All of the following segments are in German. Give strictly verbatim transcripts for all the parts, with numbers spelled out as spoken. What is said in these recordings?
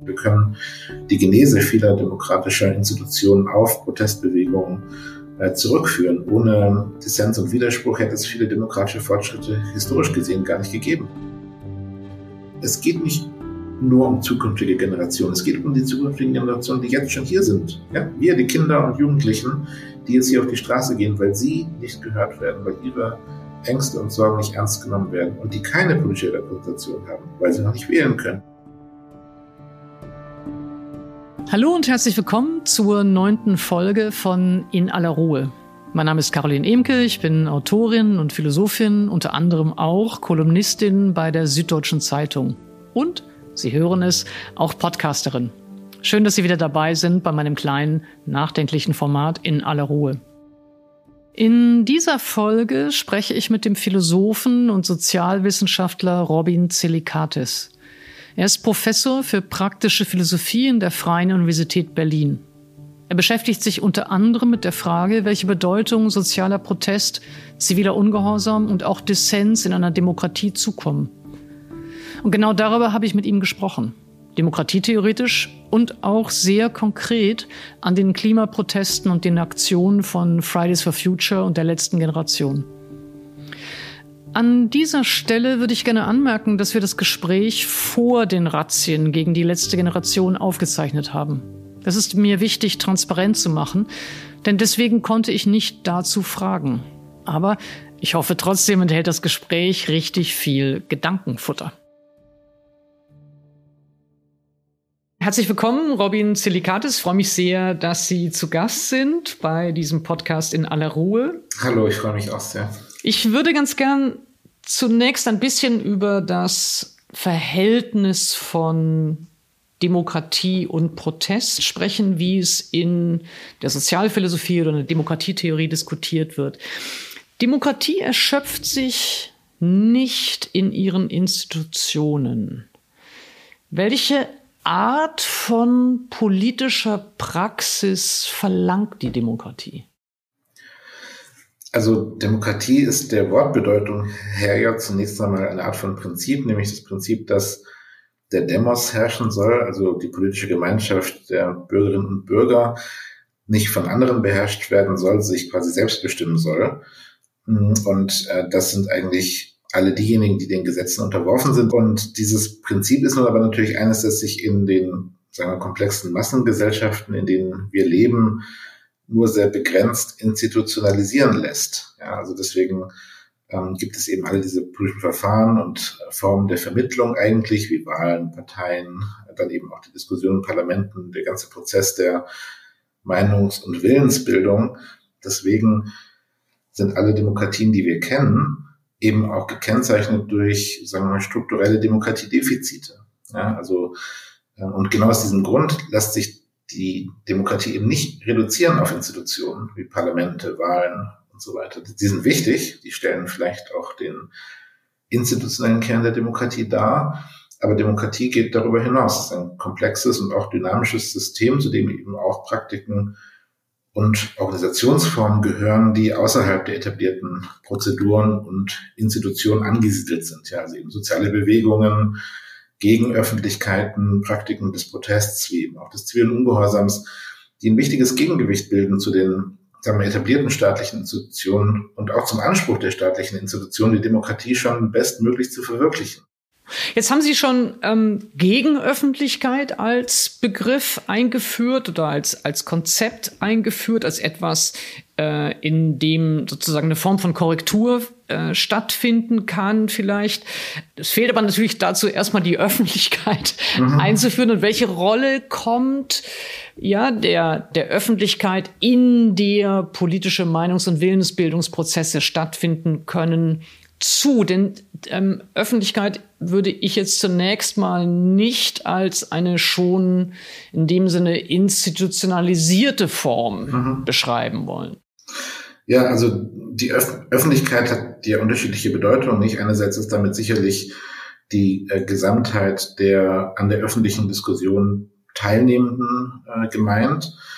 Wir können die Genese vieler demokratischer Institutionen auf Protestbewegungen äh, zurückführen. Ohne Dissens und Widerspruch hätte es viele demokratische Fortschritte historisch gesehen gar nicht gegeben. Es geht nicht nur um zukünftige Generationen. Es geht um die zukünftigen Generationen, die jetzt schon hier sind. Ja? Wir, die Kinder und Jugendlichen, die jetzt hier auf die Straße gehen, weil sie nicht gehört werden, weil ihre Ängste und Sorgen nicht ernst genommen werden und die keine politische Repräsentation haben, weil sie noch nicht wählen können. Hallo und herzlich willkommen zur neunten Folge von In aller Ruhe. Mein Name ist Caroline Emke, ich bin Autorin und Philosophin, unter anderem auch Kolumnistin bei der Süddeutschen Zeitung. Und, Sie hören es, auch Podcasterin. Schön, dass Sie wieder dabei sind bei meinem kleinen, nachdenklichen Format In aller Ruhe. In dieser Folge spreche ich mit dem Philosophen und Sozialwissenschaftler Robin Tsilikatis. Er ist Professor für praktische Philosophie in der Freien Universität Berlin. Er beschäftigt sich unter anderem mit der Frage, welche Bedeutung sozialer Protest, ziviler Ungehorsam und auch Dissens in einer Demokratie zukommen. Und genau darüber habe ich mit ihm gesprochen. Demokratietheoretisch und auch sehr konkret an den Klimaprotesten und den Aktionen von Fridays for Future und der letzten Generation. An dieser Stelle würde ich gerne anmerken, dass wir das Gespräch vor den Razzien gegen die letzte Generation aufgezeichnet haben. Das ist mir wichtig, transparent zu machen, denn deswegen konnte ich nicht dazu fragen. Aber ich hoffe trotzdem enthält das Gespräch richtig viel Gedankenfutter. Herzlich willkommen, Robin Tsilikatis. Ich freue mich sehr, dass Sie zu Gast sind bei diesem Podcast In aller Ruhe. Hallo, ich freue mich auch sehr. Ich würde ganz gern zunächst ein bisschen über das Verhältnis von Demokratie und Protest sprechen, wie es in der Sozialphilosophie oder in der Demokratietheorie diskutiert wird. Demokratie erschöpft sich nicht in ihren Institutionen. Welche Art von politischer Praxis verlangt die Demokratie? Also Demokratie ist der Wortbedeutung her ja zunächst einmal eine Art von Prinzip, nämlich das Prinzip, dass der Demos herrschen soll, also die politische Gemeinschaft der Bürgerinnen und Bürger nicht von anderen beherrscht werden soll, sich quasi selbst bestimmen soll. Und äh, das sind eigentlich alle diejenigen, die den Gesetzen unterworfen sind. Und dieses Prinzip ist nun aber natürlich eines, das sich in den, sagen wir, komplexen Massengesellschaften, in denen wir leben, nur sehr begrenzt institutionalisieren lässt. Ja, also deswegen ähm, gibt es eben alle diese politischen Verfahren und äh, Formen der Vermittlung eigentlich, wie Wahlen, Parteien, dann eben auch die Diskussionen in Parlamenten, der ganze Prozess der Meinungs- und Willensbildung. Deswegen sind alle Demokratien, die wir kennen, eben auch gekennzeichnet durch, sagen wir mal, strukturelle Demokratiedefizite. Ja, also, äh, und genau aus diesem Grund lässt sich die Demokratie eben nicht reduzieren auf Institutionen wie Parlamente, Wahlen und so weiter. Die sind wichtig, die stellen vielleicht auch den institutionellen Kern der Demokratie dar, aber Demokratie geht darüber hinaus. Es ist ein komplexes und auch dynamisches System, zu dem eben auch Praktiken und Organisationsformen gehören, die außerhalb der etablierten Prozeduren und Institutionen angesiedelt sind. Ja, also eben soziale Bewegungen, Gegenöffentlichkeiten, Praktiken des Protests, wie eben auch des zivilen Ungehorsams, die ein wichtiges Gegengewicht bilden zu den, sagen wir, etablierten staatlichen Institutionen und auch zum Anspruch der staatlichen Institutionen, die Demokratie schon bestmöglich zu verwirklichen. Jetzt haben Sie schon ähm, Gegenöffentlichkeit als Begriff eingeführt oder als, als Konzept eingeführt, als etwas, äh, in dem sozusagen eine Form von Korrektur äh, stattfinden kann vielleicht. Es fehlt aber natürlich dazu, erstmal die Öffentlichkeit mhm. einzuführen. Und welche Rolle kommt ja der, der Öffentlichkeit, in der politische Meinungs- und Willensbildungsprozesse stattfinden können, zu? Denn ähm, Öffentlichkeit würde ich jetzt zunächst mal nicht als eine schon in dem Sinne institutionalisierte Form mhm. beschreiben wollen. Ja, also die Öf- Öffentlichkeit hat ja unterschiedliche Bedeutungen. Nicht? Einerseits ist damit sicherlich die äh, Gesamtheit der an der öffentlichen Diskussion Teilnehmenden äh, gemeint.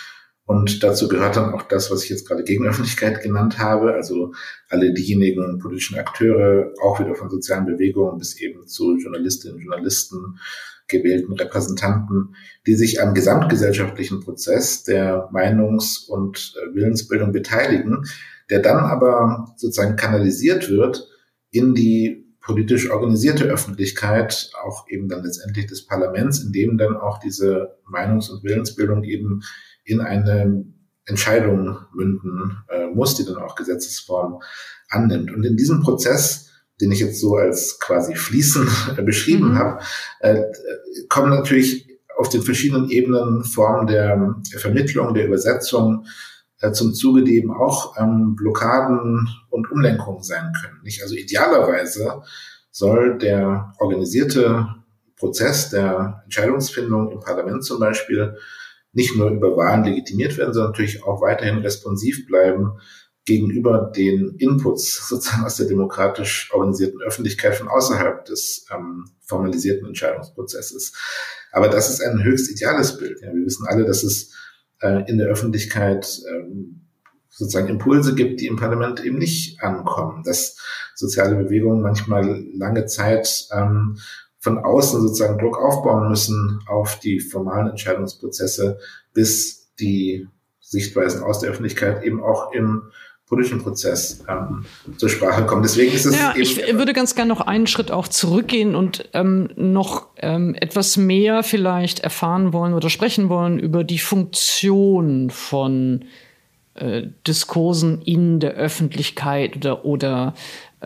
Und dazu gehört dann auch das, was ich jetzt gerade Gegenöffentlichkeit genannt habe, also alle diejenigen politischen Akteure, auch wieder von sozialen Bewegungen bis eben zu Journalistinnen und Journalisten, gewählten Repräsentanten, die sich am gesamtgesellschaftlichen Prozess der Meinungs- und Willensbildung beteiligen, der dann aber sozusagen kanalisiert wird in die politisch organisierte Öffentlichkeit, auch eben dann letztendlich des Parlaments, in dem dann auch diese Meinungs- und Willensbildung eben in eine Entscheidung münden äh, muss, die dann auch Gesetzesform annimmt. Und in diesem Prozess, den ich jetzt so als quasi fließen äh, beschrieben mhm. habe, äh, kommen natürlich auf den verschiedenen Ebenen Formen der Vermittlung, der Übersetzung äh, zum Zuge, die eben auch ähm, Blockaden und Umlenkungen sein können. Nicht? Also idealerweise soll der organisierte Prozess der Entscheidungsfindung im Parlament zum Beispiel nicht nur über Wahlen legitimiert werden, sondern natürlich auch weiterhin responsiv bleiben gegenüber den Inputs sozusagen aus der demokratisch organisierten Öffentlichkeit von außerhalb des ähm, formalisierten Entscheidungsprozesses. Aber das ist ein höchst ideales Bild. Ja, wir wissen alle, dass es äh, in der Öffentlichkeit ähm, sozusagen Impulse gibt, die im Parlament eben nicht ankommen, dass soziale Bewegungen manchmal lange Zeit ähm, von außen sozusagen Druck aufbauen müssen auf die formalen Entscheidungsprozesse, bis die Sichtweisen aus der Öffentlichkeit eben auch im politischen Prozess ähm, zur Sprache kommen. Deswegen ist es ja, eben... Ich würde ganz gerne noch einen Schritt auch zurückgehen und ähm, noch ähm, etwas mehr vielleicht erfahren wollen oder sprechen wollen über die Funktion von äh, Diskursen in der Öffentlichkeit oder, oder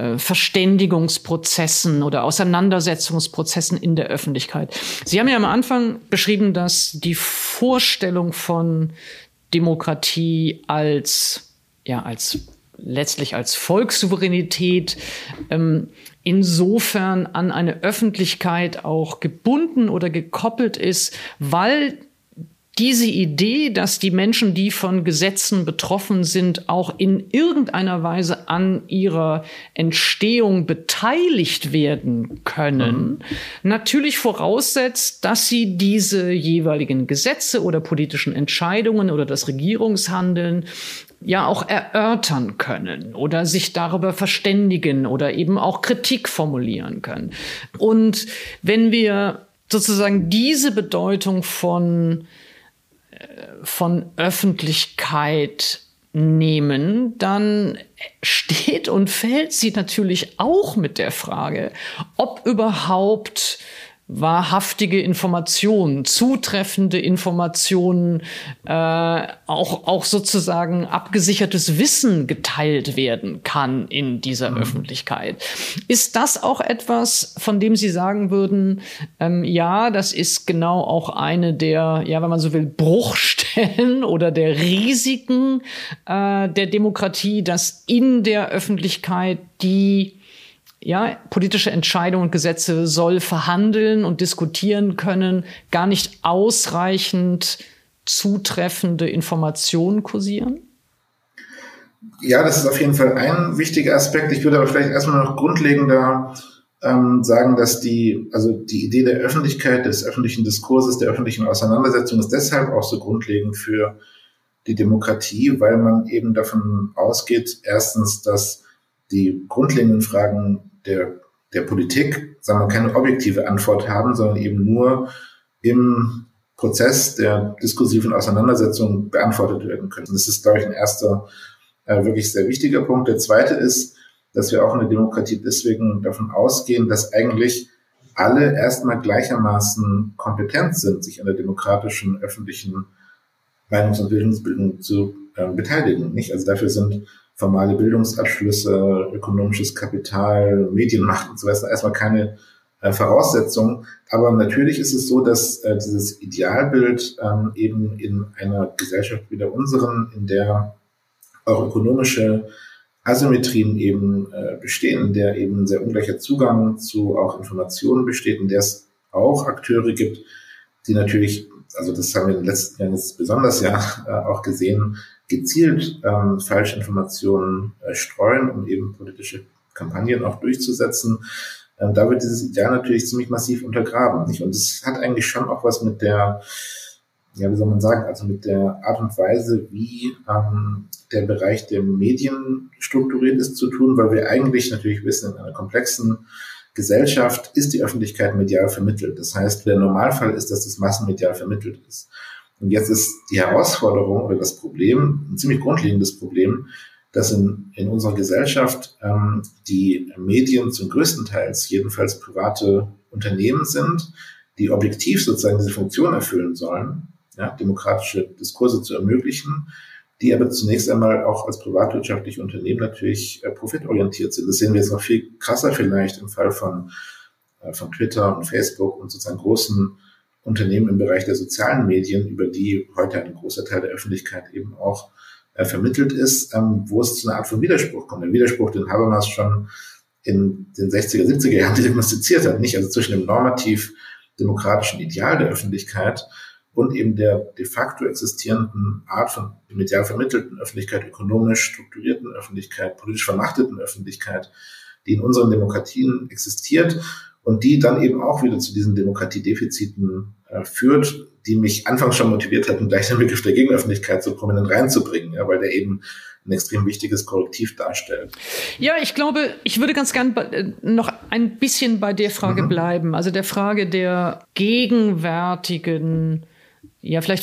Verständigungsprozessen oder Auseinandersetzungsprozessen in der Öffentlichkeit. Sie haben ja am Anfang beschrieben, dass die Vorstellung von Demokratie als, ja, als letztlich als Volkssouveränität ähm, insofern an eine Öffentlichkeit auch gebunden oder gekoppelt ist, weil diese Idee, dass die Menschen, die von Gesetzen betroffen sind, auch in irgendeiner Weise an ihrer Entstehung beteiligt werden können, mhm. natürlich voraussetzt, dass sie diese jeweiligen Gesetze oder politischen Entscheidungen oder das Regierungshandeln ja auch erörtern können oder sich darüber verständigen oder eben auch Kritik formulieren können. Und wenn wir sozusagen diese Bedeutung von von Öffentlichkeit nehmen, dann steht und fällt sie natürlich auch mit der Frage, ob überhaupt wahrhaftige Informationen, zutreffende Informationen, äh, auch, auch sozusagen abgesichertes Wissen geteilt werden kann in dieser mhm. Öffentlichkeit. Ist das auch etwas, von dem Sie sagen würden, ähm, ja, das ist genau auch eine der, ja, wenn man so will, Bruchstellen oder der Risiken äh, der Demokratie, dass in der Öffentlichkeit die ja, politische Entscheidungen und Gesetze soll verhandeln und diskutieren können, gar nicht ausreichend zutreffende Informationen kursieren? Ja, das ist auf jeden Fall ein wichtiger Aspekt. Ich würde aber vielleicht erstmal noch grundlegender ähm, sagen, dass die, also die Idee der Öffentlichkeit, des öffentlichen Diskurses, der öffentlichen Auseinandersetzung ist deshalb auch so grundlegend für die Demokratie, weil man eben davon ausgeht, erstens, dass die grundlegenden Fragen der, der Politik, sagen wir, keine objektive Antwort haben, sondern eben nur im Prozess der diskursiven Auseinandersetzung beantwortet werden können. Das ist, glaube ich, ein erster, äh, wirklich sehr wichtiger Punkt. Der zweite ist, dass wir auch in der Demokratie deswegen davon ausgehen, dass eigentlich alle erstmal gleichermaßen kompetent sind, sich an der demokratischen, öffentlichen Meinungs- und Bildungsbildung zu äh, beteiligen. Nicht? Also dafür sind formale Bildungsabschlüsse, ökonomisches Kapital, Medienmacht und so weiter erstmal keine äh, Voraussetzung. Aber natürlich ist es so, dass äh, dieses Idealbild ähm, eben in einer Gesellschaft wie der unseren, in der auch ökonomische Asymmetrien eben äh, bestehen, in der eben sehr ungleicher Zugang zu auch Informationen besteht, in der es auch Akteure gibt, die natürlich, also das haben wir in den letzten Jahren jetzt besonders ja äh, auch gesehen, gezielt ähm, Falschinformationen äh, streuen, um eben politische Kampagnen auch durchzusetzen. Ähm, da wird dieses Ideal natürlich ziemlich massiv untergraben. Nicht? Und es hat eigentlich schon auch was mit der ja, wie soll man sagen, also mit der Art und Weise, wie ähm, der Bereich der Medien strukturiert ist, zu tun, weil wir eigentlich natürlich wissen, in einer komplexen Gesellschaft ist die Öffentlichkeit medial vermittelt. Das heißt, der Normalfall ist, dass das massenmedial vermittelt ist. Und jetzt ist die Herausforderung oder das Problem, ein ziemlich grundlegendes Problem, dass in, in unserer Gesellschaft ähm, die Medien zum größten Teil jedenfalls private Unternehmen sind, die objektiv sozusagen diese Funktion erfüllen sollen, ja, demokratische Diskurse zu ermöglichen, die aber zunächst einmal auch als privatwirtschaftliche Unternehmen natürlich äh, profitorientiert sind. Das sehen wir jetzt noch viel krasser vielleicht im Fall von, äh, von Twitter und Facebook und sozusagen großen Unternehmen im Bereich der sozialen Medien, über die heute ein großer Teil der Öffentlichkeit eben auch äh, vermittelt ist, ähm, wo es zu einer Art von Widerspruch kommt. Ein Widerspruch, den Habermas schon in den sechziger, siebziger Jahren diagnostiziert hat, nicht? Also zwischen dem normativ demokratischen Ideal der Öffentlichkeit und eben der de facto existierenden Art von medial vermittelten Öffentlichkeit, ökonomisch strukturierten Öffentlichkeit, politisch vermachteten Öffentlichkeit, die in unseren Demokratien existiert und die dann eben auch wieder zu diesen Demokratiedefiziten äh, führt, die mich anfangs schon motiviert hatten, gleich den Begriff der Gegenöffentlichkeit so prominent reinzubringen, ja, weil der eben ein extrem wichtiges Korrektiv darstellt. Ja, ich glaube, ich würde ganz gern noch ein bisschen bei der Frage mhm. bleiben, also der Frage der gegenwärtigen, ja, vielleicht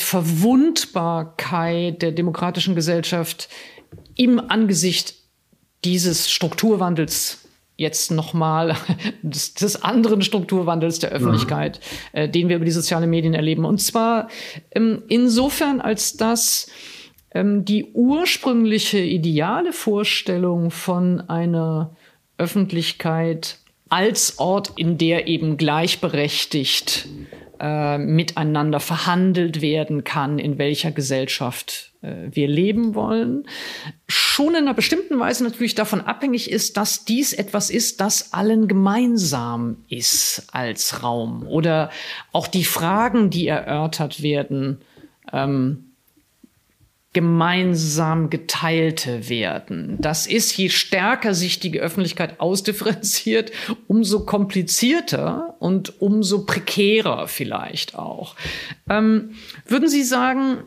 Verwundbarkeit der demokratischen Gesellschaft im Angesicht dieses Strukturwandels jetzt nochmal des, des anderen Strukturwandels der Öffentlichkeit, mhm. äh, den wir über die sozialen Medien erleben. Und zwar ähm, insofern, als dass ähm, die ursprüngliche ideale Vorstellung von einer Öffentlichkeit als Ort, in der eben gleichberechtigt äh, miteinander verhandelt werden kann, in welcher Gesellschaft äh, wir leben wollen, schon in einer bestimmten Weise natürlich davon abhängig ist, dass dies etwas ist, das allen gemeinsam ist als Raum. Oder auch die Fragen, die erörtert werden, ähm, gemeinsam geteilte werden. Das ist, je stärker sich die Öffentlichkeit ausdifferenziert, umso komplizierter und umso prekärer vielleicht auch. Ähm, würden Sie sagen,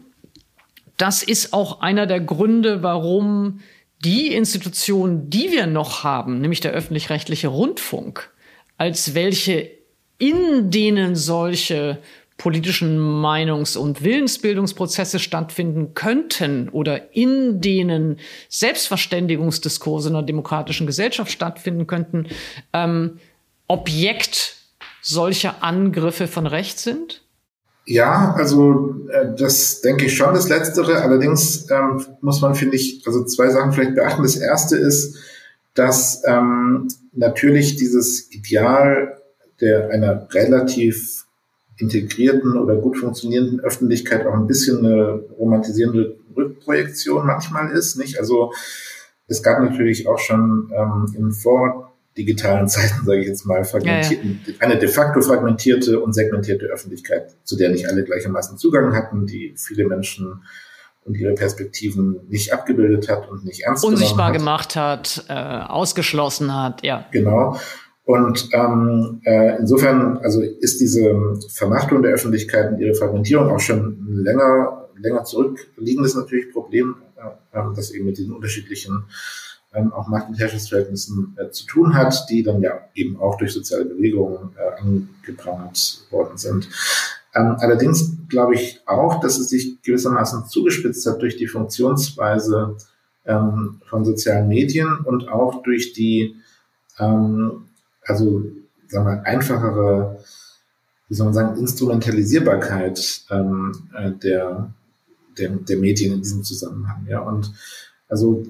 das ist auch einer der Gründe, warum die Institution, die wir noch haben, nämlich der öffentlich-rechtliche Rundfunk, als welche, in denen solche politischen Meinungs- und Willensbildungsprozesse stattfinden könnten oder in denen Selbstverständigungsdiskurse in einer demokratischen Gesellschaft stattfinden könnten, ähm, Objekt solcher Angriffe von rechts sind? Ja, also äh, das denke ich schon, das Letztere. Allerdings ähm, muss man, finde ich, also zwei Sachen vielleicht beachten. Das erste ist, dass ähm, natürlich dieses Ideal der einer relativ integrierten oder gut funktionierenden Öffentlichkeit auch ein bisschen eine romantisierende Rückprojektion manchmal ist, nicht? Also es gab natürlich auch schon ähm, in vordigitalen Zeiten, sage ich jetzt mal, fragmentierten, ja, ja. eine de facto fragmentierte und segmentierte Öffentlichkeit, zu der nicht alle gleichermaßen Zugang hatten, die viele Menschen und ihre Perspektiven nicht abgebildet hat und nicht ernst genommen hat. Unsichtbar gemacht hat, äh, ausgeschlossen hat, ja. Genau. Und ähm, äh, insofern, also ist diese Vermachtung der Öffentlichkeit und ihre Fragmentierung auch schon länger, länger zurückliegendes natürlich Problem, äh, das eben mit diesen unterschiedlichen ähm, auch Macht- und Herrschaftsverhältnissen äh, zu tun hat, die dann ja eben auch durch soziale Bewegungen äh, angeprangert worden sind. Ähm, allerdings glaube ich auch, dass es sich gewissermaßen zugespitzt hat durch die Funktionsweise ähm, von sozialen Medien und auch durch die ähm, also, sagen wir, einfachere, wie soll man sagen, Instrumentalisierbarkeit ähm, der, der, der Medien in diesem Zusammenhang. Ja, und also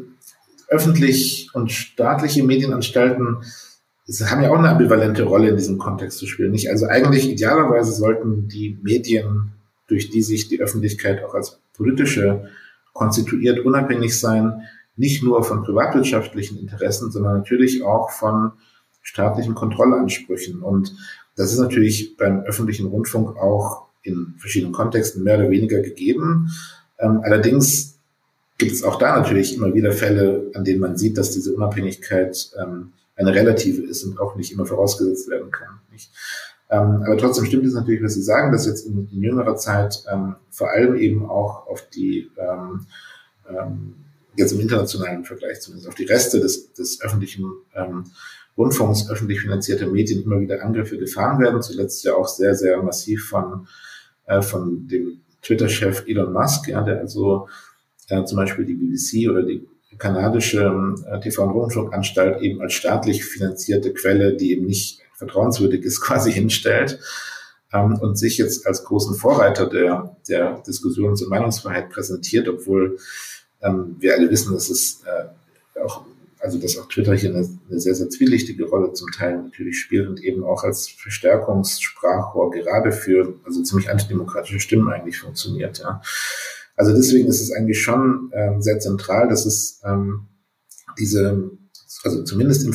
öffentlich und staatliche Medienanstalten haben ja auch eine ambivalente Rolle in diesem Kontext zu spielen. Nicht? Also eigentlich idealerweise sollten die Medien, durch die sich die Öffentlichkeit auch als politische konstituiert, unabhängig sein, nicht nur von privatwirtschaftlichen Interessen, sondern natürlich auch von staatlichen Kontrollansprüchen. Und das ist natürlich beim öffentlichen Rundfunk auch in verschiedenen Kontexten mehr oder weniger gegeben. Ähm, allerdings gibt es auch da natürlich immer wieder Fälle, an denen man sieht, dass diese Unabhängigkeit ähm, eine relative ist und auch nicht immer vorausgesetzt werden kann. Nicht? Ähm, aber trotzdem stimmt es natürlich, was Sie sagen, dass jetzt in, in jüngerer Zeit ähm, vor allem eben auch auf die, ähm, ähm, jetzt im internationalen Vergleich zumindest, auf die Reste des, des öffentlichen ähm, Rundfunks, öffentlich finanzierte Medien immer wieder Angriffe gefahren werden. Zuletzt ja auch sehr, sehr massiv von, äh, von dem Twitter-Chef Elon Musk, ja, der also äh, zum Beispiel die B B C oder die kanadische äh, T V- und Rundfunkanstalt eben als staatlich finanzierte Quelle, die eben nicht vertrauenswürdig ist, quasi hinstellt ähm, und sich jetzt als großen Vorreiter der, der Diskussions- und Meinungsfreiheit präsentiert, obwohl ähm, wir alle wissen, dass es äh, auch, also dass auch Twitter hier eine, eine sehr, sehr zwielichtige Rolle zum Teil natürlich spielt und eben auch als Verstärkungssprachrohr gerade für, also ziemlich antidemokratische Stimmen eigentlich funktioniert, ja. Also deswegen ist es eigentlich schon ähm, sehr zentral, dass es ähm, diese, also zumindest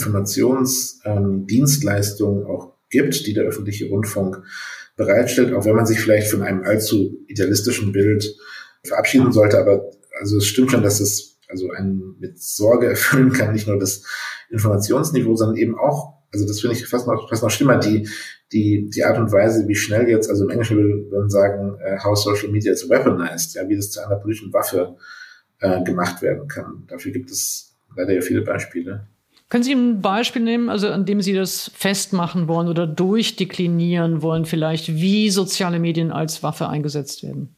Informationsdienstleistungen ähm, auch gibt, die der öffentliche Rundfunk bereitstellt, auch wenn man sich vielleicht von einem allzu idealistischen Bild verabschieden sollte. Aber also es stimmt schon, dass es also einen mit Sorge erfüllen kann, nicht nur das Informationsniveau, sondern eben auch, also das finde ich fast noch, fast noch schlimmer, die, die, die Art und Weise, wie schnell jetzt, also im Englischen würde man sagen, uh, how social media is weaponized, ja, wie das zu einer politischen Waffe äh, gemacht werden kann. Dafür gibt es leider ja viele Beispiele. Können Sie ein Beispiel nehmen, also an dem Sie das festmachen wollen oder durchdeklinieren wollen, vielleicht, wie soziale Medien als Waffe eingesetzt werden?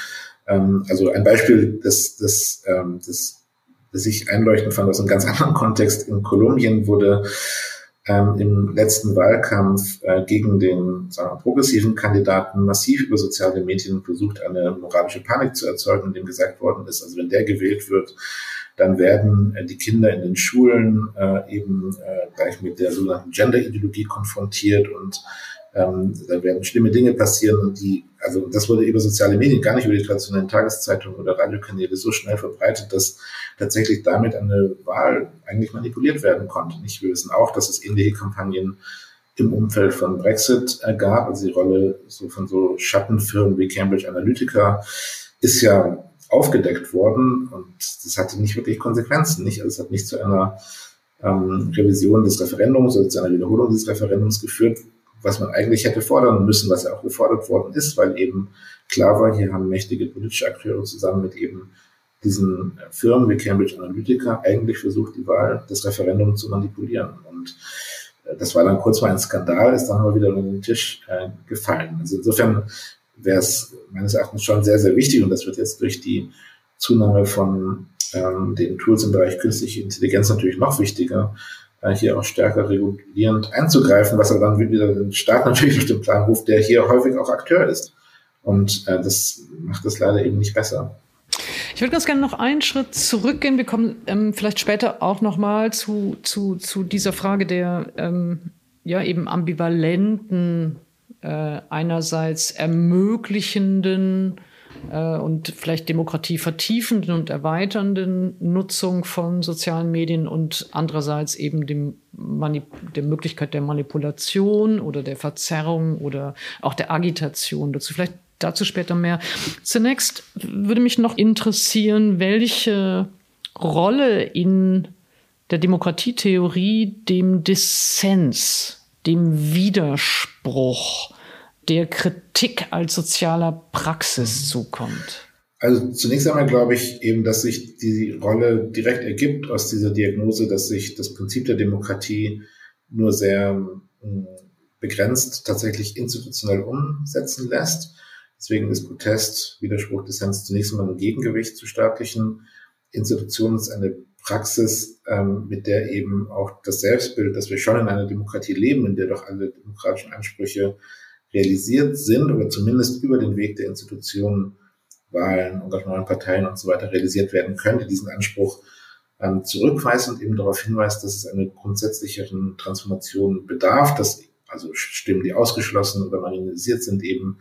Ähm, also ein Beispiel, das, das, ähm, das, das ich einleuchtend fand aus einem ganz anderen Kontext. In Kolumbien wurde ähm, im letzten Wahlkampf äh, gegen den, sagen wir, progressiven Kandidaten massiv über soziale Medien versucht, eine moralische Panik zu erzeugen, indem gesagt worden ist, also wenn der gewählt wird, dann werden äh, die Kinder in den Schulen äh, eben äh, gleich mit der sogenannten Gender-Ideologie konfrontiert und ähm, da werden schlimme Dinge passieren, die, also das wurde über soziale Medien, gar nicht über die traditionellen Tageszeitungen oder Radiokanäle so schnell verbreitet, dass tatsächlich damit eine Wahl eigentlich manipuliert werden konnte. Nicht? Wir wissen auch, dass es ähnliche Kampagnen im Umfeld von Brexit äh, gab, also die Rolle so von so Schattenfirmen wie Cambridge Analytica ist ja aufgedeckt worden und das hatte nicht wirklich Konsequenzen, nicht? Also es hat nicht zu einer ähm, Revision des Referendums oder zu einer Wiederholung des Referendums geführt, was man eigentlich hätte fordern müssen, was ja auch gefordert worden ist, weil eben klar war, hier haben mächtige politische Akteure zusammen mit eben diesen Firmen wie Cambridge Analytica eigentlich versucht, die Wahl des Referendums zu manipulieren. Und äh, das war dann kurz mal ein Skandal, ist dann aber wieder unter den Tisch äh, gefallen. Also insofern wäre es meines Erachtens schon sehr, sehr wichtig und das wird jetzt durch die Zunahme von ähm, den Tools im Bereich künstliche Intelligenz natürlich noch wichtiger, äh, hier auch stärker regulierend einzugreifen, was aber dann wieder den Staat natürlich auf den Plan ruft, der hier häufig auch Akteur ist. Und äh, das macht es leider eben nicht besser. Ich würde ganz gerne noch einen Schritt zurückgehen. Wir kommen ähm, vielleicht später auch noch mal zu, zu, zu dieser Frage der ähm, ja eben ambivalenten, äh, einerseits ermöglichenden äh, und vielleicht Demokratie vertiefenden und erweiternden Nutzung von sozialen Medien und andererseits eben dem Manip- der Möglichkeit der Manipulation oder der Verzerrung oder auch der Agitation. Dazu vielleicht Dazu später mehr. Zunächst würde mich noch interessieren, welche Rolle in der Demokratietheorie dem Dissens, dem Widerspruch, der Kritik als sozialer Praxis zukommt. Also zunächst einmal glaube ich eben, dass sich die Rolle direkt ergibt aus dieser Diagnose, dass sich das Prinzip der Demokratie nur sehr mh, begrenzt tatsächlich institutionell umsetzen lässt. Deswegen ist Protest, Widerspruch, Dissens zunächst einmal ein Gegengewicht zu staatlichen Institutionen. Es ist eine Praxis, ähm, mit der eben auch das Selbstbild, dass wir schon in einer Demokratie leben, in der doch alle demokratischen Ansprüche realisiert sind oder zumindest über den Weg der Institutionen, Wahlen, Engagement, Parteien und so weiter realisiert werden könnte, diesen Anspruch ähm, zurückweist und eben darauf hinweist, dass es einer grundsätzlicheren Transformation bedarf, dass also Stimmen, die ausgeschlossen oder marginalisiert sind, eben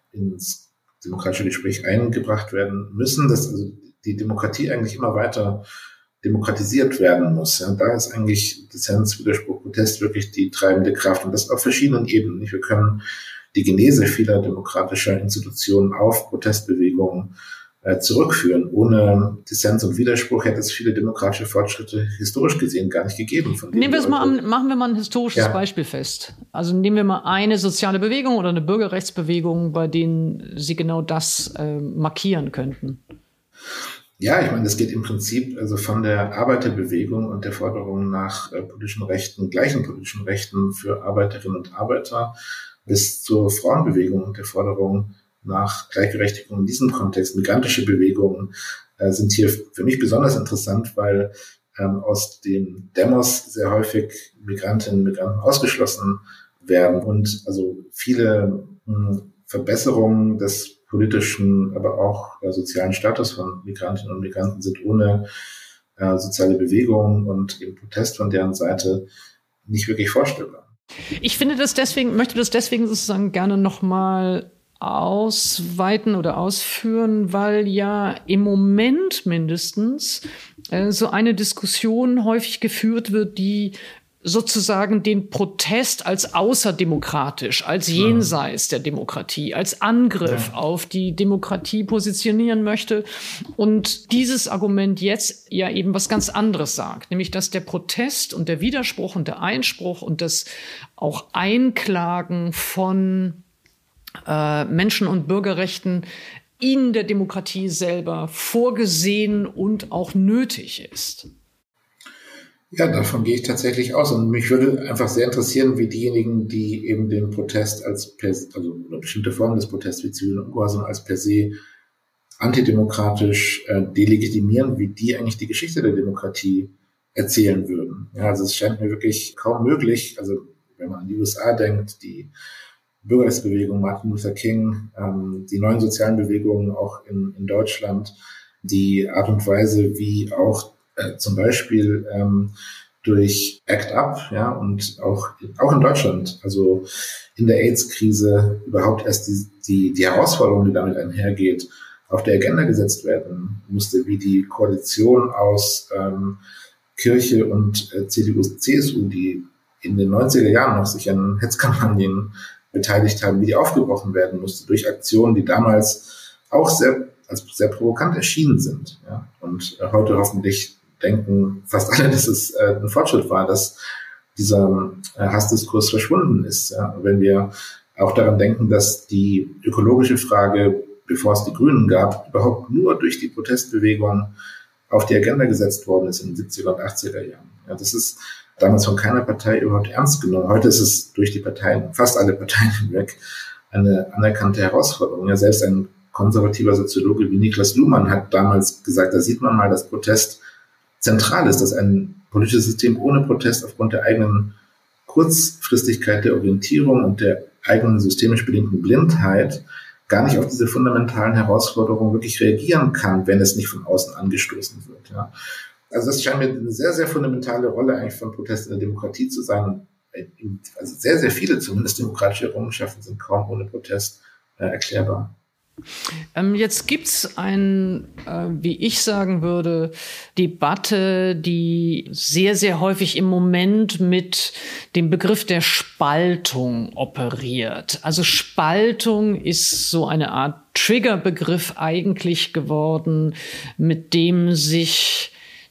ins demokratische Gespräch eingebracht werden müssen, dass also die Demokratie eigentlich immer weiter demokratisiert werden muss. Ja, da ist eigentlich Dissens, Widerspruch, Protest wirklich die treibende Kraft und das auf verschiedenen Ebenen. Wir können die Genese vieler demokratischer Institutionen auf Protestbewegungen äh, zurückführen. Ohne Dissens und Widerspruch hätte es viele demokratische Fortschritte historisch gesehen gar nicht gegeben. Von nehmen wir es mal an, machen wir mal ein historisches ja. Beispiel fest. Also nehmen wir mal eine soziale Bewegung oder eine Bürgerrechtsbewegung, bei denen Sie genau das äh, markieren könnten. Ja, ich meine, das geht im Prinzip also von der Arbeiterbewegung und der Forderung nach äh, politischen Rechten, gleichen politischen Rechten für Arbeiterinnen und Arbeiter bis zur Frauenbewegung und der Forderung nach Gleichberechtigung in diesem Kontext. Migrantische Bewegungen äh, sind hier für mich besonders interessant, weil ähm, aus den Demos sehr häufig Migrantinnen und Migranten ausgeschlossen werden und also viele mh, Verbesserungen des politischen, aber auch äh, sozialen Status von Migrantinnen und Migranten sind ohne äh, soziale Bewegungen und eben Protest von deren Seite nicht wirklich vorstellbar. Ich finde das deswegen, möchte das deswegen sozusagen gerne nochmal ausweiten oder ausführen, weil ja im Moment mindestens äh, so eine Diskussion häufig geführt wird, die sozusagen den Protest als außerdemokratisch, als jenseits der Demokratie, als Angriff ja. auf die Demokratie positionieren möchte. Und dieses Argument jetzt ja eben was ganz anderes sagt, nämlich dass der Protest und der Widerspruch und der Einspruch und das auch Einklagen von äh, Menschen- und Bürgerrechten in der Demokratie selber vorgesehen und auch nötig ist. Ja, davon gehe ich tatsächlich aus. Und mich würde einfach sehr interessieren, wie diejenigen, die eben den Protest als per, also oder bestimmte Formen des Protests wie zivilen Ungehorsam als per se antidemokratisch äh, delegitimieren, wie die eigentlich die Geschichte der Demokratie erzählen würden. Ja, also es scheint mir wirklich kaum möglich, also wenn man an die U S A denkt, die Bürgerrechtsbewegung, Martin Luther King, ähm, die neuen sozialen Bewegungen auch in, in Deutschland, die Art und Weise, wie auch Äh, zum Beispiel ähm, durch ACT UP, ja, und auch auch in Deutschland, also in der AIDS-Krise überhaupt erst die, die die Herausforderung, die damit einhergeht, auf der Agenda gesetzt werden musste, wie die Koalition aus ähm, Kirche und äh, C D U, C S U, die in den neunziger Jahren noch sich an Hetzkampagnen beteiligt haben, wie die aufgebrochen werden musste durch Aktionen, die damals auch sehr als sehr provokant erschienen sind, ja, und äh, heute hoffentlich denken fast alle, dass es äh, ein Fortschritt war, dass dieser äh, Hassdiskurs verschwunden ist. Ja. Wenn wir auch daran denken, dass die ökologische Frage, bevor es die Grünen gab, überhaupt nur durch die Protestbewegung auf die Agenda gesetzt worden ist in den siebziger und achtziger Jahren. Ja, das ist damals von keiner Partei überhaupt ernst genommen. Heute ist es durch die Parteien, fast alle Parteien hinweg, eine anerkannte Herausforderung. Ja, selbst ein konservativer Soziologe wie Niklas Luhmann hat damals gesagt, da sieht man mal, dass Protest zentral ist, dass ein politisches System ohne Protest aufgrund der eigenen Kurzfristigkeit der Orientierung und der eigenen systemisch bedingten Blindheit gar nicht auf diese fundamentalen Herausforderungen wirklich reagieren kann, wenn es nicht von außen angestoßen wird. Ja. Also das scheint mir eine sehr, sehr fundamentale Rolle eigentlich von Protest in der Demokratie zu sein. Also sehr, sehr viele zumindest demokratische Errungenschaften sind kaum ohne Protest äh, erklärbar. Ähm, jetzt gibt's ein, äh, wie ich sagen würde, Debatte, die sehr, sehr häufig im Moment mit dem Begriff der Spaltung operiert. Also Spaltung ist so eine Art Triggerbegriff eigentlich geworden, mit dem sich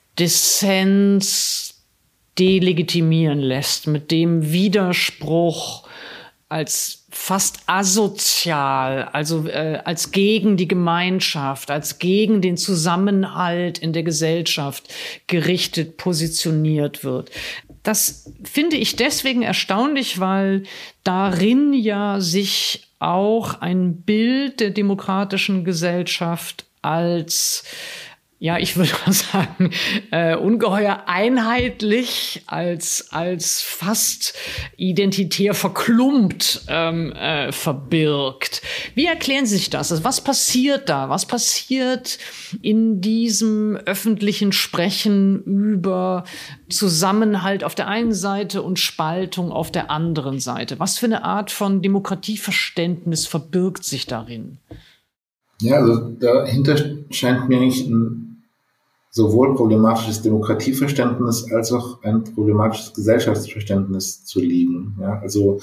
Dissens delegitimieren lässt, mit dem Widerspruch als fast asozial, also äh, als gegen die Gemeinschaft, als gegen den Zusammenhalt in der Gesellschaft gerichtet positioniert wird. Das finde ich deswegen erstaunlich, weil darin ja sich auch ein Bild der demokratischen Gesellschaft als, ja, ich würde mal sagen, äh, ungeheuer einheitlich, als als fast identitär verklumpt ähm, äh, verbirgt. Wie erklären Sie sich das? Also was passiert da? Was passiert in diesem öffentlichen Sprechen über Zusammenhalt auf der einen Seite und Spaltung auf der anderen Seite? Was für eine Art von Demokratieverständnis verbirgt sich darin? Ja, also dahinter scheint mir eigentlich ein sowohl problematisches Demokratieverständnis als auch ein problematisches Gesellschaftsverständnis zu liegen. Ja, also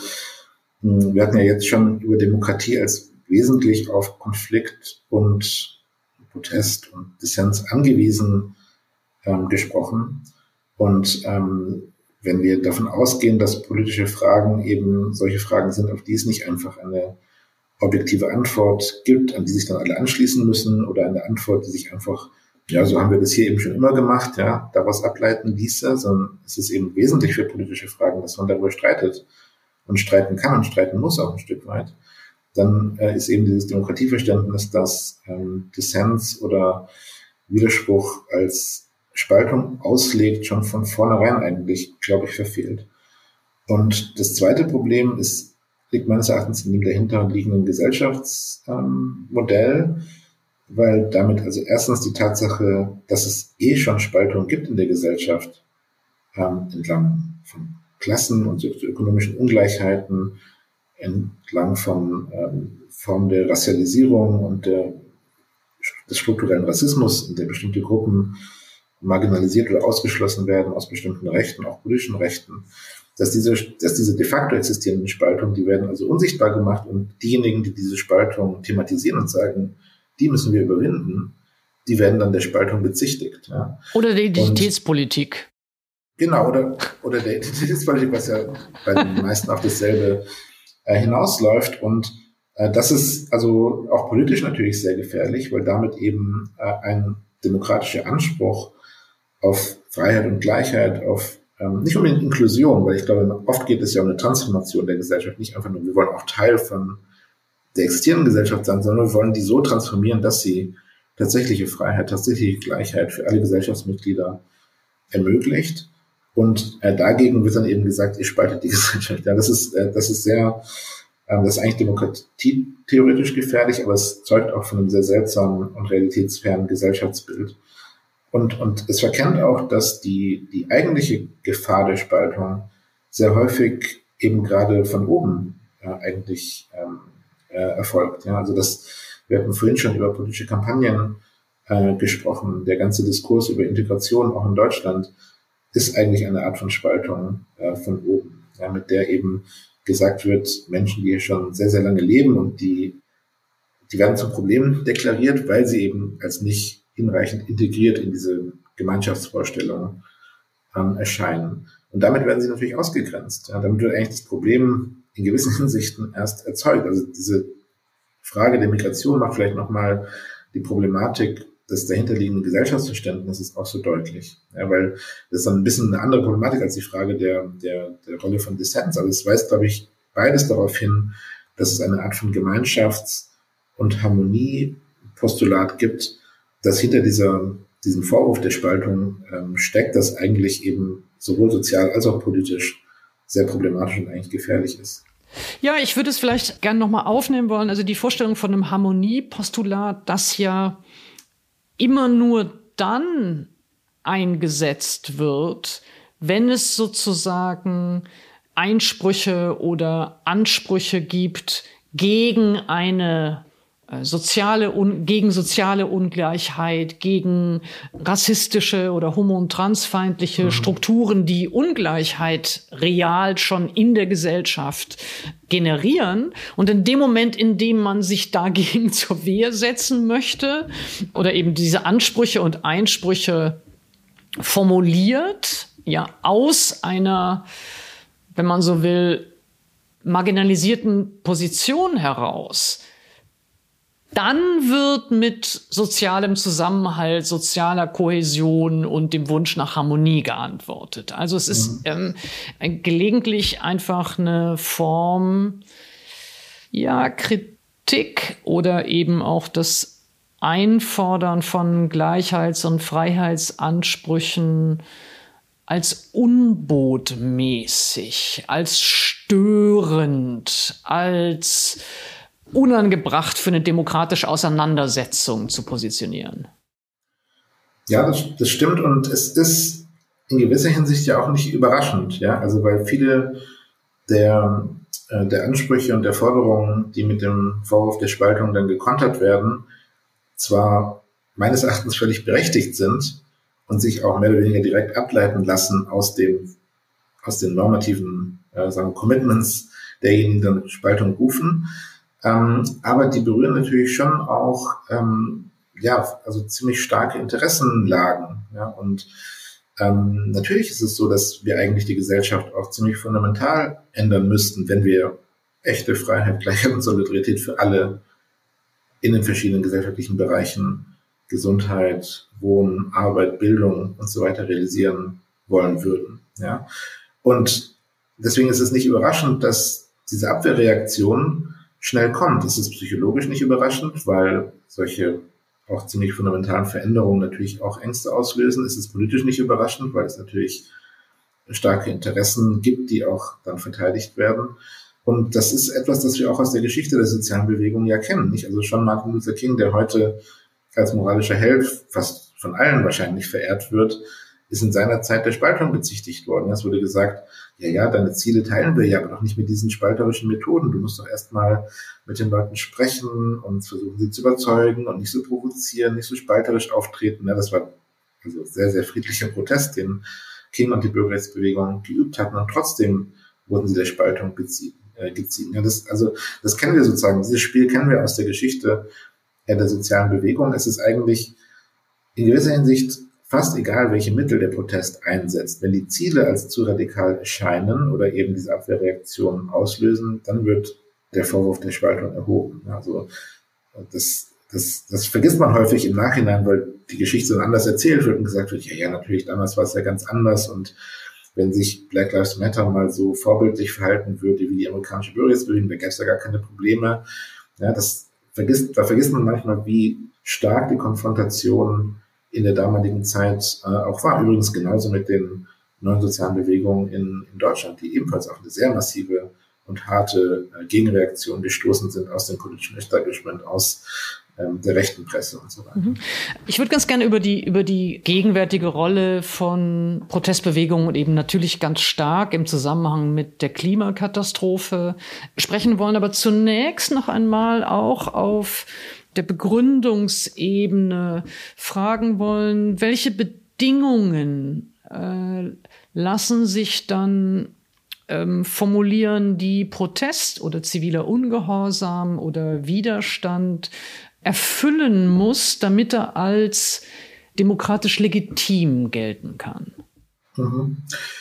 wir hatten ja jetzt schon über Demokratie als wesentlich auf Konflikt und Protest und Dissens angewiesen ähm, gesprochen. Und ähm, wenn wir davon ausgehen, dass politische Fragen eben solche Fragen sind, auf die es nicht einfach eine objektive Antwort gibt, an die sich dann alle anschließen müssen, oder eine Antwort, die sich einfach, ja, so haben wir das hier eben schon immer gemacht, ja, daraus ableiten ließe, sondern es ist eben wesentlich für politische Fragen, dass man darüber streitet und streiten kann und streiten muss auch ein Stück weit. Dann äh, ist eben dieses Demokratieverständnis, dass ähm, Dissens oder Widerspruch als Spaltung auslegt, schon von vornherein eigentlich, glaube ich, verfehlt. Und das zweite Problem ist, liegt meines Erachtens in dem dahinter liegenden Gesellschaftsmodell, ähm, weil damit also erstens die Tatsache, dass es eh schon Spaltung gibt in der Gesellschaft, ähm, entlang von Klassen und sozioökonomischen Ungleichheiten, entlang von ähm, Formen der Rassialisierung und der, des strukturellen Rassismus, in der bestimmte Gruppen marginalisiert oder ausgeschlossen werden aus bestimmten Rechten, auch politischen Rechten, dass diese, dass diese de facto existierenden Spaltungen, die werden also unsichtbar gemacht, und diejenigen, die diese Spaltung thematisieren und sagen, die müssen wir überwinden, die werden dann der Spaltung bezichtigt. Ja. Oder der Identitätspolitik. Und, genau, oder, oder der Identitätspolitik, was ja bei den meisten auf dasselbe äh, hinausläuft. Und äh, das ist also auch politisch natürlich sehr gefährlich, weil damit eben äh, ein demokratischer Anspruch auf Freiheit und Gleichheit, auf ähm, nicht unbedingt Inklusion, weil ich glaube, oft geht es ja um eine Transformation der Gesellschaft, nicht einfach nur, wir wollen auch Teil von der existierenden Gesellschaft sein, sondern wir wollen die so transformieren, dass sie tatsächliche Freiheit, tatsächliche Gleichheit für alle Gesellschaftsmitglieder ermöglicht. Und äh, dagegen wird dann eben gesagt, ihr spaltet die Gesellschaft. Ja, das ist, äh, das ist sehr, äh, das ist eigentlich demokratietheoretisch gefährlich, aber es zeugt auch von einem sehr seltsamen und realitätsfernen Gesellschaftsbild. Und, und es verkennt auch, dass die, die eigentliche Gefahr der Spaltung sehr häufig eben gerade von oben äh, eigentlich ähm, äh, erfolgt. Ja, also das, wir hatten vorhin schon über politische Kampagnen äh, gesprochen. Der ganze Diskurs über Integration, auch in Deutschland, ist eigentlich eine Art von Spaltung äh, von oben, ja, mit der eben gesagt wird, Menschen, die hier schon sehr, sehr lange leben und die, die werden zum Problem deklariert, weil sie eben als nicht hinreichend integriert in diese Gemeinschaftsvorstellungen ähm, erscheinen. Und damit werden sie natürlich ausgegrenzt. Ja, damit wird eigentlich das Problem in gewissen Hinsichten erst erzeugt. Also diese Frage der Migration macht vielleicht nochmal die Problematik des dahinterliegenden Gesellschaftsverständnisses auch so deutlich. Ja, weil das ist dann ein bisschen eine andere Problematik als die Frage der, der, der Rolle von Dissens. Also es weist, glaube ich, beides darauf hin, dass es eine Art von Gemeinschafts- und Harmoniepostulat gibt, dass hinter dieser, diesem Vorwurf der Spaltung ähm, steckt, das eigentlich eben sowohl sozial als auch politisch sehr problematisch und eigentlich gefährlich ist. Ja, ich würde es vielleicht gerne nochmal aufnehmen wollen. Also die Vorstellung von einem Harmoniepostulat, das ja immer nur dann eingesetzt wird, wenn es sozusagen Einsprüche oder Ansprüche gibt gegen eine soziale, gegen soziale Ungleichheit, gegen rassistische oder homo- und transfeindliche mhm. Strukturen, die Ungleichheit real schon in der Gesellschaft generieren. Und in dem Moment, in dem man sich dagegen zur Wehr setzen möchte oder eben diese Ansprüche und Einsprüche formuliert, ja, aus einer, wenn man so will, marginalisierten Position heraus, dann wird mit sozialem Zusammenhalt, sozialer Kohäsion und dem Wunsch nach Harmonie geantwortet. Also es ist ähm, gelegentlich einfach eine Form, ja, Kritik oder eben auch das Einfordern von Gleichheits- und Freiheitsansprüchen als unbotmäßig, als störend, als unangebracht für eine demokratische Auseinandersetzung zu positionieren. Ja, das, das stimmt, und es ist in gewisser Hinsicht ja auch nicht überraschend, ja, also weil viele der, äh, der Ansprüche und der Forderungen, die mit dem Vorwurf der Spaltung dann gekontert werden, zwar meines Erachtens völlig berechtigt sind und sich auch mehr oder weniger direkt ableiten lassen aus dem, aus den normativen, äh, sagen, Commitments derjenigen, die dann Spaltung rufen. Ähm, aber die berühren natürlich schon auch ähm, ja, also ziemlich starke Interessenlagen. Ja, und ähm, natürlich ist es so, dass wir eigentlich die Gesellschaft auch ziemlich fundamental ändern müssten, wenn wir echte Freiheit, Gleichheit und Solidarität für alle in den verschiedenen gesellschaftlichen Bereichen, Gesundheit, Wohnen, Arbeit, Bildung und so weiter realisieren wollen würden. Ja, und deswegen ist es nicht überraschend, dass diese Abwehrreaktion schnell kommt. Es ist psychologisch nicht überraschend, weil solche auch ziemlich fundamentalen Veränderungen natürlich auch Ängste auslösen. Es ist politisch nicht überraschend, weil es natürlich starke Interessen gibt, die auch dann verteidigt werden. Und das ist etwas, das wir auch aus der Geschichte der sozialen Bewegung ja kennen, nicht? Also schon Martin Luther King, der heute als moralischer Held fast von allen wahrscheinlich verehrt wird, ist in seiner Zeit der Spaltung bezichtigt worden. Es wurde gesagt, ja, ja, deine Ziele teilen wir ja, aber doch nicht mit diesen spalterischen Methoden. Du musst doch erstmal mit den Leuten sprechen und versuchen, sie zu überzeugen und nicht so provozieren, nicht so spalterisch auftreten. Ja, das war also sehr, sehr friedlicher Protest, den King und die Bürgerrechtsbewegung geübt hatten. Und trotzdem wurden sie der Spaltung beziehen, äh, geziehen. Ja, das, also, das kennen wir sozusagen. Dieses Spiel kennen wir aus der Geschichte äh, der sozialen Bewegung. Es ist eigentlich in gewisser Hinsicht fast egal, welche Mittel der Protest einsetzt. Wenn die Ziele als zu radikal erscheinen oder eben diese Abwehrreaktionen auslösen, dann wird der Vorwurf der Spaltung erhoben. Also das, das, das vergisst man häufig im Nachhinein, weil die Geschichte dann anders erzählt wird und gesagt wird, ja, ja, natürlich, damals war es ja ganz anders, und wenn sich Black Lives Matter mal so vorbildlich verhalten würde wie die amerikanische Bürgerrechtsbewegung, da gäbe es ja gar keine Probleme. Ja, das vergisst, da vergisst man manchmal, wie stark die Konfrontation in der damaligen Zeit äh, auch war. Übrigens genauso mit den neuen sozialen Bewegungen in, in Deutschland, die ebenfalls auf eine sehr massive und harte äh, Gegenreaktion gestoßen sind aus dem politischen Establishment, aus ähm, der rechten Presse und so weiter. Ich würde ganz gerne über die, über die gegenwärtige Rolle von Protestbewegungen und eben natürlich ganz stark im Zusammenhang mit der Klimakatastrophe sprechen wollen, aber zunächst noch einmal auch auf der Begründungsebene fragen wollen, welche Bedingungen äh, lassen sich dann ähm, formulieren, die Protest oder ziviler Ungehorsam oder Widerstand erfüllen muss, damit er als demokratisch legitim gelten kann? Mhm.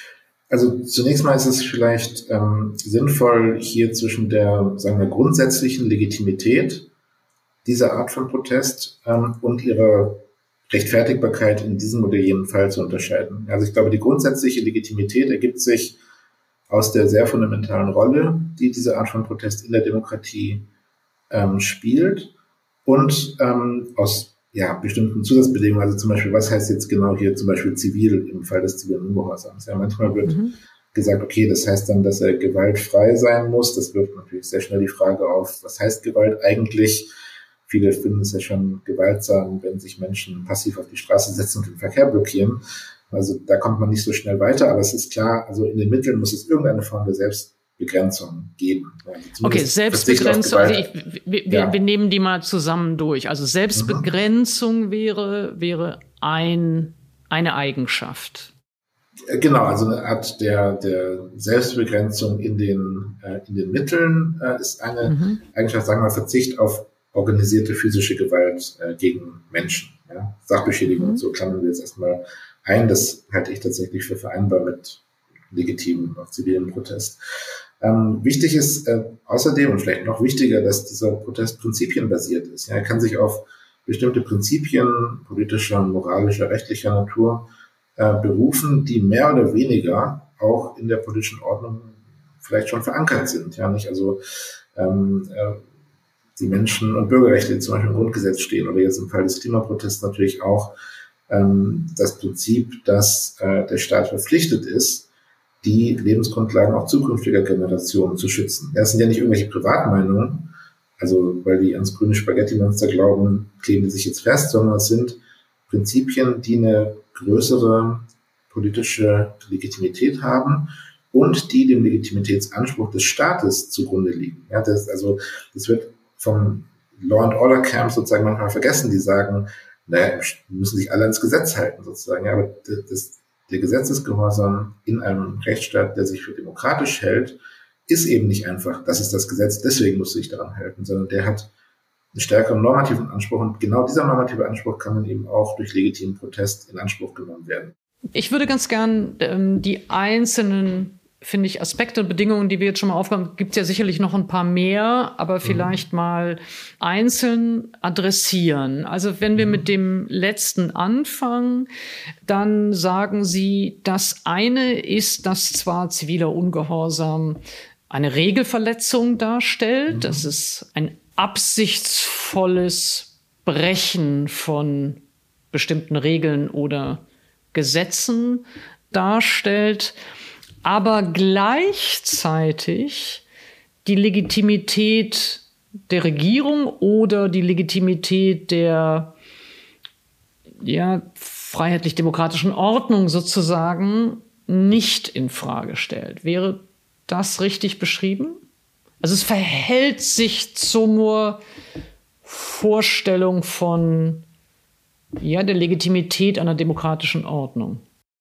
Also zunächst mal ist es vielleicht ähm, sinnvoll, hier zwischen der, sagen wir, grundsätzlichen Legitimität dieser Art von Protest ähm, und ihrer Rechtfertigbarkeit in diesem oder jenem Fall zu unterscheiden. Also ich glaube, die grundsätzliche Legitimität ergibt sich aus der sehr fundamentalen Rolle, die diese Art von Protest in der Demokratie ähm, spielt, und ähm, aus ja, bestimmten Zusatzbedingungen, also zum Beispiel, was heißt jetzt genau hier zum Beispiel zivil im Fall des zivilen Ungehorsams? Ja, manchmal wird mhm. gesagt, okay, das heißt dann, dass er gewaltfrei sein muss. Das wirft natürlich sehr schnell die Frage auf, was heißt Gewalt eigentlich? Viele finden es ja schon gewaltsam, wenn sich Menschen passiv auf die Straße setzen und den Verkehr blockieren. Also da kommt man nicht so schnell weiter, aber es ist klar, also in den Mitteln muss es irgendeine Form der Selbstbegrenzung geben. Also okay, Selbstbegrenzung, also ich, wir, ja. wir nehmen die mal zusammen durch. Also Selbstbegrenzung mhm. wäre, wäre ein, eine Eigenschaft. Genau, also eine Art der, der Selbstbegrenzung in den, äh, in den Mitteln äh, ist eine mhm. Eigenschaft, sagen wir mal, Verzicht auf organisierte physische Gewalt äh, gegen Menschen. Ja? Sachbeschädigung mhm. und so klammern wir jetzt erstmal ein. Das halte ich tatsächlich für vereinbar mit legitimem, auch zivilem Protest. Ähm, wichtig ist äh, außerdem und vielleicht noch wichtiger, dass dieser Protest prinzipienbasiert ist. Ja? Er kann sich auf bestimmte Prinzipien politischer, moralischer, rechtlicher Natur äh, berufen, die mehr oder weniger auch in der politischen Ordnung vielleicht schon verankert sind. Ja, nicht? Also ähm, äh, die Menschen- und Bürgerrechte, die zum Beispiel im Grundgesetz stehen, oder jetzt im Fall des Klimaprotests natürlich auch ähm, das Prinzip, dass äh, der Staat verpflichtet ist, die Lebensgrundlagen auch zukünftiger Generationen zu schützen. Das sind ja nicht irgendwelche Privatmeinungen, also weil die ans grüne Spaghetti-Monster glauben, kleben die sich jetzt fest, sondern es sind Prinzipien, die eine größere politische Legitimität haben und die dem Legitimitätsanspruch des Staates zugrunde liegen. Ja, das, also, das wird vom Law and Order Camp sozusagen manchmal vergessen, die sagen, naja, müssen sich alle ans Gesetz halten sozusagen. Ja, aber das, der Gesetzesgehorsam in einem Rechtsstaat, der sich für demokratisch hält, ist eben nicht einfach, das ist das Gesetz, deswegen musst du dich daran halten, sondern der hat einen stärkeren normativen Anspruch. Und genau dieser normative Anspruch kann dann eben auch durch legitimen Protest in Anspruch genommen werden. Ich würde ganz gern ähm, die einzelnen, finde ich, Aspekte und Bedingungen, die wir jetzt schon mal aufgenommen haben, gibt es ja sicherlich noch ein paar mehr, aber vielleicht mhm. mal einzeln adressieren. Also wenn wir mhm. mit dem letzten anfangen, dann sagen Sie, das eine ist, dass zwar ziviler Ungehorsam eine Regelverletzung darstellt, mhm. das ist ein absichtsvolles Brechen von bestimmten Regeln oder Gesetzen darstellt, aber gleichzeitig die Legitimität der Regierung oder die Legitimität der ja, freiheitlich-demokratischen Ordnung sozusagen nicht in Frage stellt. Wäre das richtig beschrieben? Also es verhält sich zur Vorstellung von ja, der Legitimität einer demokratischen Ordnung.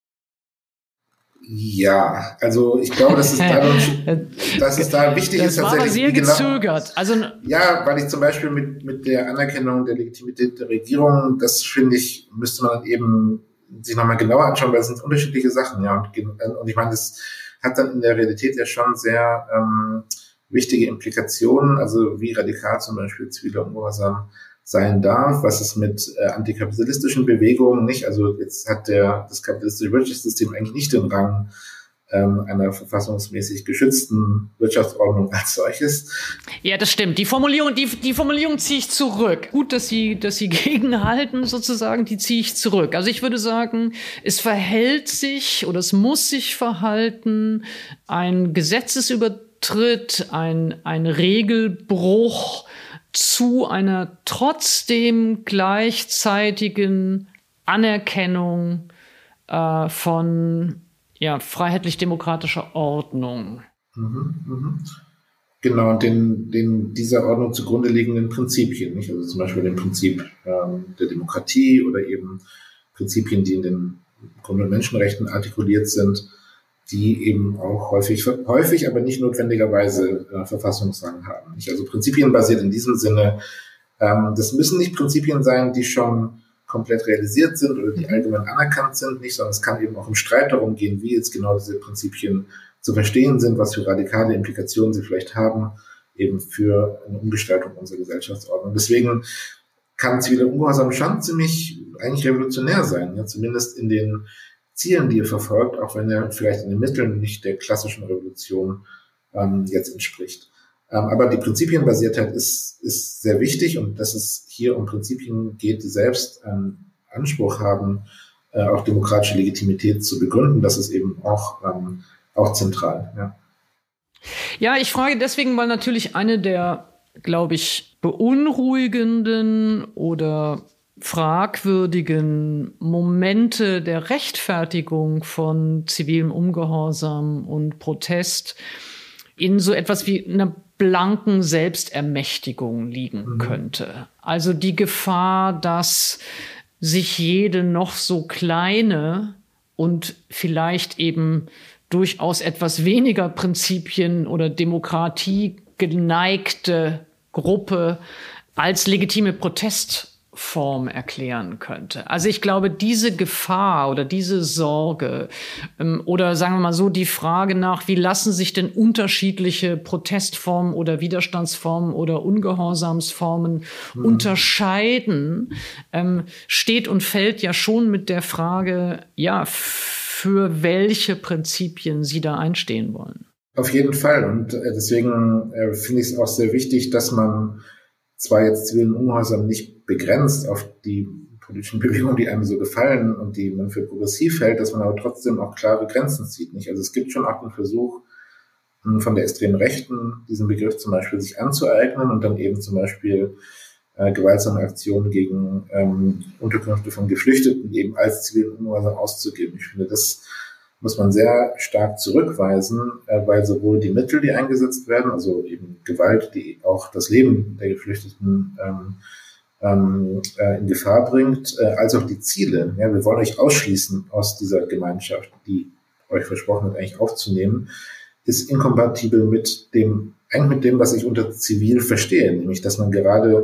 Ja, also ich glaube, dass es da, dass es da wichtig das ist, war tatsächlich. sehr gezögert. Genau, also, ja, weil ich zum Beispiel mit, mit der Anerkennung der Legitimität der Regierung, das finde ich, müsste man eben sich nochmal genauer anschauen, weil es sind unterschiedliche Sachen, ja. Und, und ich meine, das hat dann in der Realität ja schon sehr ähm, wichtige Implikationen, also wie radikal zum Beispiel ziviler Ungehorsam sein darf, was ist mit äh, antikapitalistischen Bewegungen nicht, also jetzt hat der das kapitalistische Wirtschaftssystem eigentlich nicht den Rang ähm, einer verfassungsmäßig geschützten Wirtschaftsordnung als solches. Ja, das stimmt. Die Formulierung, die, die Formulierung ziehe ich zurück. Gut, dass Sie, dass Sie gegenhalten sozusagen, die ziehe ich zurück. Also ich würde sagen, es verhält sich oder es muss sich verhalten, ein Gesetzesübertritt, ein, ein Regelbruch zu einer trotzdem gleichzeitigen Anerkennung äh, von ja, freiheitlich-demokratischer Ordnung. Mhm, mhm. Genau, und den, den dieser Ordnung zugrunde liegenden Prinzipien, nicht? Also zum Beispiel dem Prinzip ähm, der Demokratie oder eben Prinzipien, die in den Grund- und Menschenrechten artikuliert sind, die eben auch häufig, häufig, aber nicht notwendigerweise äh, Verfassungsrang haben. Nicht? Also prinzipienbasiert in diesem Sinne, ähm, das müssen nicht Prinzipien sein, die schon komplett realisiert sind oder die allgemein anerkannt sind, nicht, sondern es kann eben auch im Streit darum gehen, wie jetzt genau diese Prinzipien zu verstehen sind, was für radikale Implikationen sie vielleicht haben, eben für eine Umgestaltung unserer Gesellschaftsordnung. Deswegen kann ziviler Ungehorsam schon ziemlich eigentlich revolutionär sein, ja, zumindest in den Zielen, die er verfolgt, auch wenn er vielleicht in den Mitteln nicht der klassischen Revolution ähm, jetzt entspricht. Ähm, aber die Prinzipienbasiertheit ist, ist sehr wichtig und dass es hier um Prinzipien geht, die selbst einen Anspruch haben, äh, auch demokratische Legitimität zu begründen, das ist eben auch, ähm, auch zentral. Ja. Ja, ich frage deswegen, weil natürlich eine der, glaube ich, beunruhigenden oder fragwürdigen Momente der Rechtfertigung von zivilem Ungehorsam und Protest in so etwas wie einer blanken Selbstermächtigung liegen mhm. könnte. Also die Gefahr, dass sich jede noch so kleine und vielleicht eben durchaus etwas weniger Prinzipien oder Demokratie geneigte Gruppe als legitime Protestform erklären könnte. Also ich glaube, diese Gefahr oder diese Sorge ähm, oder sagen wir mal so die Frage nach, wie lassen sich denn unterschiedliche Protestformen oder Widerstandsformen oder Ungehorsamsformen mhm. unterscheiden, ähm, steht und fällt ja schon mit der Frage, ja, für welche Prinzipien Sie da einstehen wollen. Auf jeden Fall. Und deswegen äh, finde ich es auch sehr wichtig, dass man zwar jetzt zivilen Ungehorsam nicht begrenzt auf die politischen Bewegungen, die einem so gefallen und die man für progressiv hält, dass man aber trotzdem auch klare Grenzen zieht. Nicht? Also es gibt schon auch den Versuch von der extremen Rechten, diesen Begriff zum Beispiel sich anzueignen und dann eben zum Beispiel äh, gewaltsame Aktionen gegen ähm, Unterkünfte von Geflüchteten eben als zivilen Ungehorsam auszugeben. Ich finde, das muss man sehr stark zurückweisen, äh, weil sowohl die Mittel, die eingesetzt werden, also eben Gewalt, die auch das Leben der Geflüchteten ähm, ähm, äh, in Gefahr bringt, äh, als auch die Ziele. Ja, wir wollen euch ausschließen aus dieser Gemeinschaft, die euch versprochen hat, eigentlich aufzunehmen, ist inkompatibel mit dem, eigentlich mit dem, was ich unter zivil verstehe, nämlich, dass man gerade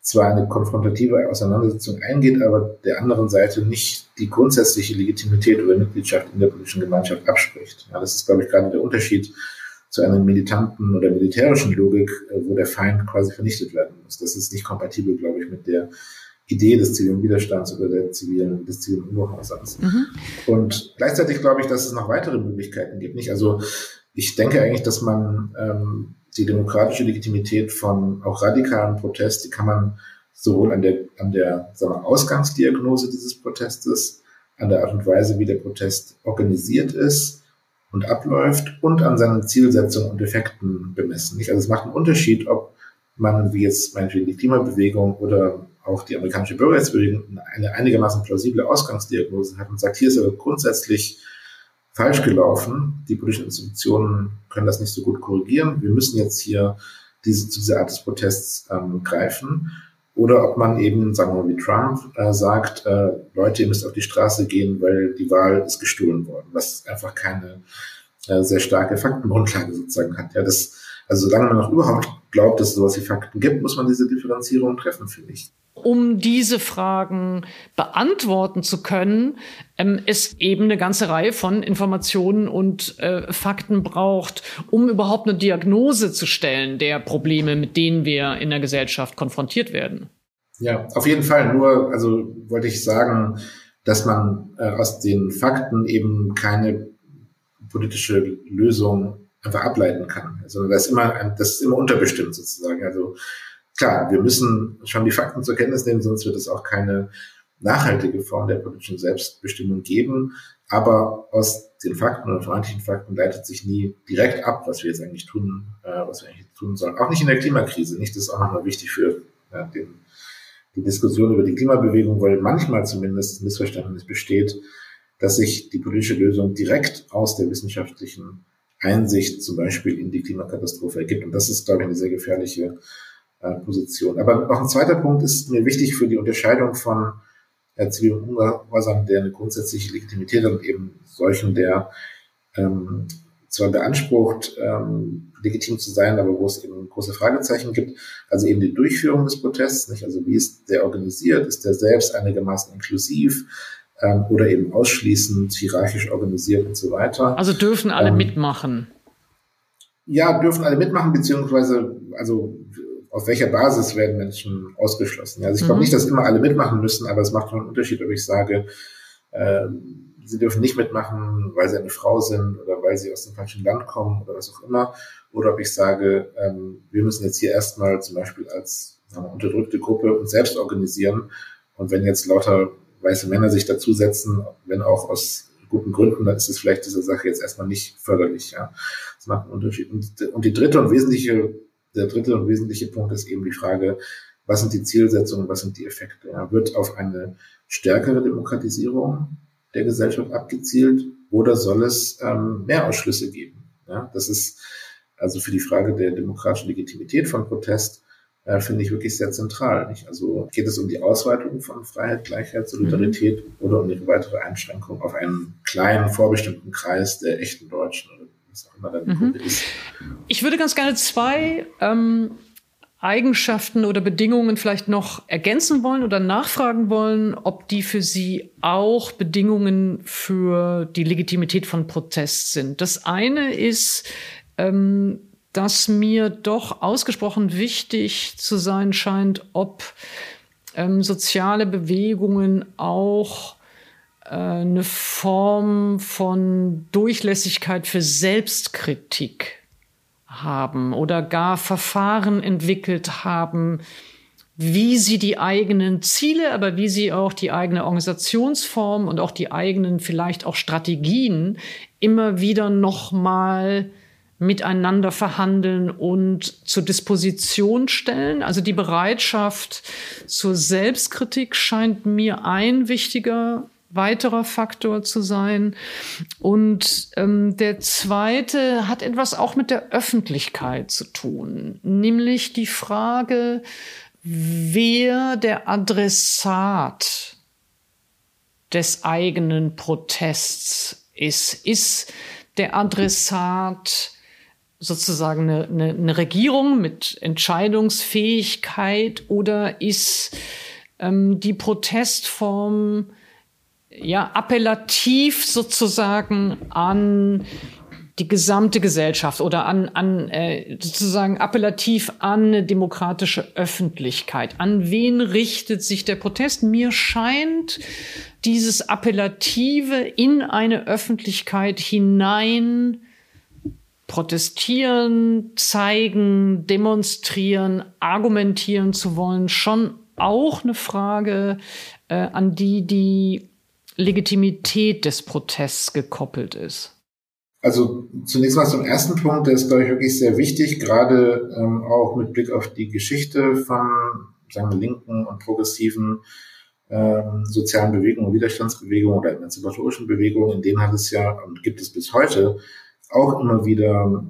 zwar eine konfrontative Auseinandersetzung eingeht, aber der anderen Seite nicht die grundsätzliche Legitimität oder Mitgliedschaft in der politischen Gemeinschaft abspricht. Ja, das ist, glaube ich, gerade der Unterschied zu einer militanten oder militärischen Logik, wo der Feind quasi vernichtet werden muss. Das ist nicht kompatibel, glaube ich, mit der Idee des zivilen Widerstands oder der zivilen, des zivilen Ungehorsams. Mhm. Und gleichzeitig glaube ich, dass es noch weitere Möglichkeiten gibt. Nicht? Also ich denke eigentlich, dass man ähm, die demokratische Legitimität von auch radikalen Protest, die kann man sowohl an der, an der sagen wir, Ausgangsdiagnose dieses Protestes, an der Art und Weise, wie der Protest organisiert ist und abläuft und an seinen Zielsetzungen und Effekten bemessen. Nicht? Also es macht einen Unterschied, ob man, wie jetzt meinetwegen die Klimabewegung oder auch die amerikanische Bürgerrechtsbewegung, eine einigermaßen plausible Ausgangsdiagnose hat und sagt, hier ist aber grundsätzlich falsch gelaufen. Die politischen Institutionen können das nicht so gut korrigieren. Wir müssen jetzt hier diese, zu dieser Art des Protests ähm, greifen. Oder ob man eben, sagen wir mal wie Trump, äh, sagt, äh, Leute, ihr müsst auf die Straße gehen, weil die Wahl ist gestohlen worden, was einfach keine äh, sehr starke Faktengrundlage sozusagen hat. Ja, das, also solange man noch überhaupt glaubt, dass es sowas wie Fakten gibt, muss man diese Differenzierung treffen, finde ich. Um diese Fragen beantworten zu können, ähm, es eben eine ganze Reihe von Informationen und äh, Fakten braucht, um überhaupt eine Diagnose zu stellen der Probleme, mit denen wir in der Gesellschaft konfrontiert werden. Ja, auf jeden Fall. Nur, also wollte ich sagen, dass man äh, aus den Fakten eben keine politische Lösung einfach ableiten kann, sondern das ist immer, ein, das ist immer unterbestimmt sozusagen. Also klar, wir müssen schon die Fakten zur Kenntnis nehmen, sonst wird es auch keine nachhaltige Form der politischen Selbstbestimmung geben. Aber aus den Fakten oder vermeintlichen Fakten leitet sich nie direkt ab, was wir jetzt eigentlich tun, äh, was wir eigentlich tun sollen. Auch nicht in der Klimakrise. Nicht, das ist auch nochmal wichtig für ja, den, die Diskussion über die Klimabewegung, weil manchmal zumindest ein Missverständnis besteht, dass sich die politische Lösung direkt aus der wissenschaftlichen Einsicht zum Beispiel in die Klimakatastrophe ergibt. Und das ist, glaube ich, eine sehr gefährliche Position. Aber noch ein zweiter Punkt ist mir wichtig für die Unterscheidung von äh, zivilem Ungehorsam, der eine grundsätzliche Legitimität hat und eben solchen, der ähm, zwar beansprucht, ähm, legitim zu sein, aber wo es eben große Fragezeichen gibt. Also eben die Durchführung des Protests, nicht? Also wie ist der organisiert? Ist der selbst einigermaßen inklusiv ähm, oder eben ausschließend hierarchisch organisiert und so weiter? Also dürfen alle ähm, mitmachen? Ja, dürfen alle mitmachen, beziehungsweise also auf welcher Basis werden Menschen ausgeschlossen? Also ich glaube mhm. nicht, dass immer alle mitmachen müssen, aber es macht schon einen Unterschied, ob ich sage, äh, sie dürfen nicht mitmachen, weil sie eine Frau sind oder weil sie aus dem falschen Land kommen oder was auch immer. Oder ob ich sage, ähm, wir müssen jetzt hier erstmal zum Beispiel als sagen wir, unterdrückte Gruppe uns selbst organisieren. Und wenn jetzt lauter weiße Männer sich dazusetzen, wenn auch aus guten Gründen, dann ist es vielleicht dieser Sache jetzt erstmal nicht förderlich. Ja, das macht einen Unterschied. Und, und die dritte und wesentliche Der dritte und wesentliche Punkt ist eben die Frage, was sind die Zielsetzungen, was sind die Effekte? Ja, wird auf eine stärkere Demokratisierung der Gesellschaft abgezielt oder soll es ähm, mehr Ausschlüsse geben? Ja, das ist also für die Frage der demokratischen Legitimität von Protest, äh, finde ich wirklich sehr zentral. Nicht? Also geht es um die Ausweitung von Freiheit, Gleichheit, Solidarität mhm. oder um ihre weitere Einschränkung auf einen kleinen, vorbestimmten Kreis der echten Deutschen oder was auch immer dann die Gruppe ist. Ich würde ganz gerne zwei ähm, Eigenschaften oder Bedingungen vielleicht noch ergänzen wollen oder nachfragen wollen, ob die für Sie auch Bedingungen für die Legitimität von Protest sind. Das eine ist, ähm, dass mir doch ausgesprochen wichtig zu sein scheint, ob ähm, soziale Bewegungen auch eine Form von Durchlässigkeit für Selbstkritik haben oder gar Verfahren entwickelt haben, wie sie die eigenen Ziele, aber wie sie auch die eigene Organisationsform und auch die eigenen vielleicht auch Strategien immer wieder noch mal miteinander verhandeln und zur Disposition stellen. Also die Bereitschaft zur Selbstkritik scheint mir ein wichtiger weiterer Faktor zu sein. Und ähm, der zweite hat etwas auch mit der Öffentlichkeit zu tun, nämlich die Frage, wer der Adressat des eigenen Protests ist. Ist der Adressat sozusagen eine, eine, eine Regierung mit Entscheidungsfähigkeit oder ist ähm, die Protestform ja appellativ sozusagen an die gesamte Gesellschaft oder an, an äh, sozusagen appellativ an eine demokratische Öffentlichkeit? An wen richtet sich der Protest? Mir scheint dieses Appellative in eine Öffentlichkeit hinein protestieren, zeigen, demonstrieren, argumentieren zu wollen, schon auch eine Frage, äh, an die die Legitimität des Protests gekoppelt ist. Also zunächst mal zum ersten Punkt, der ist, glaube ich, wirklich sehr wichtig, gerade ähm, auch mit Blick auf die Geschichte von, sagen wir, linken und progressiven ähm, sozialen Bewegungen, Widerstandsbewegungen oder emanzipatorischen Bewegungen. In denen hat es ja und gibt es bis heute auch immer wieder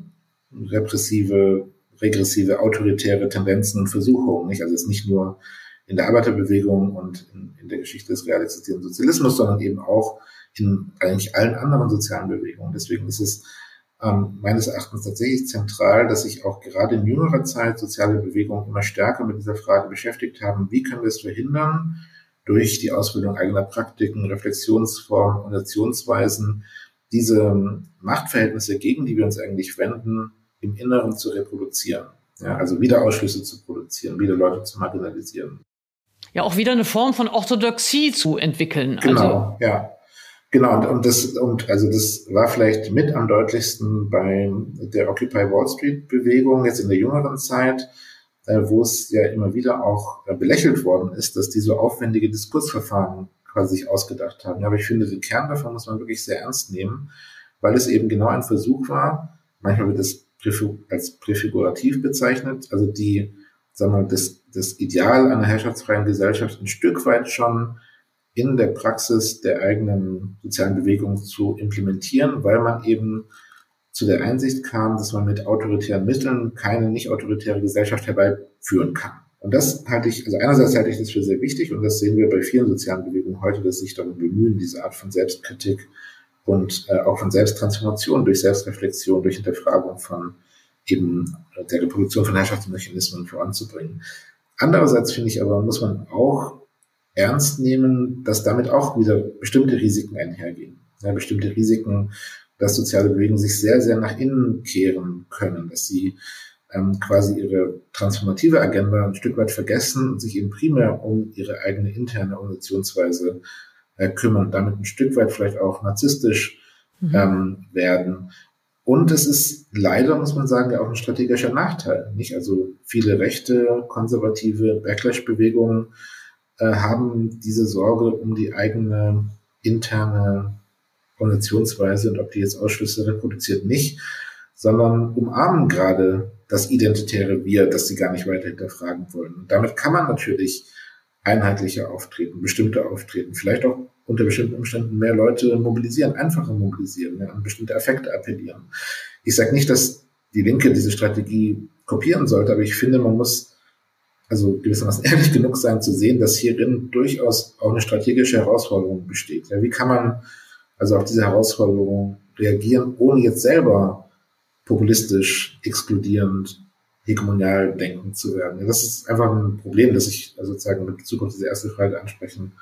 repressive, regressive, autoritäre Tendenzen und Versuchungen. Nicht? Also es ist nicht nur in der Arbeiterbewegung und in, in der Geschichte des real existierenden Sozialismus, sondern eben auch in eigentlich allen anderen sozialen Bewegungen. Deswegen ist es ähm, meines Erachtens tatsächlich zentral, dass sich auch gerade in jüngerer Zeit soziale Bewegungen immer stärker mit dieser Frage beschäftigt haben, wie können wir es verhindern, durch die Ausbildung eigener Praktiken, Reflexionsformen, Organisationsweisen, diese Machtverhältnisse, gegen die wir uns eigentlich wenden, im Inneren zu reproduzieren. Ja, also wieder Ausschlüsse zu produzieren, wieder Leute zu marginalisieren. Ja, auch wieder eine Form von Orthodoxie zu entwickeln. Genau, also ja. Genau, und, und das, und also das war vielleicht mit am deutlichsten bei der Occupy Wall Street Bewegung jetzt in der jüngeren Zeit, äh, wo es ja immer wieder auch äh, belächelt worden ist, dass die so aufwendige Diskursverfahren quasi sich ausgedacht haben. Ja, aber ich finde, den Kern davon muss man wirklich sehr ernst nehmen, weil es eben genau ein Versuch war, manchmal wird es als präfigurativ bezeichnet, also die, sagen wir mal, das, das Ideal einer herrschaftsfreien Gesellschaft ein Stück weit schon in der Praxis der eigenen sozialen Bewegung zu implementieren, weil man eben zu der Einsicht kam, dass man mit autoritären Mitteln keine nicht autoritäre Gesellschaft herbeiführen kann. Und das halte ich, also einerseits halte ich das für sehr wichtig und das sehen wir bei vielen sozialen Bewegungen heute, dass sich darum bemühen, diese Art von Selbstkritik und äh, auch von Selbsttransformation durch Selbstreflexion, durch Hinterfragung von eben der Reproduktion von Herrschaftsmechanismen voranzubringen. Andererseits finde ich aber, muss man auch ernst nehmen, dass damit auch wieder bestimmte Risiken einhergehen. Ja, bestimmte Risiken, dass soziale Bewegungen sich sehr, sehr nach innen kehren können, dass sie ähm, quasi ihre transformative Agenda ein Stück weit vergessen und sich eben primär um ihre eigene interne Organisationsweise äh, kümmern, damit ein Stück weit vielleicht auch narzisstisch mhm. ähm, werden. Und es ist leider, muss man sagen, ja auch ein strategischer Nachteil. Nicht? Also viele rechte, konservative Backlash-Bewegungen äh, haben diese Sorge um die eigene interne Organisationsweise und ob die jetzt Ausschlüsse reproduziert, nicht, sondern umarmen gerade das identitäre Wir, das sie gar nicht weiter hinterfragen wollen. Und damit kann man natürlich einheitlicher auftreten, bestimmter auftreten, vielleicht auch unter bestimmten Umständen mehr Leute mobilisieren, einfacher mobilisieren, ja, an bestimmte Affekte appellieren. Ich sage nicht, dass die Linke diese Strategie kopieren sollte, aber ich finde, man muss also gewissermaßen ehrlich genug sein zu sehen, dass hierin durchaus auch eine strategische Herausforderung besteht. Ja, wie kann man also auf diese Herausforderung reagieren, ohne jetzt selber populistisch, exkludierend, hegemonial denken zu werden? Ja, das ist einfach ein Problem, das ich also sozusagen mit Bezug auf diese erste Frage ansprechen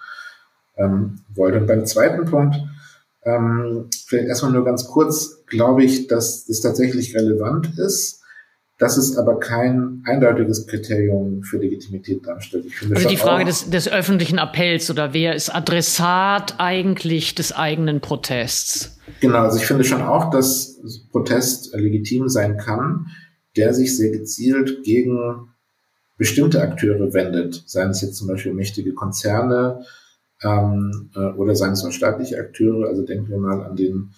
ähm, wollte. Und beim zweiten Punkt, ähm, vielleicht erstmal nur ganz kurz, glaube ich, dass das tatsächlich relevant ist. Das ist aber kein eindeutiges Kriterium für Legitimität darstellt. Ich finde also die Frage auch, des, des öffentlichen Appells oder wer ist Adressat eigentlich des eigenen Protests? Genau, also ich finde schon auch, dass Protest legitim sein kann, der sich sehr gezielt gegen bestimmte Akteure wendet. Seien es jetzt zum Beispiel mächtige Konzerne ähm, oder seien es auch staatliche Akteure. Also denken wir mal an den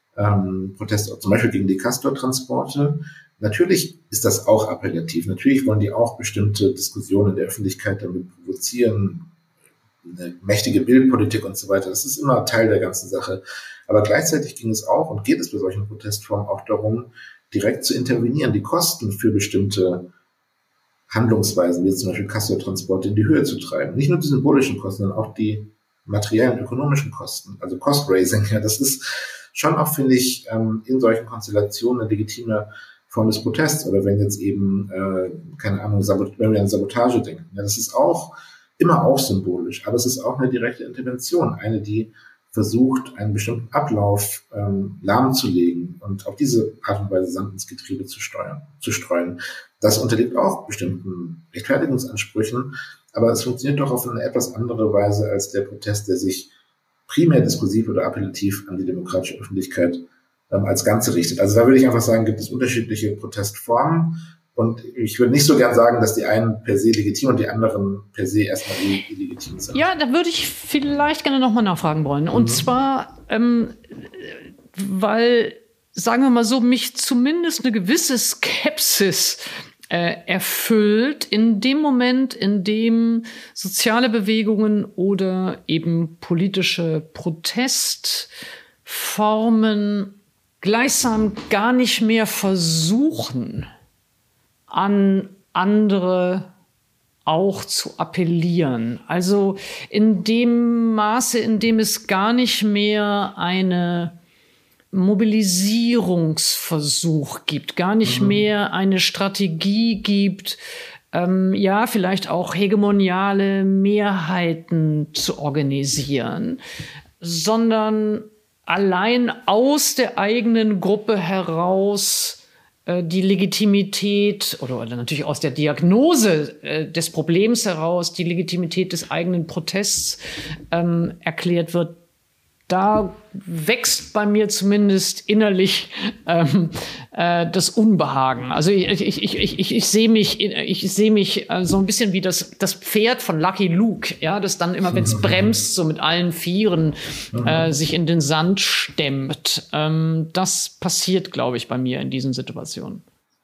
ähm, Protest zum Beispiel gegen die Castor-Transporte. Natürlich ist das auch appellativ. Natürlich wollen die auch bestimmte Diskussionen in der Öffentlichkeit damit provozieren, eine mächtige Bildpolitik und so weiter. Das ist immer Teil der ganzen Sache. Aber gleichzeitig ging es auch und geht es bei solchen Protestformen auch darum, direkt zu intervenieren, die Kosten für bestimmte Handlungsweisen, wie zum Beispiel Castor-Transporte, in die Höhe zu treiben. Nicht nur die symbolischen Kosten, sondern auch die materiellen, ökonomischen Kosten. Also Cost-Raising, ja, das ist schon auch, finde ich, in solchen Konstellationen eine legitime Form des Protests. Oder wenn jetzt eben, äh, keine Ahnung, Sabot- wenn wir an Sabotage denken. Ja, das ist auch immer auch symbolisch, aber es ist auch eine direkte Intervention, eine, die versucht, einen bestimmten Ablauf ähm, lahmzulegen und auf diese Art und Weise Sand ins Getriebe zu steuern, zu streuen. Das unterliegt auch bestimmten Rechtfertigungsansprüchen, aber es funktioniert doch auf eine etwas andere Weise als der Protest, der sich primär diskursiv oder appellativ an die demokratische Öffentlichkeit ähm, als Ganze richtet. Also da würde ich einfach sagen, gibt es unterschiedliche Protestformen. Und ich würde nicht so gern sagen, dass die einen per se legitim und die anderen per se erstmal illegitim sind. Ja, da würde ich vielleicht gerne nochmal nachfragen wollen. Und mhm. zwar, ähm, weil, sagen wir mal so, mich zumindest eine gewisse Skepsis äh, erfüllt in dem Moment, in dem soziale Bewegungen oder eben politische Protestformen gleichsam gar nicht mehr versuchen, an andere auch zu appellieren. Also in dem Maße, in dem es gar nicht mehr eine Mobilisierungsversuch gibt, gar nicht mhm. mehr eine Strategie gibt, ähm, ja, vielleicht auch hegemoniale Mehrheiten zu organisieren, sondern allein aus der eigenen Gruppe heraus die Legitimität oder, oder natürlich aus der Diagnose äh, des Problems heraus die Legitimität des eigenen Protests ähm, erklärt wird, da wächst bei mir zumindest innerlich ähm, äh, das Unbehagen. Also ich, ich, ich, ich, ich, ich sehe mich, ich sehe mich äh, so ein bisschen wie das, das Pferd von Lucky Luke, ja, das dann immer, wenn es bremst, so mit allen Vieren äh, sich in den Sand stemmt. Ähm, das passiert, glaube ich, bei mir in diesen Situationen.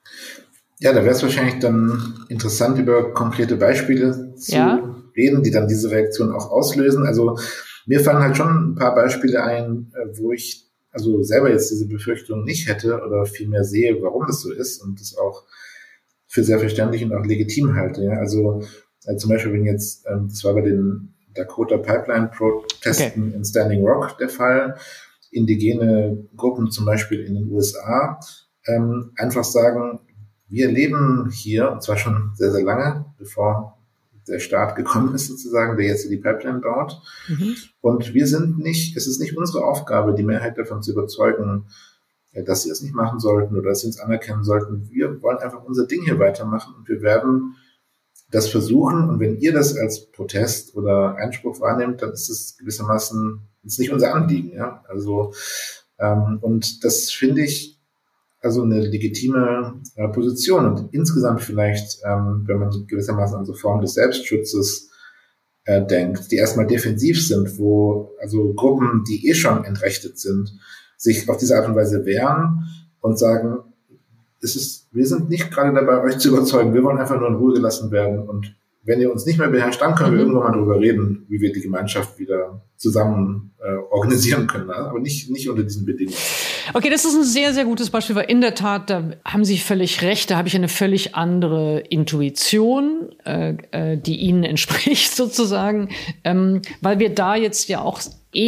Ja, da wäre es wahrscheinlich dann interessant, über konkrete Beispiele zu ja? reden, die dann diese Reaktion auch auslösen. Also mir fallen halt schon ein paar Beispiele ein, wo ich also selber jetzt diese Befürchtung nicht hätte oder vielmehr sehe, warum das so ist und das auch für sehr verständlich und auch legitim halte. Ja? Also äh, zum Beispiel, wenn jetzt, ähm, das war bei den Dakota Pipeline-Protesten okay. in Standing Rock der Fall, indigene Gruppen zum Beispiel in den U S A ähm, einfach sagen, wir leben hier, und zwar schon sehr, sehr lange, bevor der Staat gekommen ist sozusagen, der jetzt die Pipeline baut. Mhm. Und wir sind nicht, es ist nicht unsere Aufgabe, die Mehrheit davon zu überzeugen, dass sie es nicht machen sollten oder dass sie uns anerkennen sollten. Wir wollen einfach unser Ding hier weitermachen und wir werden das versuchen. Und wenn ihr das als Protest oder Einspruch wahrnehmt, dann ist es gewissermaßen, ist nicht unser Anliegen. Ja? Also, ähm, und das finde ich, also eine legitime äh, Position und insgesamt vielleicht, ähm, wenn man gewissermaßen an so Formen des Selbstschutzes äh, denkt, die erstmal defensiv sind, wo also Gruppen, die eh schon entrechtet sind, sich auf diese Art und Weise wehren und sagen, es ist, wir sind nicht gerade dabei, euch zu überzeugen, wir wollen einfach nur in Ruhe gelassen werden und wenn ihr uns nicht mehr beherrscht, dann können mhm. wir irgendwann mal darüber reden, wie wir die Gemeinschaft wieder zusammen äh, organisieren können, ne? Aber nicht, nicht unter diesen Bedingungen. Okay, das ist ein sehr, sehr gutes Beispiel, weil in der Tat, da haben Sie völlig recht, da habe ich eine völlig andere Intuition, äh, äh, die Ihnen entspricht sozusagen, ähm, weil wir da jetzt ja auch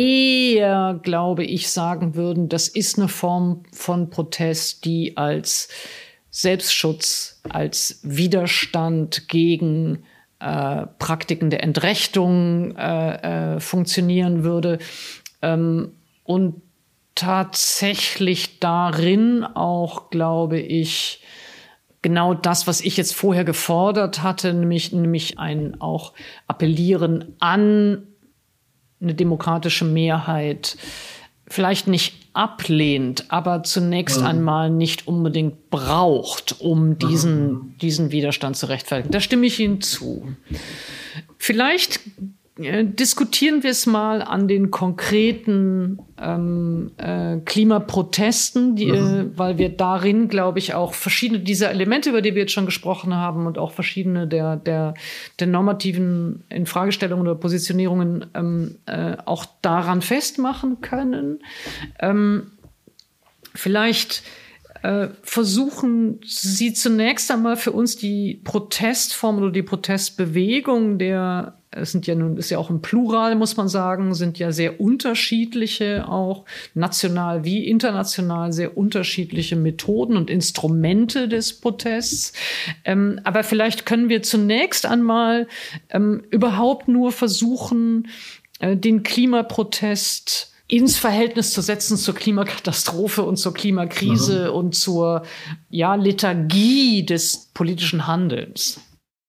eher, glaube ich, sagen würden, das ist eine Form von Protest, die als Selbstschutz, als Widerstand gegen äh, Praktiken der Entrechtung äh, äh, funktionieren würde. Ähm, und tatsächlich darin auch, glaube ich, genau das, was ich jetzt vorher gefordert hatte, nämlich, nämlich ein auch Appellieren an eine demokratische Mehrheit, vielleicht nicht ablehnt, aber zunächst mhm. einmal nicht unbedingt braucht, um diesen, mhm. diesen Widerstand zu rechtfertigen. Da stimme ich Ihnen zu. Vielleicht äh, diskutieren wir es mal an den konkreten ähm, äh, Klimaprotesten, die, mhm. äh, weil wir darin, glaube ich, auch verschiedene dieser Elemente, über die wir jetzt schon gesprochen haben und auch verschiedene der, der, der normativen Infragestellungen oder Positionierungen ähm, äh, auch daran festmachen können. Ähm, vielleicht äh, versuchen Sie zunächst einmal für uns die Protestform oder die Protestbewegung der, es sind ja nun, ist ja auch ein Plural, muss man sagen, sind ja sehr unterschiedliche, auch national wie international sehr unterschiedliche Methoden und Instrumente des Protests. Ähm, aber vielleicht können wir zunächst einmal ähm, überhaupt nur versuchen, äh, den Klimaprotest ins Verhältnis zu setzen zur Klimakatastrophe und zur Klimakrise mhm. und zur ja, Lethargie des politischen Handelns.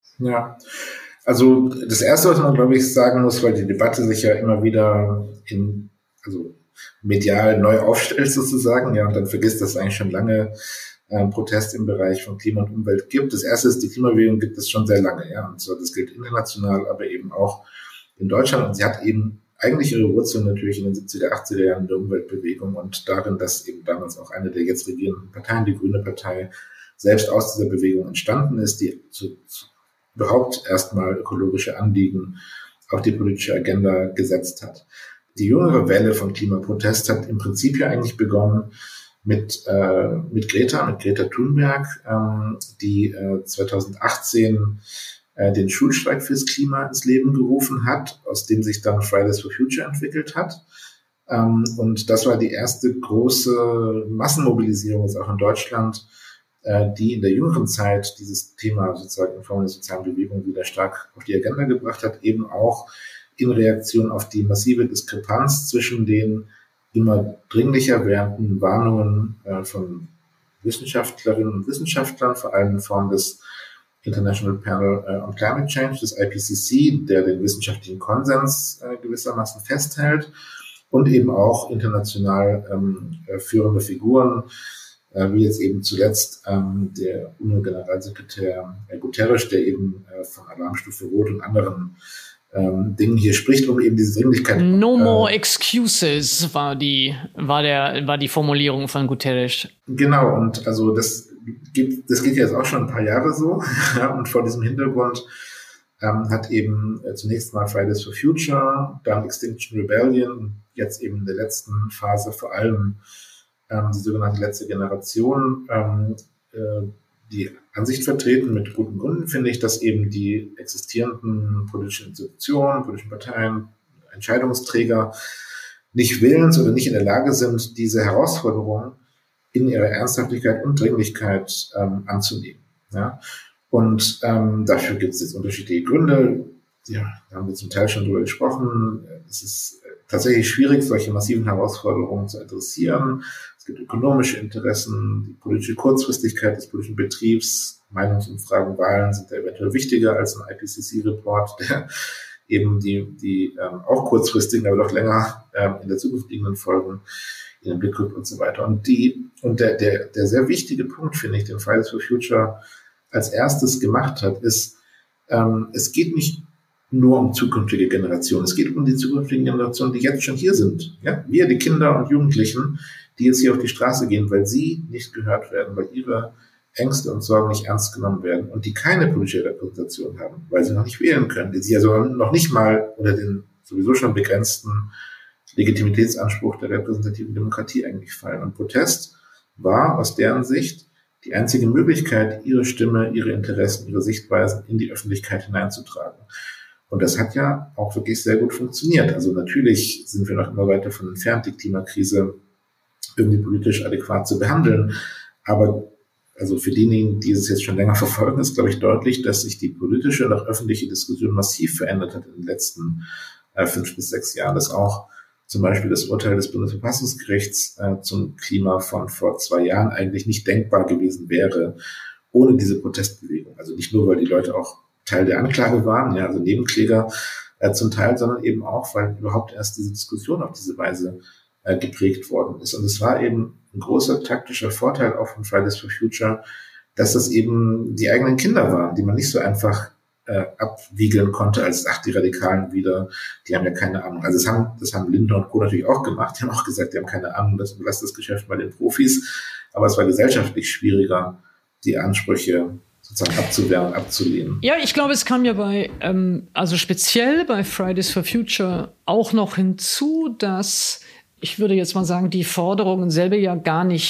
Ja, also das Erste, was man, glaube ich, sagen muss, weil die Debatte sich ja immer wieder in, also medial neu aufstellt sozusagen, ja, und dann vergisst, dass es eigentlich schon lange äh, Protest im Bereich von Klima und Umwelt gibt. Das Erste ist, die Klimabewegung gibt es schon sehr lange, ja, und so, das gilt international, aber eben auch in Deutschland, und sie hat eben eigentlich ihre Wurzeln natürlich in den siebziger, achtziger Jahren der Umweltbewegung und darin, dass eben damals auch eine der jetzt regierenden Parteien, die Grüne Partei, selbst aus dieser Bewegung entstanden ist, die zu, zu überhaupt erstmal ökologische Anliegen auf die politische Agenda gesetzt hat. Die jüngere Welle von Klimaprotest hat im Prinzip ja eigentlich begonnen mit, äh, mit Greta, mit Greta Thunberg, ähm, die äh, zweitausendachtzehn äh, den Schulstreik fürs Klima ins Leben gerufen hat, aus dem sich dann Fridays for Future entwickelt hat. Ähm, und das war die erste große Massenmobilisierung jetzt auch in Deutschland, die in der jüngeren Zeit dieses Thema sozusagen in Form der sozialen Bewegung wieder stark auf die Agenda gebracht hat, eben auch in Reaktion auf die massive Diskrepanz zwischen den immer dringlicher werdenden Warnungen äh, von Wissenschaftlerinnen und Wissenschaftlern, vor allem in Form des International Panel äh, on Climate Change, des I P C C, der den wissenschaftlichen Konsens äh, gewissermaßen festhält, und eben auch international ähm, äh, führende Figuren, wie jetzt eben zuletzt ähm, der UNO-Generalsekretär äh, Guterres, der eben äh, von Alarmstufe Rot und anderen ähm, Dingen hier spricht, um eben diese Dringlichkeit. No more äh, excuses war die, war der, war die Formulierung von Guterres. Genau, und also das gibt, das geht jetzt auch schon ein paar Jahre so, ja, und vor diesem Hintergrund ähm, hat eben äh, zunächst mal Fridays for Future, dann Extinction Rebellion, jetzt eben in der letzten Phase vor allem Ähm, die sogenannte letzte Generation, ähm, äh, die Ansicht vertreten, mit guten Gründen finde ich, dass eben die existierenden politischen Institutionen, politischen Parteien, Entscheidungsträger nicht willens oder nicht in der Lage sind, diese Herausforderungen in ihrer Ernsthaftigkeit und Dringlichkeit ähm, anzunehmen. Ja? Und ähm, dafür gibt es jetzt unterschiedliche Gründe. Ja, da haben wir zum Teil schon drüber gesprochen. Es ist tatsächlich schwierig, solche massiven Herausforderungen zu adressieren. Es gibt ökonomische Interessen, die politische Kurzfristigkeit des politischen Betriebs, Meinungsumfragen, Wahlen sind da eventuell wichtiger als ein I P C C-Report, der eben die, die ähm, auch kurzfristigen, aber doch länger ähm, in der Zukunft liegenden Folgen in den Blick rückt und so weiter. Und die und der, der, der sehr wichtige Punkt, finde ich, den Fridays for Future als erstes gemacht hat, ist, ähm, es geht nicht nur um zukünftige Generationen. Es geht um die zukünftigen Generationen, die jetzt schon hier sind. Ja? Wir, die Kinder und Jugendlichen, die jetzt hier auf die Straße gehen, weil sie nicht gehört werden, weil ihre Ängste und Sorgen nicht ernst genommen werden und die keine politische Repräsentation haben, weil sie noch nicht wählen können, die sie also noch nicht mal unter den sowieso schon begrenzten Legitimitätsanspruch der repräsentativen Demokratie eigentlich fallen. Und Protest war aus deren Sicht die einzige Möglichkeit, ihre Stimme, ihre Interessen, ihre Sichtweisen in die Öffentlichkeit hineinzutragen. Und das hat ja auch wirklich sehr gut funktioniert. Also natürlich sind wir noch immer weiter davon entfernt, die Klimakrise irgendwie politisch adäquat zu behandeln. Aber also für diejenigen, die es jetzt schon länger verfolgen, ist, glaube ich, deutlich, dass sich die politische und auch öffentliche Diskussion massiv verändert hat in den letzten äh, fünf bis sechs Jahren. Dass auch zum Beispiel das Urteil des Bundesverfassungsgerichts äh, zum Klima von vor zwei Jahren eigentlich nicht denkbar gewesen wäre, ohne diese Protestbewegung. Also nicht nur, weil die Leute auch Teil der Anklage waren, ja, also Nebenkläger äh, zum Teil, sondern eben auch, weil überhaupt erst diese Diskussion auf diese Weise äh, geprägt worden ist. Und es war eben ein großer taktischer Vorteil auch von Fridays for Future, dass das eben die eigenen Kinder waren, die man nicht so einfach äh, abwiegeln konnte als, ach, die Radikalen wieder, die haben ja keine Ahnung. Also das haben, das haben Lindner und Co. natürlich auch gemacht, die haben auch gesagt, die haben keine Ahnung, das lasst das Geschäft bei den Profis. Aber es war gesellschaftlich schwieriger, die Ansprüche sozusagen abzuwehren, abzulehnen. Ja, ich glaube, es kam ja bei, ähm, also speziell bei Fridays for Future auch noch hinzu, dass, ich würde jetzt mal sagen, die Forderungen selber ja gar nicht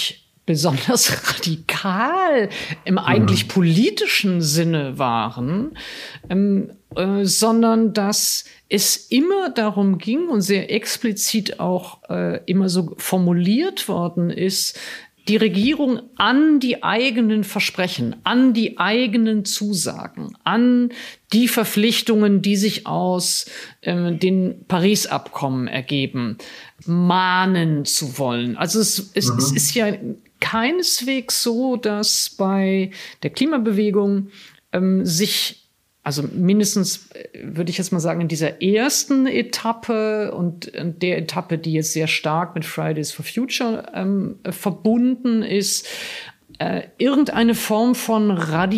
besonders radikal im eigentlich politischen Sinne waren, ähm, äh, sondern dass es immer darum ging und sehr explizit auch äh, immer so formuliert worden ist, die Regierung an die eigenen Versprechen, an die eigenen Zusagen, an die Verpflichtungen, die sich aus äh, den Paris-Abkommen ergeben, mahnen zu wollen. Also es, es, mhm. es ist ja keineswegs so, dass bei der Klimabewegung ähm, sich Also mindestens, würde ich jetzt mal sagen, in dieser ersten Etappe und der Etappe, die jetzt sehr stark mit Fridays for Future ähm, verbunden ist, äh, irgendeine Form von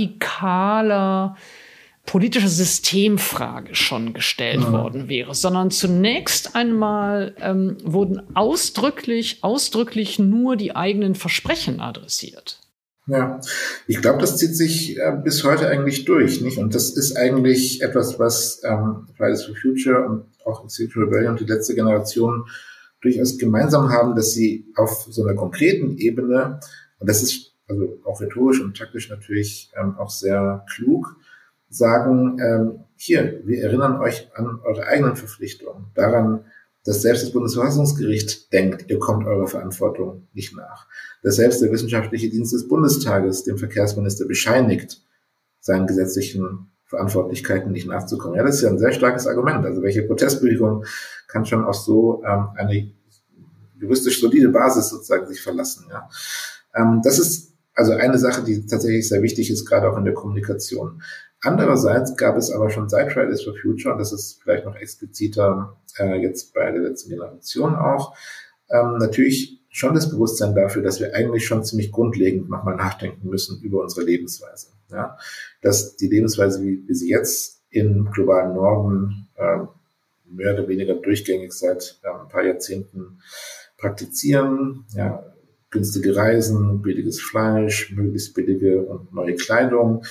radikaler politischer Systemfrage schon gestellt ja. worden wäre, sondern zunächst einmal ähm, wurden ausdrücklich, ausdrücklich nur die eigenen Versprechen adressiert. Ja, ich glaube, das zieht sich äh, bis heute eigentlich durch, nicht? Und das ist eigentlich etwas, was ähm, Fridays for Future und auch Extinction Rebellion und die letzte Generation durchaus gemeinsam haben, dass sie auf so einer konkreten Ebene, und das ist also auch rhetorisch und taktisch natürlich ähm, auch sehr klug, sagen, ähm, hier, wir erinnern euch an eure eigenen Verpflichtungen, daran, dass selbst das Bundesverfassungsgericht denkt, ihr kommt eurer Verantwortung nicht nach. Dass selbst der Wissenschaftliche Dienst des Bundestages dem Verkehrsminister bescheinigt, seinen gesetzlichen Verantwortlichkeiten nicht nachzukommen. Ja, das ist ja ein sehr starkes Argument. Also welche Protestbewegung kann schon auf so ähm, eine juristisch solide Basis sozusagen sich verlassen? Ja, ähm, das ist also eine Sache, die tatsächlich sehr wichtig ist, gerade auch in der Kommunikation. Andererseits gab es aber schon seit Fridays for Future, und das ist vielleicht noch expliziter äh, jetzt bei der letzten Generation auch, ähm, natürlich schon das Bewusstsein dafür, dass wir eigentlich schon ziemlich grundlegend nochmal nachdenken müssen über unsere Lebensweise. Ja? Dass die Lebensweise, wie wir sie jetzt im globalen Norden äh, mehr oder weniger durchgängig seit äh, ein paar Jahrzehnten praktizieren, ja, günstige Reisen, billiges Fleisch, möglichst billige und neue Kleidung,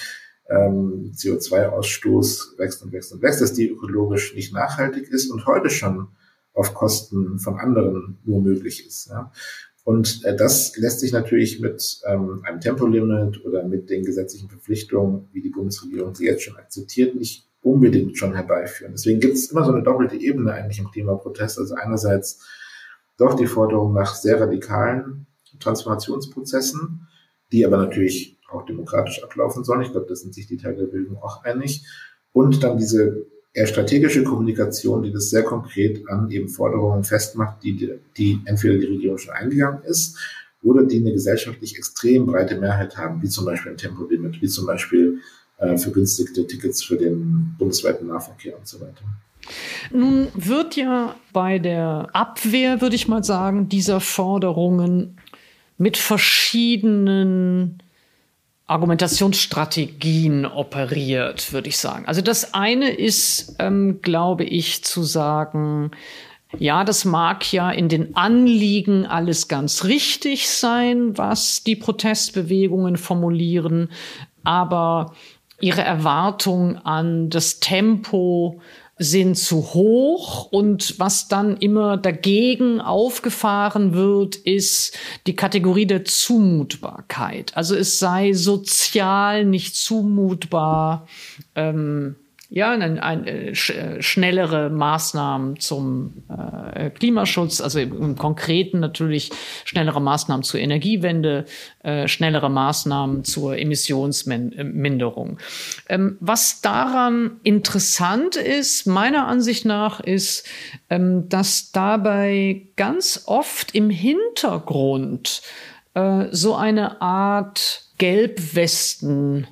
ähm, C O zwei Ausstoß wächst und wächst und wächst, dass die ökologisch nicht nachhaltig ist und heute schon auf Kosten von anderen nur möglich ist. Ja. Und äh, das lässt sich natürlich mit ähm, einem Tempolimit oder mit den gesetzlichen Verpflichtungen, wie die Bundesregierung sie jetzt schon akzeptiert, nicht unbedingt schon herbeiführen. Deswegen gibt es immer so eine doppelte Ebene eigentlich im Klimaprotest. Also einerseits doch die Forderung nach sehr radikalen Transformationsprozessen, die aber natürlich auch demokratisch ablaufen sollen. Ich glaube, da sind sich die Teile der Bildung auch einig. Und dann diese eher strategische Kommunikation, die das sehr konkret an eben Forderungen festmacht, die, die entweder die Regierung schon eingegangen ist oder die eine gesellschaftlich extrem breite Mehrheit haben, wie zum Beispiel ein Tempolimit, wie zum Beispiel äh, vergünstigte Tickets für den bundesweiten Nahverkehr und so weiter. Nun wird ja bei der Abwehr, würde ich mal sagen, dieser Forderungen mit verschiedenen Argumentationsstrategien operiert, würde ich sagen. Also das eine ist, ähm, glaube ich, zu sagen, ja, das mag ja in den Anliegen alles ganz richtig sein, was die Protestbewegungen formulieren, aber ihre Erwartungen an das Tempo sind zu hoch und was dann immer dagegen aufgefahren wird, ist die Kategorie der Zumutbarkeit. Also es sei sozial nicht zumutbar, ähm, ja, ein, ein, äh, sch, äh, schnellere Maßnahmen zum äh, Klimaschutz, also im, im Konkreten natürlich schnellere Maßnahmen zur Energiewende, äh, schnellere Maßnahmen zur Emissionsminderung. Ähm, was daran interessant ist, meiner Ansicht nach, ist, ähm, dass dabei ganz oft im Hintergrund äh, so eine Art Gelbwesten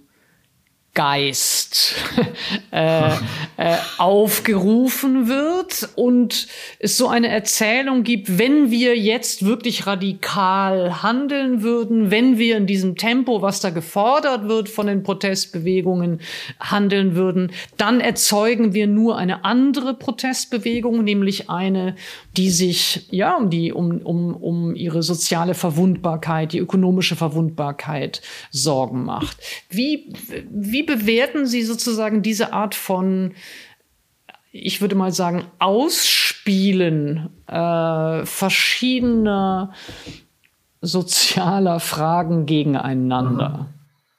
Geist äh, äh, aufgerufen wird und es so eine Erzählung gibt, wenn wir jetzt wirklich radikal handeln würden, wenn wir in diesem Tempo, was da gefordert wird von den Protestbewegungen, handeln würden, dann erzeugen wir nur eine andere Protestbewegung, nämlich eine, die sich ja um die um um um ihre soziale Verwundbarkeit, die ökonomische Verwundbarkeit Sorgen macht. Wie wie bewerten Sie sozusagen diese Art von, ich würde mal sagen, Ausspielen äh, verschiedener sozialer Fragen gegeneinander?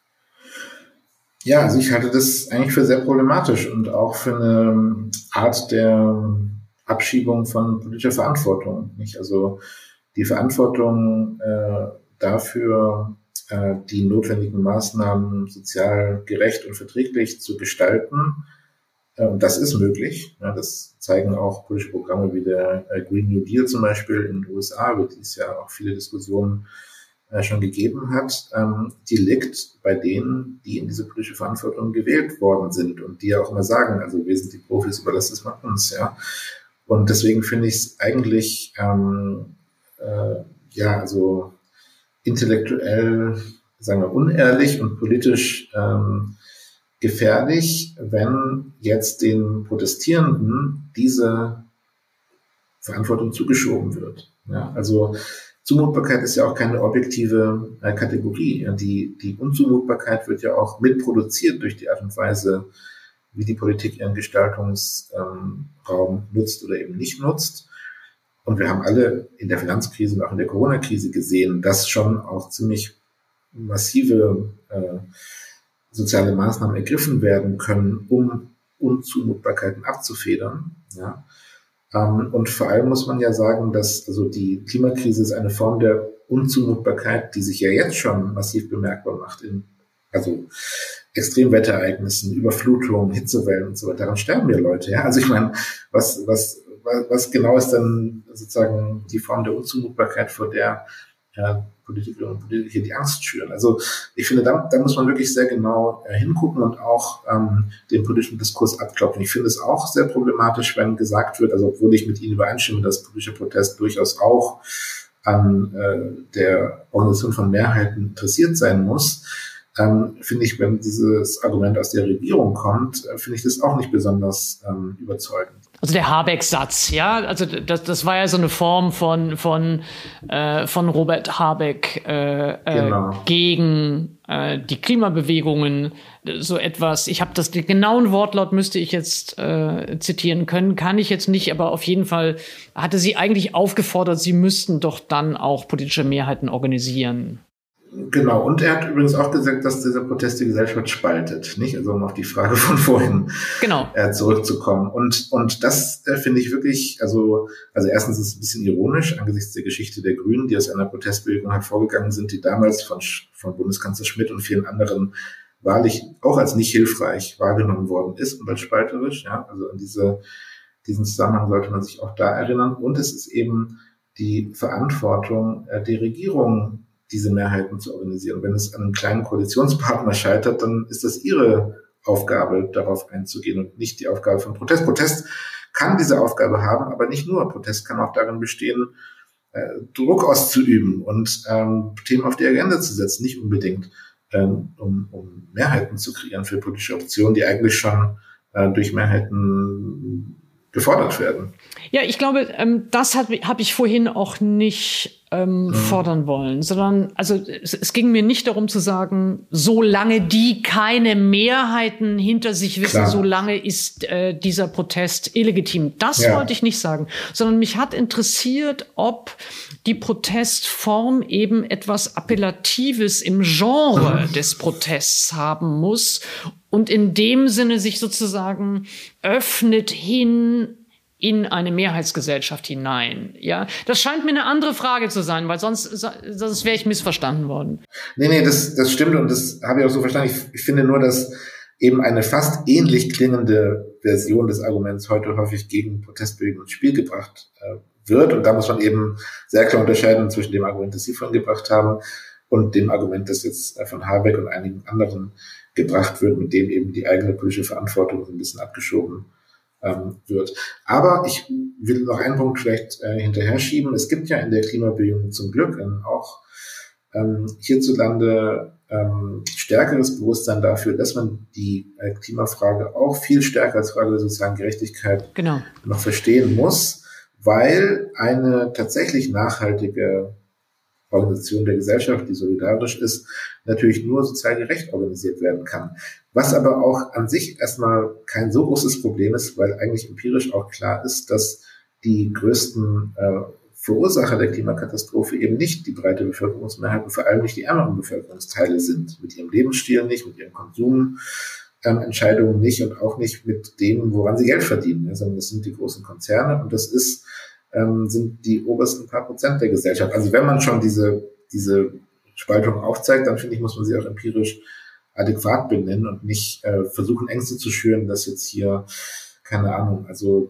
Ja, also ich halte das eigentlich für sehr problematisch und auch für eine Art der Abschiebung von politischer Verantwortung. Nicht? Also die Verantwortung äh, dafür, äh, die notwendigen Maßnahmen sozial gerecht und verträglich zu gestalten, äh, und das ist möglich. Ja, das zeigen auch politische Programme wie der äh, Green New Deal zum Beispiel in den U S A, über die es ja auch viele Diskussionen äh, schon gegeben hat. Ähm, die liegt bei denen, die in diese politische Verantwortung gewählt worden sind und die ja auch immer sagen, also wir sind die Profis, überlasst es mal uns, ja. Und deswegen finde ich es eigentlich, ähm, äh, ja, also intellektuell, sagen wir, unehrlich und politisch ähm, gefährlich, wenn jetzt den Protestierenden diese Verantwortung zugeschoben wird. Ja, also Zumutbarkeit ist ja auch keine objektive äh, Kategorie. Ja, die, die Unzumutbarkeit wird ja auch mitproduziert durch die Art und Weise, wie die Politik ihren Gestaltungsraum ähm, nutzt oder eben nicht nutzt. Und wir haben alle in der Finanzkrise und auch in der Corona-Krise gesehen, dass schon auch ziemlich massive äh, soziale Maßnahmen ergriffen werden können, um Unzumutbarkeiten abzufedern. Ja. Ähm, und vor allem muss man ja sagen, dass also die Klimakrise ist eine Form der Unzumutbarkeit, die sich ja jetzt schon massiv bemerkbar macht in also Extremwetterereignissen, Überflutungen, Hitzewellen und so weiter. Daran sterben ja Leute. Ja. Also ich meine, was was was genau ist dann sozusagen die Form der Unzumutbarkeit, vor der ja, Politikerinnen und Politiker die Angst schüren? Also ich finde, da, da muss man wirklich sehr genau äh, hingucken und auch ähm, den politischen Diskurs abklopfen. Ich finde es auch sehr problematisch, wenn gesagt wird, also obwohl ich mit Ihnen übereinstimme, dass politischer Protest durchaus auch an äh, der Organisation von Mehrheiten interessiert sein muss, ähm, finde ich, wenn dieses Argument aus der Regierung kommt, äh, finde ich das auch nicht besonders ähm, überzeugend. Also der Habeck-Satz, ja, also das, das war ja so eine Form von von äh, von Robert Habeck äh, genau. äh, gegen äh, die Klimabewegungen, so etwas. Ich habe das den genauen Wortlaut müsste ich jetzt äh, zitieren können, kann ich jetzt nicht, aber auf jeden Fall hatte sie eigentlich aufgefordert, sie müssten doch dann auch politische Mehrheiten organisieren. Genau, und er hat übrigens auch gesagt, dass dieser Protest die Gesellschaft spaltet, nicht? Also um auf die Frage von vorhin genau. äh, zurückzukommen. Und und das äh, finde ich wirklich, also also erstens ist es ein bisschen ironisch angesichts der Geschichte der Grünen, die aus einer Protestbewegung hervorgegangen sind, die damals von von Bundeskanzler Schmidt und vielen anderen wahrlich auch als nicht hilfreich wahrgenommen worden ist und als spalterisch. Ja, also an diese diesen Zusammenhang sollte man sich auch da erinnern. Und es ist eben die Verantwortung äh, der Regierung, diese Mehrheiten zu organisieren. Wenn es an einem kleinen Koalitionspartner scheitert, dann ist das ihre Aufgabe, darauf einzugehen und nicht die Aufgabe von Protest. Protest kann diese Aufgabe haben, aber nicht nur. Protest kann auch darin bestehen, äh, Druck auszuüben und ähm, Themen auf die Agenda zu setzen, nicht unbedingt ähm, um, um Mehrheiten zu kreieren für politische Optionen, die eigentlich schon äh, durch Mehrheiten gefordert werden. Ja, ich glaube, ähm, das habe hab ich vorhin auch nicht ähm, mhm. fordern wollen, sondern also es, es ging mir nicht darum zu sagen, solange die keine Mehrheiten hinter sich wissen, Klar. solange ist äh, dieser Protest illegitim. Das ja. wollte ich nicht sagen, sondern mich hat interessiert, ob die Protestform eben etwas Appellatives im Genre mhm. des Protests haben muss und in dem Sinne sich sozusagen öffnet hin in eine Mehrheitsgesellschaft hinein. Ja, das scheint mir eine andere Frage zu sein, weil sonst, sonst wäre ich missverstanden worden. Nee, nee, das, das stimmt und das habe ich auch so verstanden. Ich, ich finde nur, dass eben eine fast ähnlich klingende Version des Arguments heute häufig gegen Protestbewegungen ins Spiel gebracht äh, wird. Und da muss man eben sehr klar unterscheiden zwischen dem Argument, das Sie vorhin gebracht haben, und dem Argument, das jetzt von Habeck und einigen anderen gebracht wird, mit dem eben die eigene politische Verantwortung so ein bisschen abgeschoben ähm, wird. Aber ich will noch einen Punkt vielleicht äh, hinterher schieben. Es gibt ja in der Klimabewegung zum Glück ähm, auch ähm, hierzulande ähm, stärkeres Bewusstsein dafür, dass man die äh, Klimafrage auch viel stärker als Frage der sozialen Gerechtigkeit genau. noch verstehen muss, weil eine tatsächlich nachhaltige Organisation der Gesellschaft, die solidarisch ist, natürlich nur sozial gerecht organisiert werden kann. Was aber auch an sich erstmal kein so großes Problem ist, weil eigentlich empirisch auch klar ist, dass die größten äh, Verursacher der Klimakatastrophe eben nicht die breite Bevölkerungsmehrheit und vor allem nicht die ärmeren Bevölkerungsteile sind, mit ihrem Lebensstil nicht, mit ihrem Konsum, ähm, Entscheidungen nicht und auch nicht mit dem, woran sie Geld verdienen, ja, sondern das sind die großen Konzerne und das ist, ähm, sind die obersten paar Prozent der Gesellschaft. Also wenn man schon diese, diese Spaltung aufzeigt, dann finde ich, muss man sie auch empirisch adäquat benennen und nicht äh, versuchen, Ängste zu schüren, dass jetzt hier, keine Ahnung, also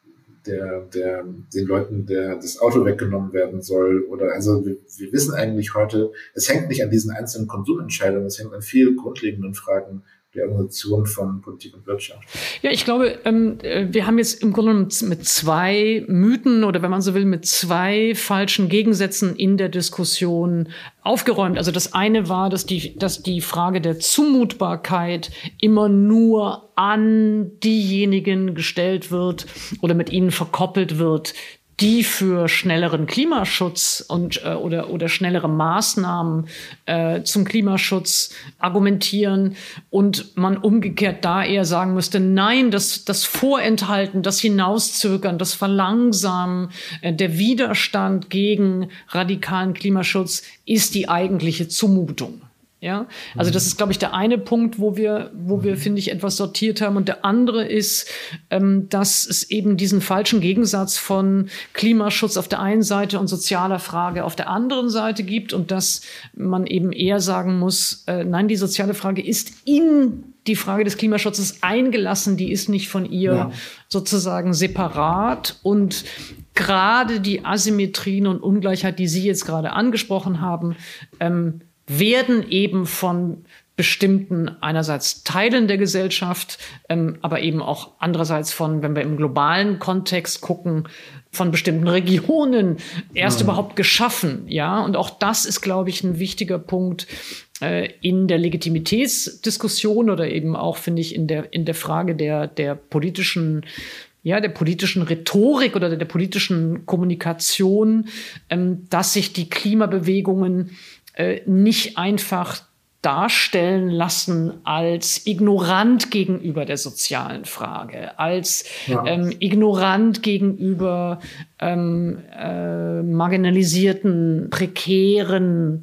der, der, den Leuten der, das Auto weggenommen werden soll oder, also wir, wir wissen eigentlich heute, es hängt nicht an diesen einzelnen Konsumentscheidungen, es hängt an viel grundlegenden Fragen der Organisation von Politik und Wirtschaft. Ja, ich glaube, ähm, wir haben jetzt im Grunde mit zwei Mythen oder wenn man so will, mit zwei falschen Gegensätzen in der Diskussion aufgeräumt. Also das eine war, dass die, dass die Frage der Zumutbarkeit immer nur an diejenigen gestellt wird oder mit ihnen verkoppelt wird, die für schnelleren Klimaschutz und äh, oder oder schnellere Maßnahmen äh, zum Klimaschutz argumentieren und man umgekehrt da eher sagen müsste, nein, das das Vorenthalten, das Hinauszögern, das Verlangsamen, äh, der Widerstand gegen radikalen Klimaschutz ist die eigentliche Zumutung. Ja, also das ist, glaube ich, der eine Punkt, wo wir, wo wir, finde ich, etwas sortiert haben. Und der andere ist, ähm, dass es eben diesen falschen Gegensatz von Klimaschutz auf der einen Seite und sozialer Frage auf der anderen Seite gibt und dass man eben eher sagen muss, äh, nein, die soziale Frage ist in die Frage des Klimaschutzes eingelassen, die ist nicht von ihr ja. sozusagen separat und gerade die Asymmetrien und Ungleichheit, die Sie jetzt gerade angesprochen haben, ähm, werden eben von bestimmten einerseits Teilen der Gesellschaft, ähm, aber eben auch andererseits von, wenn wir im globalen Kontext gucken, von bestimmten Regionen erst ja. überhaupt geschaffen. Ja, und auch das ist, glaube ich, ein wichtiger Punkt äh, in der Legitimitätsdiskussion oder eben auch, finde ich, in der in der Frage der der politischen ja, der politischen Rhetorik oder der politischen Kommunikation, ähm, dass sich die Klimabewegungen nicht einfach darstellen lassen als ignorant gegenüber der sozialen Frage, als ja. ähm, ignorant gegenüber ähm, äh, marginalisierten, prekären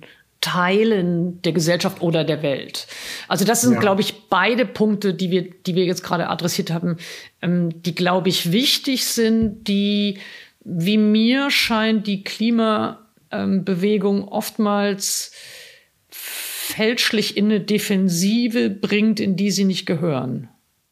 Teilen der Gesellschaft oder der Welt. Also das sind, ja. glaube ich, beide Punkte, die wir, die wir jetzt gerade adressiert haben, ähm, die, glaube ich, wichtig sind, die, wie mir scheint, die Klima Bewegung oftmals fälschlich in eine Defensive bringt, in die sie nicht gehören.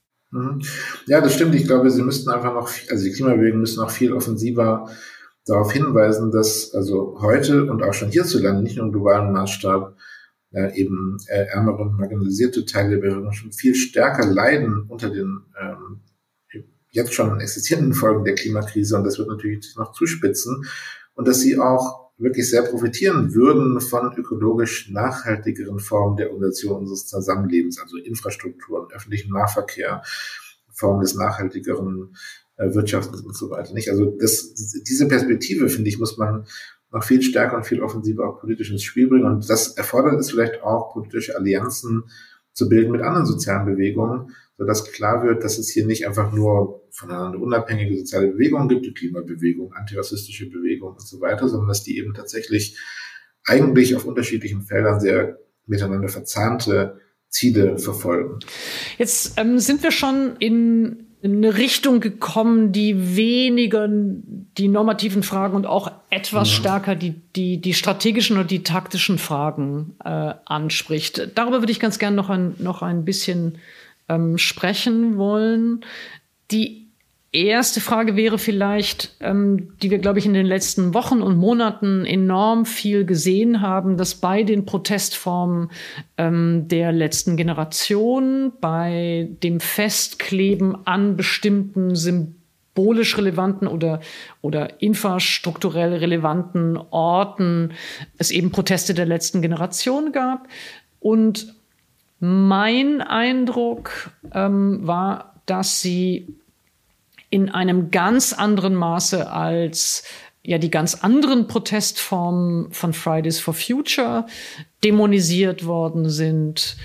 Ja, das stimmt. Ich glaube, sie müssten einfach noch, also die Klimabewegungen müssen noch viel offensiver darauf hinweisen, dass also heute und auch schon hierzulande, nicht nur im globalen Maßstab, äh, eben äh, ärmere und marginalisierte Teile der Bevölkerung schon viel stärker leiden unter den ähm, jetzt schon existierenden Folgen der Klimakrise und das wird natürlich noch zuspitzen und dass sie auch wirklich sehr profitieren würden von ökologisch nachhaltigeren Formen der Organisation unseres Zusammenlebens, also Infrastrukturen, öffentlichen Nahverkehr, Formen des nachhaltigeren äh, Wirtschaftens und so weiter. Nicht? Also das, diese Perspektive, finde ich, muss man noch viel stärker und viel offensiver auch politisch ins Spiel bringen. Und das erfordert es vielleicht auch, politische Allianzen zu bilden mit anderen sozialen Bewegungen, sodass klar wird, dass es hier nicht einfach nur voneinander unabhängige soziale Bewegungen gibt, die Klimabewegung, antirassistische Bewegung und so weiter, sondern dass die eben tatsächlich eigentlich auf unterschiedlichen Feldern sehr miteinander verzahnte Ziele verfolgen. Jetzt ähm, sind wir schon in eine Richtung gekommen, die weniger die normativen Fragen und auch etwas ja. stärker die, die, die strategischen oder die taktischen Fragen äh, anspricht. Darüber würde ich ganz gerne noch ein, noch ein bisschen ähm, sprechen wollen. Die erste Frage wäre vielleicht, ähm, die wir, glaube ich, in den letzten Wochen und Monaten enorm viel gesehen haben, dass bei den Protestformen ähm, der letzten Generation, bei dem Festkleben an bestimmten symbolisch relevanten oder, oder infrastrukturell relevanten Orten es eben Proteste der letzten Generation gab. Und mein Eindruck ähm, war, dass sie in einem ganz anderen Maße als ja die ganz anderen Protestformen von Fridays for Future dämonisiert worden sind,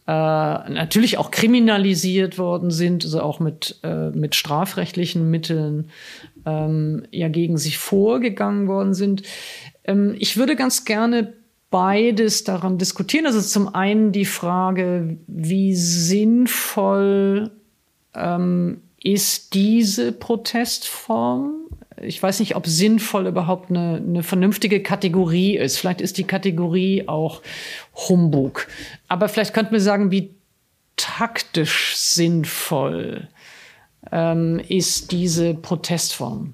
äh, natürlich auch kriminalisiert worden sind, also auch mit, äh, mit strafrechtlichen Mitteln ähm, ja gegen sich vorgegangen worden sind. Ähm, ich würde ganz gerne beides daran diskutieren. Also zum einen die Frage, wie sinnvoll ähm, ist diese Protestform? Ich weiß nicht, ob sinnvoll überhaupt eine, eine vernünftige Kategorie ist. Vielleicht ist die Kategorie auch Humbug. Aber vielleicht könnten wir sagen, wie taktisch sinnvoll ähm, ist diese Protestform?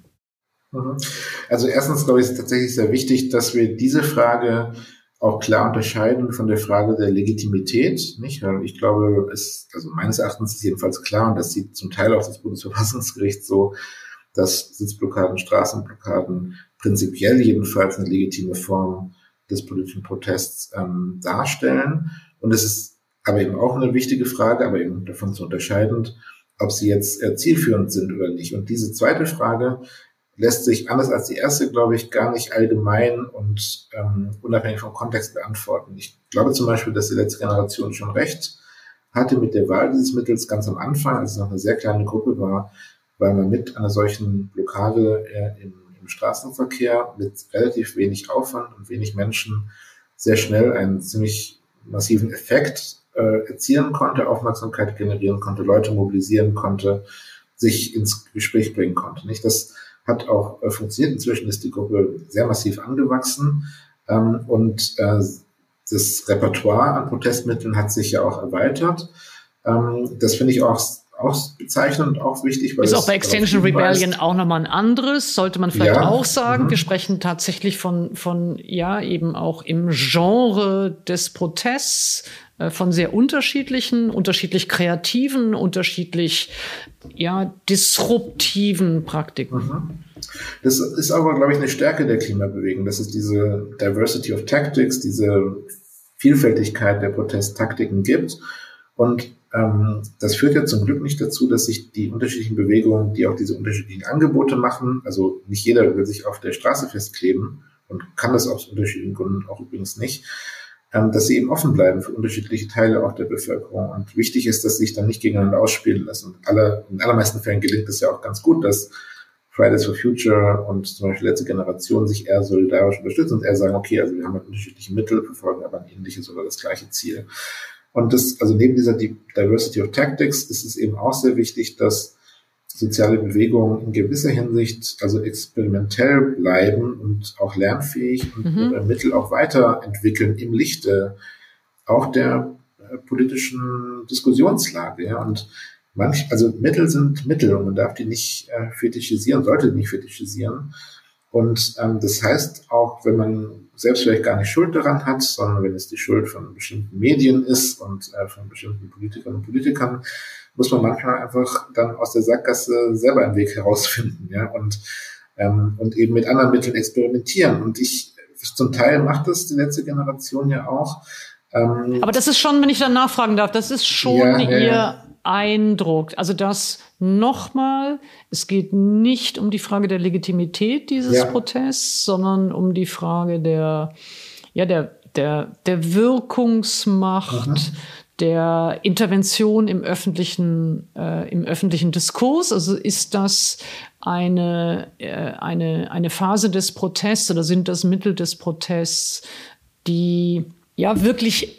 Also erstens, glaube ich, ist es tatsächlich sehr wichtig, dass wir diese Frage auch klar unterscheiden von der Frage der Legitimität, nicht? Weil ich glaube, es, also meines Erachtens ist jedenfalls klar, und das sieht zum Teil auch das Bundesverfassungsgericht so, dass Sitzblockaden, Straßenblockaden prinzipiell jedenfalls eine legitime Form des politischen Protests ähm, darstellen. Und es ist aber eben auch eine wichtige Frage, aber eben davon zu unterscheiden, ob sie jetzt äh, zielführend sind oder nicht. Und diese zweite Frage lässt sich anders als die erste, glaube ich, gar nicht allgemein und ähm, unabhängig vom Kontext beantworten. Ich glaube zum Beispiel, dass die letzte Generation schon recht hatte mit der Wahl dieses Mittels ganz am Anfang, als es noch eine sehr kleine Gruppe war, weil man mit einer solchen Blockade äh, im, im Straßenverkehr mit relativ wenig Aufwand und wenig Menschen sehr schnell einen ziemlich massiven Effekt äh, erzielen konnte, Aufmerksamkeit generieren konnte, Leute mobilisieren konnte, sich ins Gespräch bringen konnte. Nicht? Das hat auch äh, funktioniert. Inzwischen ist die Gruppe sehr massiv angewachsen ähm, und äh, das Repertoire an Protestmitteln hat sich ja auch erweitert. Ähm, das finde ich auch auch bezeichnend und auch wichtig. Weil ist auch bei Extinction Rebellion auch nochmal ein anderes, sollte man vielleicht ja. auch sagen. Mhm. Wir sprechen tatsächlich von, von, ja, eben auch im Genre des Protests, äh, von sehr unterschiedlichen, unterschiedlich kreativen, unterschiedlich, ja, disruptiven Praktiken. Mhm. Das ist aber, glaube ich, eine Stärke der Klimabewegung. Das ist diese Diversity of Tactics, diese Vielfältigkeit der Protesttaktiken gibt. Und ähm, das führt ja zum Glück nicht dazu, dass sich die unterschiedlichen Bewegungen, die auch diese unterschiedlichen Angebote machen, also nicht jeder will sich auf der Straße festkleben und kann das aus unterschiedlichen Gründen auch übrigens nicht, ähm, dass sie eben offen bleiben für unterschiedliche Teile auch der Bevölkerung. Und wichtig ist, dass sie sich dann nicht gegeneinander ausspielen lassen. Und alle, in allermeisten Fällen gelingt es ja auch ganz gut, dass Fridays for Future und zum Beispiel letzte Generation sich eher solidarisch unterstützen und eher sagen, okay, also wir haben halt unterschiedliche Mittel, verfolgen aber ein ähnliches oder das gleiche Ziel. Und das, also neben dieser Diversity of Tactics ist es eben auch sehr wichtig, dass soziale Bewegungen in gewisser Hinsicht also experimentell bleiben und auch lernfähig und mhm. ihre Mittel auch weiterentwickeln im Lichte auch der äh, politischen Diskussionslage. Ja. Und manch, also Mittel sind Mittel und man darf die nicht äh, fetischisieren, sollte die nicht fetischisieren. Und ähm, das heißt auch, wenn man selbst vielleicht gar nicht Schuld daran hat, sondern wenn es die Schuld von bestimmten Medien ist und äh, von bestimmten Politikerinnen und Politikern, muss man manchmal einfach dann aus der Sackgasse selber einen Weg herausfinden, ja, und ähm, und eben mit anderen Mitteln experimentieren. Und ich, zum Teil macht das die letzte Generation ja auch. Ähm, Aber das ist schon, wenn ich dann nachfragen darf, das ist schon ja, ihr ja. Eindruck. Also das nochmal, es geht nicht um die Frage der Legitimität dieses ja. Protests, sondern um die Frage der, ja, der, der, der Wirkungsmacht, mhm. der Intervention im öffentlichen, äh, im öffentlichen Diskurs. Also ist das eine, äh, eine, eine Phase des Protests oder sind das Mittel des Protests, die ja wirklich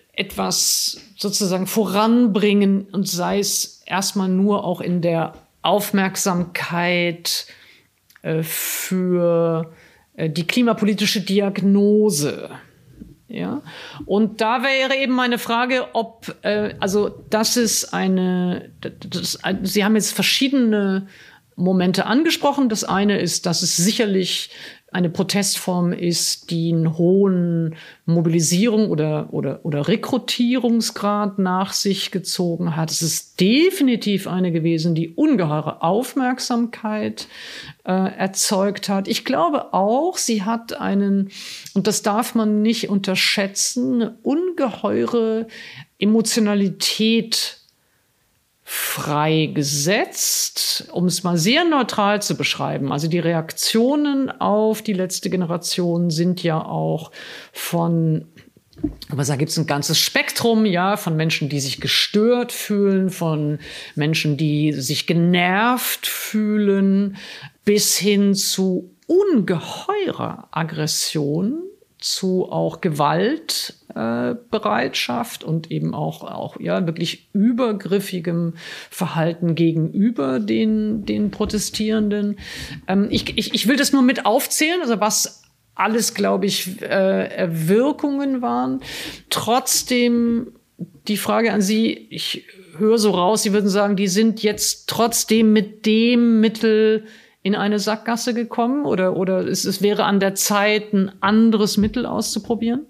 etwas sozusagen voranbringen und sei es erstmal nur auch in der Aufmerksamkeit äh, für äh, die klimapolitische Diagnose. Ja, und da wäre eben meine Frage, ob, äh, also das ist eine, das, Sie haben jetzt verschiedene Momente angesprochen. Das eine ist, dass es sicherlich eine Protestform ist, die einen hohen Mobilisierung oder, oder, oder Rekrutierungsgrad nach sich gezogen hat. Es ist definitiv eine gewesen, die ungeheure Aufmerksamkeit äh, erzeugt hat. Ich glaube auch, sie hat einen, und das darf man nicht unterschätzen, eine ungeheure Emotionalität freigesetzt, um es mal sehr neutral zu beschreiben. Also die Reaktionen auf die letzte Generation sind ja auch von Aber da gibt es ein ganzes Spektrum, ja, von Menschen, die sich gestört fühlen, von Menschen, die sich genervt fühlen, bis hin zu ungeheurer Aggression, zu auch Gewaltbereitschaft äh, und eben auch, auch ja, wirklich übergriffigem Verhalten gegenüber den, den Protestierenden. Ähm, ich, ich, ich will das nur mit aufzählen, also was alles, glaube ich, äh, Wirkungen waren. Trotzdem die Frage an Sie, ich höre so raus, Sie würden sagen, die sind jetzt trotzdem mit dem Mittel in eine Sackgasse gekommen, oder, oder es, es wäre an der Zeit, ein anderes Mittel auszuprobieren?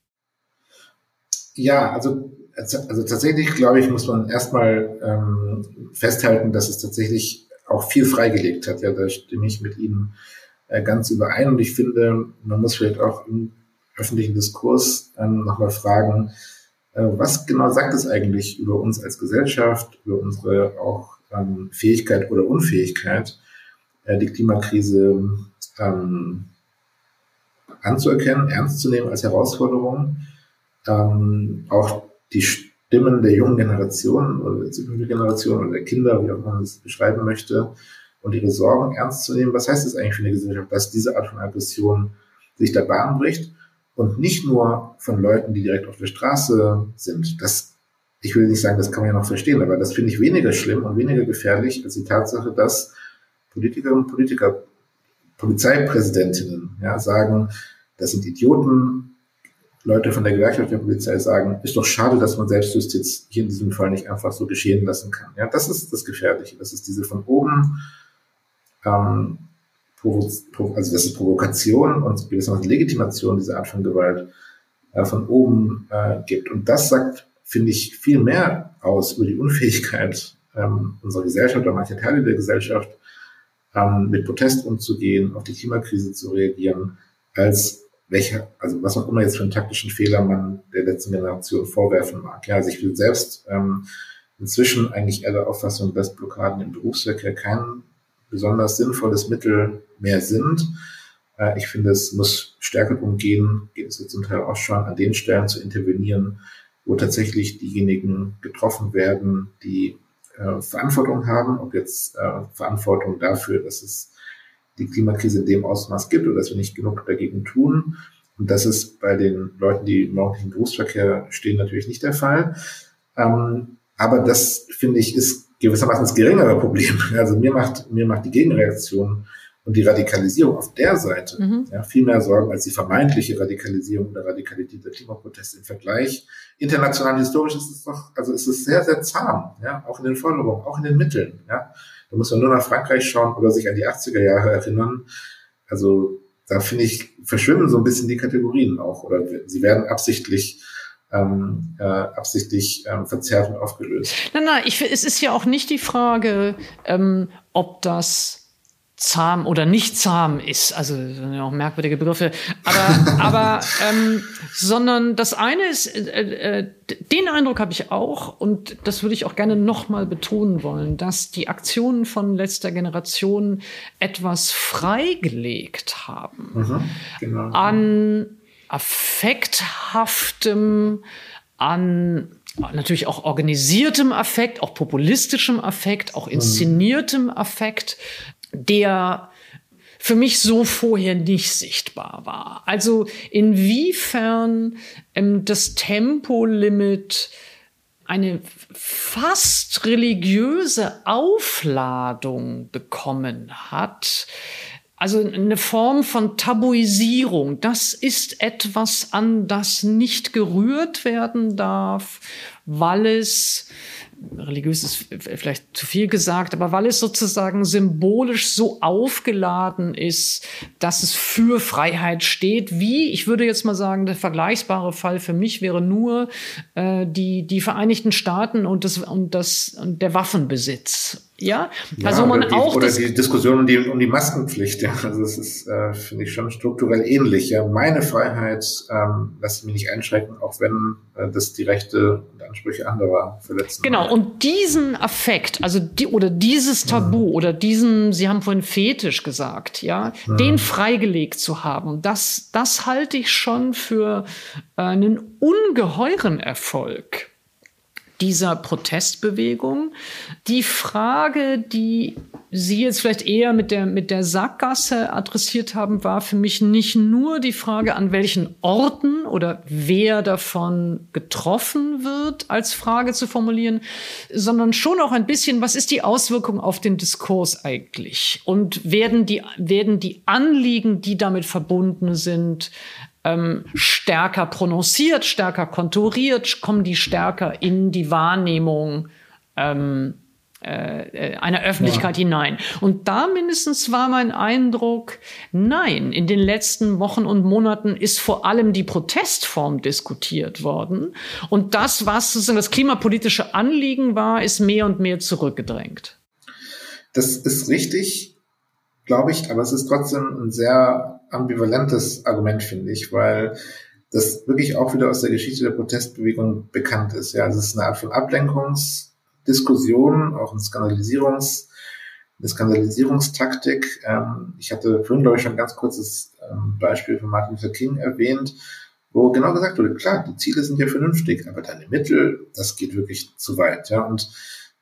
Ja, also, also tatsächlich, glaube ich, muss man erstmal ähm, festhalten, dass es tatsächlich auch viel freigelegt hat. Ja, da stimme ich mit Ihnen äh, ganz überein. Und ich finde, man muss vielleicht auch im öffentlichen Diskurs ähm, nochmal fragen, äh, was genau sagt es eigentlich über uns als Gesellschaft, über unsere auch ähm, Fähigkeit oder Unfähigkeit, die Klimakrise ähm, anzuerkennen, ernst zu nehmen als Herausforderung. Ähm, auch die Stimmen der jungen Generation oder der zukünftigen Generation oder der Kinder, wie auch man es beschreiben möchte, und ihre Sorgen ernst zu nehmen. Was heißt es eigentlich für eine Gesellschaft, dass diese Art von Aggression sich da Bahn bricht? Und nicht nur von Leuten, die direkt auf der Straße sind. Das, ich will nicht sagen, das kann man ja noch verstehen, aber das finde ich weniger schlimm und weniger gefährlich als die Tatsache, dass Politikerinnen und Politiker, Polizeipräsidentinnen, ja, sagen, das sind Idioten. Leute von der Gewerkschaft der Polizei sagen, ist doch schade, dass man Selbstjustiz hier in diesem Fall nicht einfach so geschehen lassen kann. Ja, das ist das Gefährliche. Das ist diese von oben, ähm, Provo- also das ist Provokation und gewissermaßen Legitimation dieser Art von Gewalt äh, von oben äh, gibt. Und das sagt, finde ich, viel mehr aus über die Unfähigkeit ähm, unserer Gesellschaft oder mancher Teile der Gesellschaft, mit Protest umzugehen, auf die Klimakrise zu reagieren, als welcher, also was auch immer jetzt für einen taktischen Fehler man der letzten Generation vorwerfen mag. Ja, also ich bin selbst ähm, inzwischen eigentlich eher der Auffassung, dass Blockaden im Berufsverkehr kein besonders sinnvolles Mittel mehr sind. Äh, ich finde, es muss stärker darum gehen, geht es jetzt zum Teil auch schon, an den Stellen zu intervenieren, wo tatsächlich diejenigen getroffen werden, die Verantwortung haben, ob jetzt äh, Verantwortung dafür, dass es die Klimakrise in dem Ausmaß gibt oder dass wir nicht genug dagegen tun. Und das ist bei den Leuten, die im morgendlichen Berufsverkehr stehen, natürlich nicht der Fall. Ähm, aber das, finde ich, ist gewissermaßen das geringere Problem. Also mir macht, mir macht die Gegenreaktion und die Radikalisierung auf der Seite mhm. ja, viel mehr Sorgen als die vermeintliche Radikalisierung oder Radikalität der Klimaproteste im Vergleich. International und historisch ist es doch, also ist es sehr, sehr zahm, ja, auch in den Forderungen, auch in den Mitteln, ja. Da muss man nur nach Frankreich schauen oder sich an die achtziger Jahre erinnern. Also, da finde ich, verschwimmen so ein bisschen die Kategorien auch, oder sie werden absichtlich Ähm, äh, absichtlich ähm, verzerrt und aufgelöst. Nein, nein, ich, es ist ja auch nicht die Frage, ähm, ob das zahm oder nicht zahm ist, also das sind ja auch merkwürdige Begriffe, aber, aber ähm, sondern das eine ist, äh, äh, den Eindruck habe ich auch, und das würde ich auch gerne nochmal betonen wollen, dass die Aktionen von letzter Generation etwas freigelegt haben mhm, genau. an affekthaftem, an natürlich auch organisiertem Affekt, auch populistischem Affekt, auch inszeniertem Affekt, der für mich so vorher nicht sichtbar war. Also inwiefern ähm, das Tempolimit eine fast religiöse Aufladung bekommen hat, also eine Form von Tabuisierung. Das ist etwas, an das nicht gerührt werden darf, weil es, religiös ist vielleicht zu viel gesagt, aber weil es sozusagen symbolisch so aufgeladen ist, dass es für Freiheit steht. Wie, ich würde jetzt mal sagen, der vergleichbare Fall für mich wäre nur äh, die, die Vereinigten Staaten und, das, und, das, und der Waffenbesitz. Ja, ja, also man oder die, auch oder das die Diskussion um die, um die Maskenpflicht. Ja, also es ist, äh, finde ich, schon strukturell ähnlich. Ja, meine Freiheit ähm, lasse ich mich nicht einschränken, auch wenn äh, das die Rechte und Ansprüche anderer verletzen. Genau. Mag. Und diesen Affekt, also die oder dieses Tabu mhm. oder diesen, Sie haben vorhin Fetisch gesagt, ja, mhm. den freigelegt zu haben, das, das halte ich schon für äh, einen ungeheuren Erfolg dieser Protestbewegung. Die Frage, die Sie jetzt vielleicht eher mit der, mit der Sackgasse adressiert haben, war für mich nicht nur die Frage, an welchen Orten oder wer davon getroffen wird, als Frage zu formulieren, sondern schon auch ein bisschen, was ist die Auswirkung auf den Diskurs eigentlich? Und werden die, werden die Anliegen, die damit verbunden sind, Ähm, stärker prononciert, stärker konturiert, kommen die stärker in die Wahrnehmung ähm, äh, einer Öffentlichkeit ja. hinein. Und da mindestens war mein Eindruck, nein, in den letzten Wochen und Monaten ist vor allem die Protestform diskutiert worden. Und das, was sozusagen das klimapolitische Anliegen war, ist mehr und mehr zurückgedrängt. Das ist richtig, glaube ich, aber es ist trotzdem ein sehr ambivalentes Argument, finde ich, weil das wirklich auch wieder aus der Geschichte der Protestbewegung bekannt ist. Ja, also es ist eine Art von Ablenkungsdiskussion, auch eine Skandalisierungs, eine Skandalisierungstaktik. Ähm, ich hatte vorhin, glaube ich, schon ein ganz kurzes ähm, Beispiel von Martin Luther King erwähnt, wo genau gesagt wurde, klar, die Ziele sind ja vernünftig, aber deine Mittel, das geht wirklich zu weit. Ja, und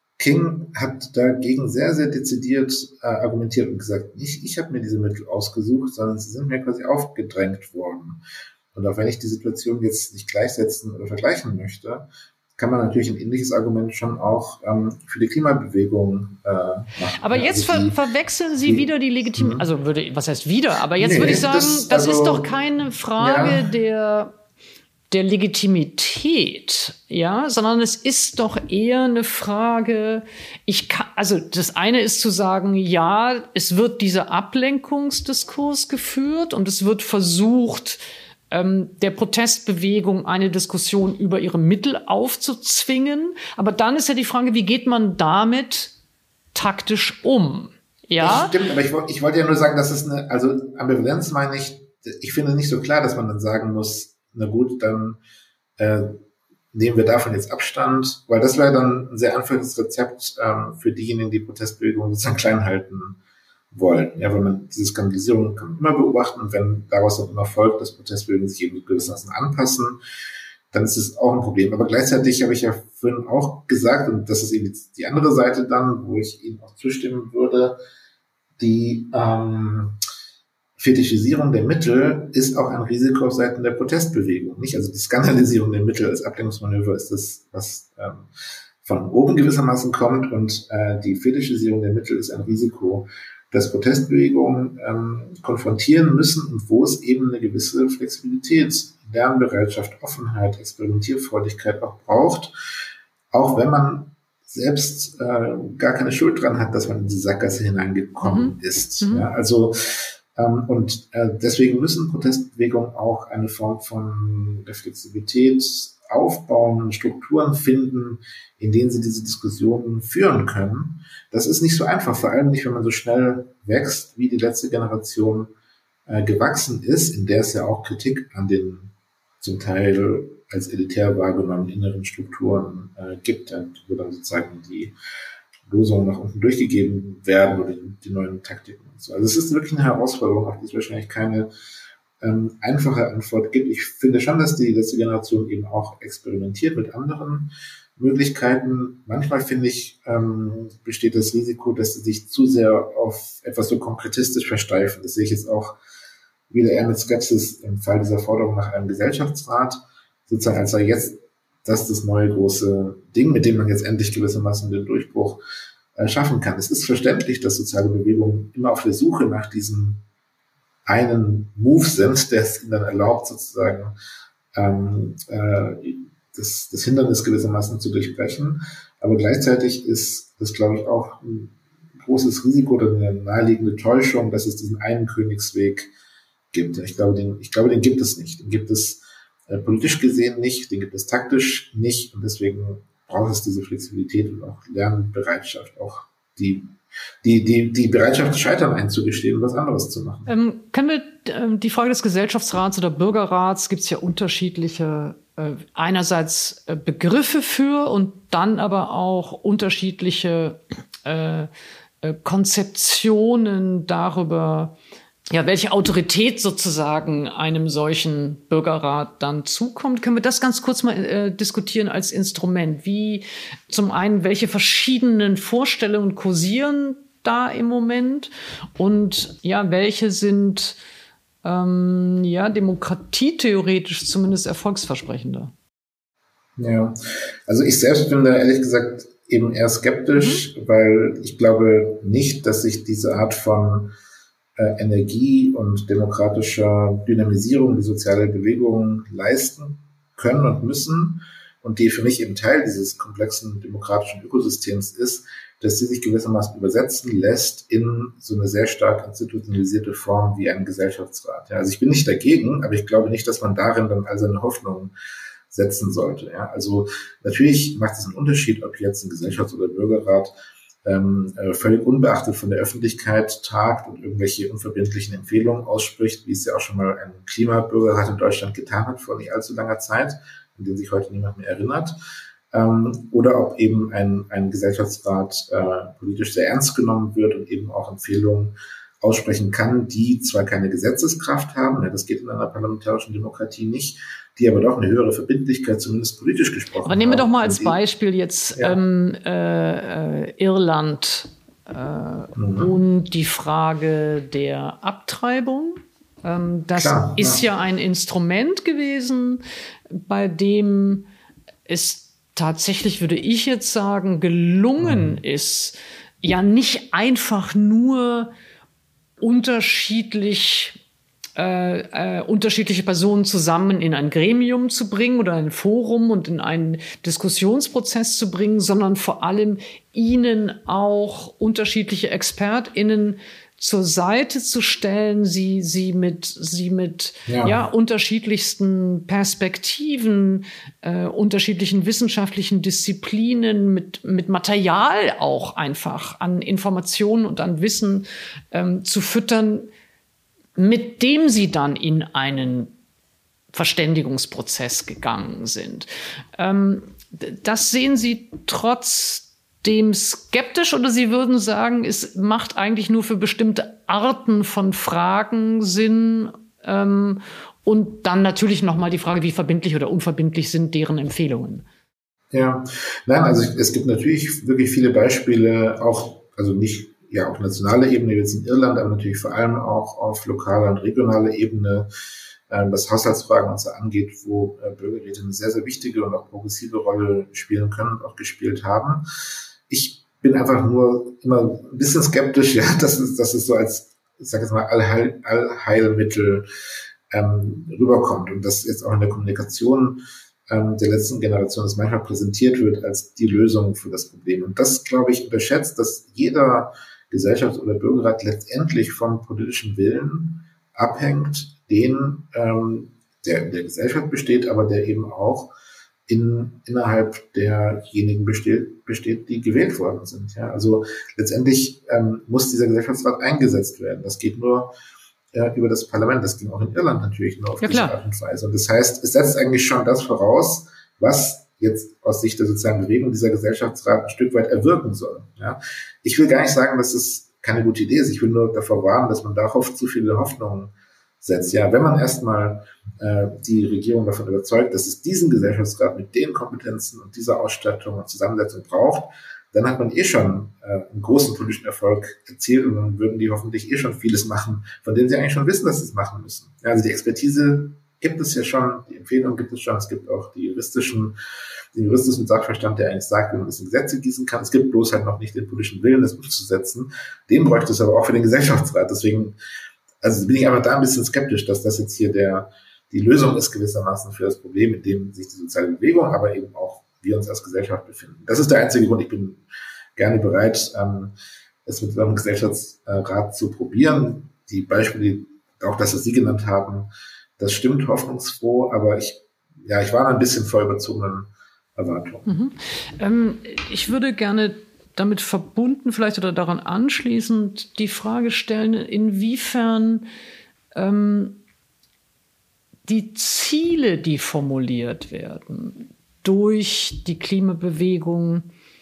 King hat dagegen sehr, sehr dezidiert äh, argumentiert und gesagt, nicht ich habe mir diese Mittel ausgesucht, sondern sie sind mir quasi aufgedrängt worden. Und auch wenn ich die Situation jetzt nicht gleichsetzen oder vergleichen möchte, kann man natürlich ein ähnliches Argument schon auch ähm, für die Klimabewegung äh, machen. Aber jetzt also die, ver- verwechseln Sie die, wieder die Legitimität, also würde, was heißt wieder, aber jetzt nee, würde ich sagen, das, das also, ist doch keine Frage ja. der der Legitimität, ja, sondern es ist doch eher eine Frage, ich kann, also das eine ist zu sagen, ja, es wird dieser Ablenkungsdiskurs geführt und es wird versucht, ähm, der Protestbewegung eine Diskussion über ihre Mittel aufzuzwingen, aber dann ist ja die Frage, wie geht man damit taktisch um, ja? Das stimmt, aber ich, ich wollte ja nur sagen, dass es eine, also Ambivalenz meine ich, ich finde nicht so klar, dass man dann sagen muss, na gut, dann äh, nehmen wir davon jetzt Abstand, weil das wäre dann ein sehr einfaches Rezept ähm, für diejenigen, die Protestbewegungen sozusagen klein halten wollen. Ja, wenn man diese Skandalisierung kann man immer beobachten und wenn daraus dann immer folgt, dass Protestbewegungen sich eben gewissermaßen anpassen, dann ist es auch ein Problem. Aber gleichzeitig habe ich ja vorhin auch gesagt, und das ist eben die andere Seite dann, wo ich Ihnen auch zustimmen würde, die ähm, Fetischisierung der Mittel ist auch ein Risiko auf Seiten der Protestbewegung. Nicht? Also die Skandalisierung der Mittel als Ablenkungsmanöver ist das, was ähm, von oben gewissermaßen kommt und äh, die Fetischisierung der Mittel ist ein Risiko, das Protestbewegungen ähm, konfrontieren müssen und wo es eben eine gewisse Flexibilität, Lernbereitschaft, Offenheit, Experimentierfreudigkeit auch braucht, auch wenn man selbst äh, gar keine Schuld dran hat, dass man in diese Sackgasse hineingekommen mhm. ist. Mhm. Ja, also ähm, und äh, deswegen müssen Protestbewegungen auch eine Form von Flexibilität aufbauen, Strukturen finden, in denen sie diese Diskussionen führen können. Das ist nicht so einfach, vor allem nicht, wenn man so schnell wächst, wie die letzte Generation äh, gewachsen ist, in der es ja auch Kritik an den zum Teil als elitär wahrgenommenen inneren Strukturen äh, gibt, wo dann sozusagen die Lösungen nach unten durchgegeben werden oder die, die neuen Taktiken und so. Also es ist wirklich eine Herausforderung, auf die es wahrscheinlich keine ähm, einfache Antwort gibt. Ich finde schon, dass die letzte Generation eben auch experimentiert mit anderen Möglichkeiten. Manchmal, finde ich, ähm, besteht das Risiko, dass sie sich zu sehr auf etwas so konkretistisch versteifen. Das sehe ich jetzt auch wieder eher mit Skepsis im Fall dieser Forderung nach einem Gesellschaftsrat, sozusagen als sei jetzt das das neue große Ding, mit dem man jetzt endlich gewissermaßen den Durchbruch äh, schaffen kann. Es ist verständlich, dass soziale Bewegungen immer auf der Suche nach diesem einen Move sind, der es ihnen dann erlaubt, sozusagen ähm, äh, das, das Hindernis gewissermaßen zu durchbrechen. Aber gleichzeitig ist das, glaube ich, auch ein großes Risiko oder eine naheliegende Täuschung, dass es diesen einen Königsweg gibt. Ich glaube, den, ich glaube, den gibt es nicht. Den gibt es äh, politisch gesehen nicht, den gibt es taktisch nicht und deswegen braucht es diese Flexibilität und auch Lernbereitschaft, auch die Die, die, die Bereitschaft, Scheitern einzugestehen, was anderes zu machen. Ähm, können wir ähm, die Frage des Gesellschaftsrats oder Bürgerrats, gibt es ja unterschiedliche, äh, einerseits äh, Begriffe für und dann aber auch unterschiedliche äh, äh, Konzeptionen darüber, ja, welche Autorität sozusagen einem solchen Bürgerrat dann zukommt. Können wir das ganz kurz mal äh, diskutieren als Instrument? Wie zum einen, welche verschiedenen Vorstellungen kursieren da im Moment und ja, welche sind ähm, ja demokratietheoretisch zumindest erfolgsversprechender? Ja, also ich selbst bin da ehrlich gesagt eben eher skeptisch, mhm. weil ich glaube nicht, dass sich diese Art von Äh, Energie und demokratischer Dynamisierung die soziale Bewegungen leisten können und müssen und die für mich eben Teil dieses komplexen demokratischen Ökosystems ist, dass sie sich gewissermaßen übersetzen lässt in so eine sehr stark institutionalisierte Form wie ein Gesellschaftsrat. Ja, also ich bin nicht dagegen, aber ich glaube nicht, dass man darin dann all seine Hoffnungen setzen sollte. Ja, also natürlich macht es einen Unterschied, ob jetzt ein Gesellschafts- oder Bürgerrat Ähm, äh, völlig unbeachtet von der Öffentlichkeit tagt und irgendwelche unverbindlichen Empfehlungen ausspricht, wie es ja auch schon mal ein Klimabürgerrat in Deutschland getan hat vor nicht allzu langer Zeit, an den sich heute niemand mehr erinnert, ähm, oder ob eben ein, ein Gesellschaftsrat äh, politisch sehr ernst genommen wird und eben auch Empfehlungen aussprechen kann, die zwar keine Gesetzeskraft haben, ja, das geht in einer parlamentarischen Demokratie nicht, die aber doch eine höhere Verbindlichkeit, zumindest politisch gesprochen haben. Aber nehmen wir doch mal als Beispiel jetzt ja. ähm, äh, Irland äh, mhm. und die Frage der Abtreibung. Ähm, das Klar, ist ja. ja ein Instrument gewesen, bei dem es tatsächlich, würde ich jetzt sagen, gelungen mhm. ist, ja nicht einfach nur unterschiedlich Äh, äh, unterschiedliche Personen zusammen in ein Gremium zu bringen oder ein Forum und in einen Diskussionsprozess zu bringen, sondern vor allem ihnen auch unterschiedliche ExpertInnen zur Seite zu stellen, sie, sie mit, sie mit, ja, ja unterschiedlichsten Perspektiven, äh, unterschiedlichen wissenschaftlichen Disziplinen, mit, mit Material auch einfach an Informationen und an Wissen ähm, zu füttern, mit dem sie dann in einen Verständigungsprozess gegangen sind. Ähm, das sehen Sie trotzdem skeptisch oder Sie würden sagen, es macht eigentlich nur für bestimmte Arten von Fragen Sinn? Ähm, und dann natürlich nochmal die Frage, wie verbindlich oder unverbindlich sind deren Empfehlungen? Ja, nein, also es gibt natürlich wirklich viele Beispiele, auch, also nicht ja auf nationaler Ebene, jetzt in Irland, aber natürlich vor allem auch auf lokaler und regionaler Ebene, äh, was Haushaltsfragen und so angeht, wo äh, Bürgerräte eine sehr, sehr wichtige und auch progressive Rolle spielen können und auch gespielt haben. Ich bin einfach nur immer ein bisschen skeptisch, ja, dass es, dass es so als, ich sag jetzt mal, Allheil, Allheilmittel ähm, rüberkommt und dass jetzt auch in der Kommunikation ähm, der letzten Generation das manchmal präsentiert wird als die Lösung für das Problem. Und das, glaube ich, unterschätzt, dass jeder Gesellschafts- oder Bürgerrat letztendlich vom politischen Willen abhängt, den ähm, der in der Gesellschaft besteht, aber der eben auch in, innerhalb derjenigen besteht, besteht, die gewählt worden sind. Ja, also letztendlich ähm, muss dieser Gesellschaftsrat eingesetzt werden. Das geht nur äh, über das Parlament. Das ging auch in Irland natürlich nur auf ja, diese Art und Weise. Und das heißt, es setzt eigentlich schon das voraus, was jetzt aus Sicht der sozialen Bewegung dieser Gesellschaftsrat ein Stück weit erwirken soll. Ja, ich will gar nicht sagen, dass es keine gute Idee ist. Ich will nur davor warnen, dass man darauf zu viele Hoffnungen setzt. Ja, wenn man erstmal äh, die Regierung davon überzeugt, dass es diesen Gesellschaftsrat mit den Kompetenzen und dieser Ausstattung und Zusammensetzung braucht, dann hat man eh schon äh, einen großen politischen Erfolg erzielt und dann würden die hoffentlich eh schon vieles machen, von denen sie eigentlich schon wissen, dass sie es machen müssen. Ja, also die Expertise gibt es ja schon, die Empfehlung gibt es schon, es gibt auch die juristischen, den juristischen Sachverstand, der eigentlich sagt, wie man das in Gesetze gießen kann. Es gibt bloß halt noch nicht den politischen Willen, das umzusetzen. Den bräuchte es aber auch für den Gesellschaftsrat. Deswegen, also bin ich einfach da ein bisschen skeptisch, dass das jetzt hier der, die Lösung ist gewissermaßen für das Problem, in dem sich die soziale Bewegung, aber eben auch wir uns als Gesellschaft befinden. Das ist der einzige Grund. Ich bin gerne bereit, ähm, es mit einem Gesellschaftsrat zu probieren. Die Beispiele, auch das, was Sie genannt haben, das stimmt hoffnungsfroh, aber ich, ja, ich war ein bisschen vor überzogenen Erwartungen. Mhm. Ähm, ich würde gerne damit verbunden vielleicht oder daran anschließend die Frage stellen, inwiefern ähm, die Ziele, die formuliert werden, durch die Klimabewegung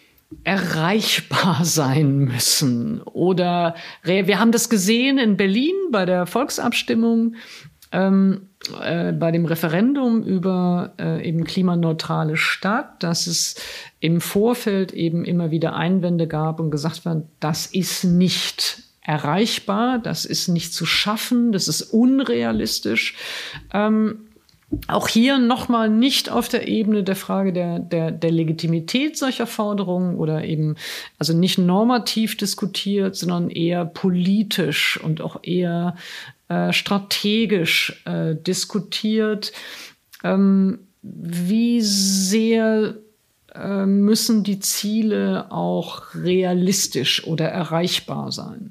erreichbar sein müssen. Oder wir haben das gesehen in Berlin bei der Volksabstimmung, ähm, äh, bei dem Referendum über äh, eben klimaneutrale Stadt, dass es im Vorfeld eben immer wieder Einwände gab und gesagt wird, das ist nicht erreichbar, das ist nicht zu schaffen, das ist unrealistisch. Ähm, auch hier nochmal nicht auf der Ebene der Frage der, der, der Legitimität solcher Forderungen oder eben, also nicht normativ diskutiert, sondern eher politisch und auch eher äh, strategisch äh, diskutiert. Ähm, wie sehr äh, müssen die Ziele auch realistisch oder erreichbar sein?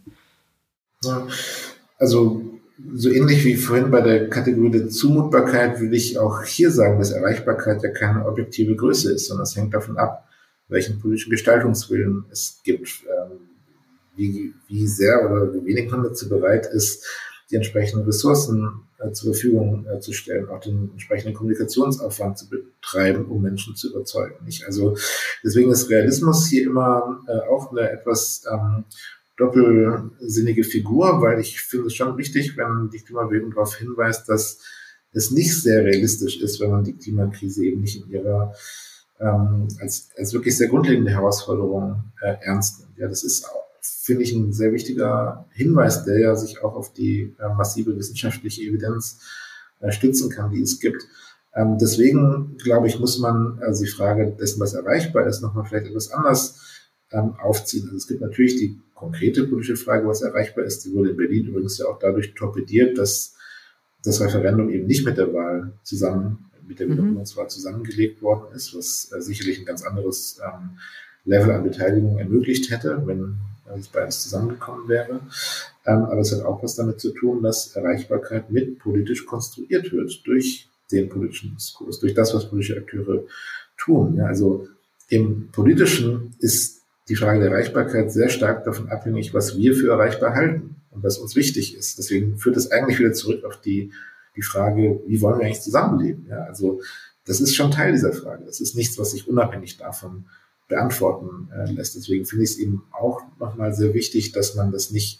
Ja, also so ähnlich wie vorhin bei der Kategorie der Zumutbarkeit würde ich auch hier sagen, dass Erreichbarkeit ja keine objektive Größe ist, sondern es hängt davon ab, welchen politischen Gestaltungswillen es gibt, ähm, wie, wie sehr oder wie wenig man dazu bereit ist, die entsprechenden Ressourcen äh, zur Verfügung äh, zu stellen, auch den entsprechenden Kommunikationsaufwand zu betreiben, um Menschen zu überzeugen. Nicht? Also deswegen ist Realismus hier immer äh, auch eine etwas ähm, doppelsinnige Figur, weil ich finde es schon wichtig, wenn die Klimabewegung darauf hinweist, dass es nicht sehr realistisch ist, wenn man die Klimakrise eben nicht in ihrer ähm, als, als wirklich sehr grundlegende Herausforderung äh, ernst nimmt. Ja, das ist, finde ich, ein sehr wichtiger Hinweis, der ja sich auch auf die äh, massive wissenschaftliche Evidenz äh, stützen kann, die es gibt. Ähm, deswegen, glaube ich, muss man also die Frage dessen, was erreichbar ist, nochmal vielleicht etwas anders ähm, aufziehen. Also es gibt natürlich die konkrete politische Frage, was erreichbar ist. Die wurde in Berlin übrigens ja auch dadurch torpediert, dass das Referendum eben nicht mit der Wahl zusammen, mit der Wiederholungswahl zusammengelegt worden ist, was äh, sicherlich ein ganz anderes ähm, Level an Beteiligung ermöglicht hätte, wenn äh, das beides zusammengekommen wäre. Ähm, aber es hat auch was damit zu tun, dass Erreichbarkeit mit politisch konstruiert wird durch den politischen Diskurs, durch das, was politische Akteure tun. Ja, also im Politischen ist die Frage der Erreichbarkeit sehr stark davon abhängig, was wir für erreichbar halten und was uns wichtig ist. Deswegen führt es eigentlich wieder zurück auf die, die Frage, wie wollen wir eigentlich zusammenleben? Ja, also das ist schon Teil dieser Frage. Das ist nichts, was sich unabhängig davon beantworten äh, lässt. Deswegen finde ich es eben auch nochmal sehr wichtig, dass man das nicht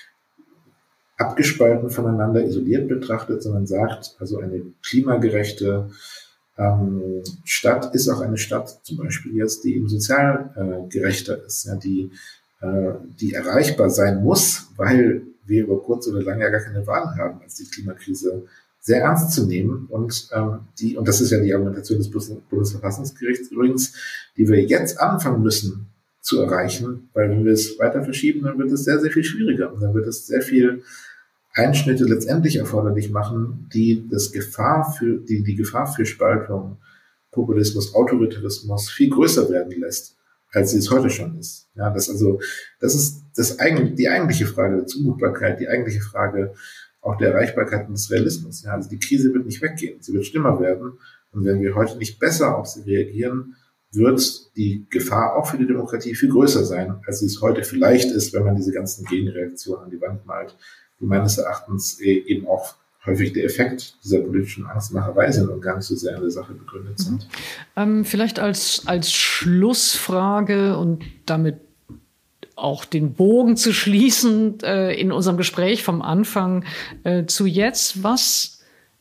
abgespalten voneinander isoliert betrachtet, sondern sagt, also eine klimagerechte Ähm, Stadt ist auch eine Stadt, zum Beispiel jetzt, die eben sozial äh, gerechter ist, ja, die, äh, die erreichbar sein muss, weil wir über kurz oder lang ja gar keine Wahl haben, als die Klimakrise sehr ernst zu nehmen. Und ähm, die, und das ist ja die Argumentation des Bundesverfassungsgerichts übrigens, die wir jetzt anfangen müssen zu erreichen, weil wenn wir es weiter verschieben, dann wird es sehr, sehr viel schwieriger und dann wird es sehr viel Einschnitte letztendlich erforderlich machen, die das Gefahr für, die, die Gefahr für Spaltung, Populismus, Autoritarismus viel größer werden lässt, als sie es heute schon ist. Ja, das also, das ist das eigentlich, die eigentliche Frage der Zumutbarkeit, die eigentliche Frage auch der Erreichbarkeit und des Realismus. Ja, also die Krise wird nicht weggehen, sie wird schlimmer werden. Und wenn wir heute nicht besser auf sie reagieren, wird die Gefahr auch für die Demokratie viel größer sein, als sie es heute vielleicht ist, wenn man diese ganzen Gegenreaktionen an die Wand malt, die meines Erachtens eben auch häufig der Effekt dieser politischen Angstmacherei sind und gar nicht so sehr in der Sache begründet sind. Mhm. Ähm, vielleicht als, als Schlussfrage und damit auch den Bogen zu schließen äh, in unserem Gespräch vom Anfang äh, zu jetzt. Was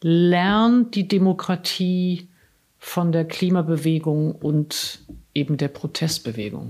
lernt die Demokratie von der Klimabewegung und eben der Protestbewegung?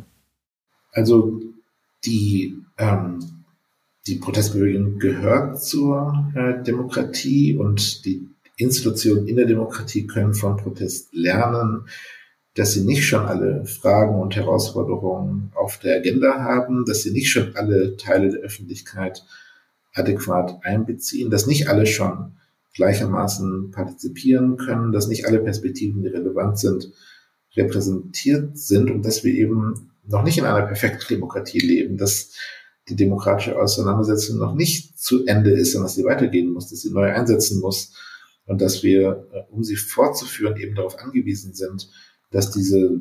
Also die ähm, Die Protestbewegung gehört zur äh, Demokratie und die Institutionen in der Demokratie können vom Protest lernen, dass sie nicht schon alle Fragen und Herausforderungen auf der Agenda haben, dass sie nicht schon alle Teile der Öffentlichkeit adäquat einbeziehen, dass nicht alle schon gleichermaßen partizipieren können, dass nicht alle Perspektiven, die relevant sind, repräsentiert sind und dass wir eben noch nicht in einer perfekten Demokratie leben, dass die demokratische Auseinandersetzung noch nicht zu Ende ist, sondern dass sie weitergehen muss, dass sie neu einsetzen muss und dass wir, um sie fortzuführen, eben darauf angewiesen sind, dass diese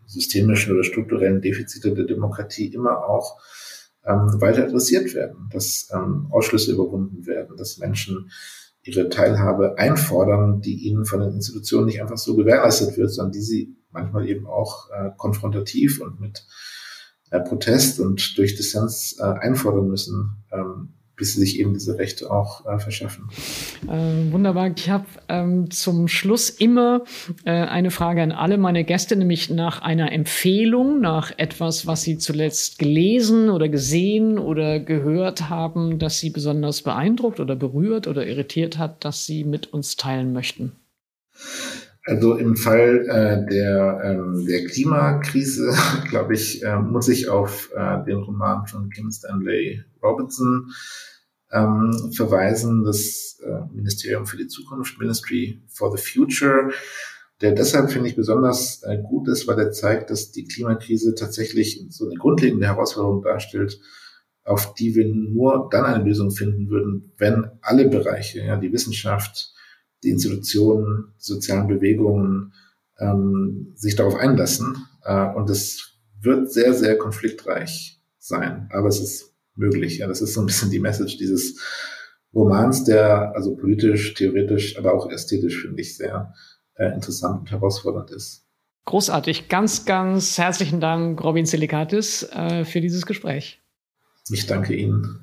systemischen oder strukturellen Defizite der Demokratie immer auch ähm, weiter adressiert werden, dass ähm, Ausschlüsse überwunden werden, dass Menschen ihre Teilhabe einfordern, die ihnen von den Institutionen nicht einfach so gewährleistet wird, sondern die sie manchmal eben auch äh, konfrontativ und mit äh, Protest und durch Dissens äh, einfordern müssen, ähm, bis sie sich eben diese Rechte auch äh, verschaffen. Äh, wunderbar. Ich habe ähm, zum Schluss immer äh, eine Frage an alle meine Gäste, nämlich nach einer Empfehlung, nach etwas, was Sie zuletzt gelesen oder gesehen oder gehört haben, das Sie besonders beeindruckt oder berührt oder irritiert hat, das Sie mit uns teilen möchten. Also im Fall äh, der, ähm, der Klimakrise, glaube ich, äh, muss ich auf äh, den Roman von Kim Stanley Robinson ähm, verweisen, das äh, Ministerium für die Zukunft, Ministry for the Future, der deshalb, finde ich, besonders äh, gut ist, weil er zeigt, dass die Klimakrise tatsächlich so eine grundlegende Herausforderung darstellt, auf die wir nur dann eine Lösung finden würden, wenn alle Bereiche, ja, die Wissenschaft, die Institutionen, die sozialen Bewegungen ähm, sich darauf einlassen. Äh, und es wird sehr, sehr konfliktreich sein. Aber es ist möglich. Ja, das ist so ein bisschen die Message dieses Romans, der also politisch, theoretisch, aber auch ästhetisch, finde ich, sehr äh, interessant und herausfordernd ist. Großartig. Ganz, ganz herzlichen Dank, Robin Tsilikatis, äh, für dieses Gespräch. Ich danke Ihnen.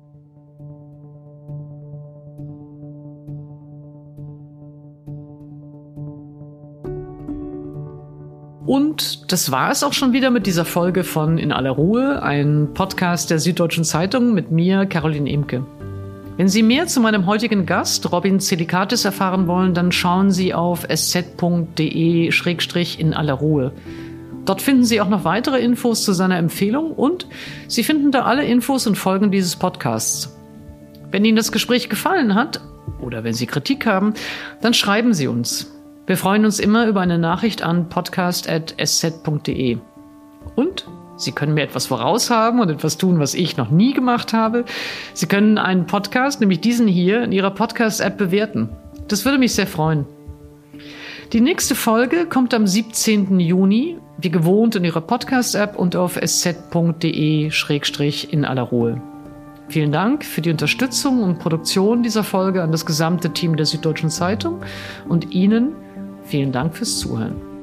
Und das war es auch schon wieder mit dieser Folge von In aller Ruhe, ein Podcast der Süddeutschen Zeitung mit mir, Caroline Emke. Wenn Sie mehr zu meinem heutigen Gast, Robin Tsilikatis, erfahren wollen, dann schauen Sie auf s z punkt d e schrägstrich in aller Ruhe. Dort finden Sie auch noch weitere Infos zu seiner Empfehlung und Sie finden da alle Infos und Folgen dieses Podcasts. Wenn Ihnen das Gespräch gefallen hat oder wenn Sie Kritik haben, dann schreiben Sie uns. Wir freuen uns immer über eine Nachricht an podcast at s z punkt d e. Und Sie können mir etwas voraushaben und etwas tun, was ich noch nie gemacht habe. Sie können einen Podcast, nämlich diesen hier, in Ihrer Podcast-App bewerten. Das würde mich sehr freuen. Die nächste Folge kommt am siebzehnten Juni, wie gewohnt in Ihrer Podcast-App und auf s z punkt d e schrägstrich in aller Ruhe. Vielen Dank für die Unterstützung und Produktion dieser Folge an das gesamte Team der Süddeutschen Zeitung und Ihnen vielen Dank fürs Zuhören.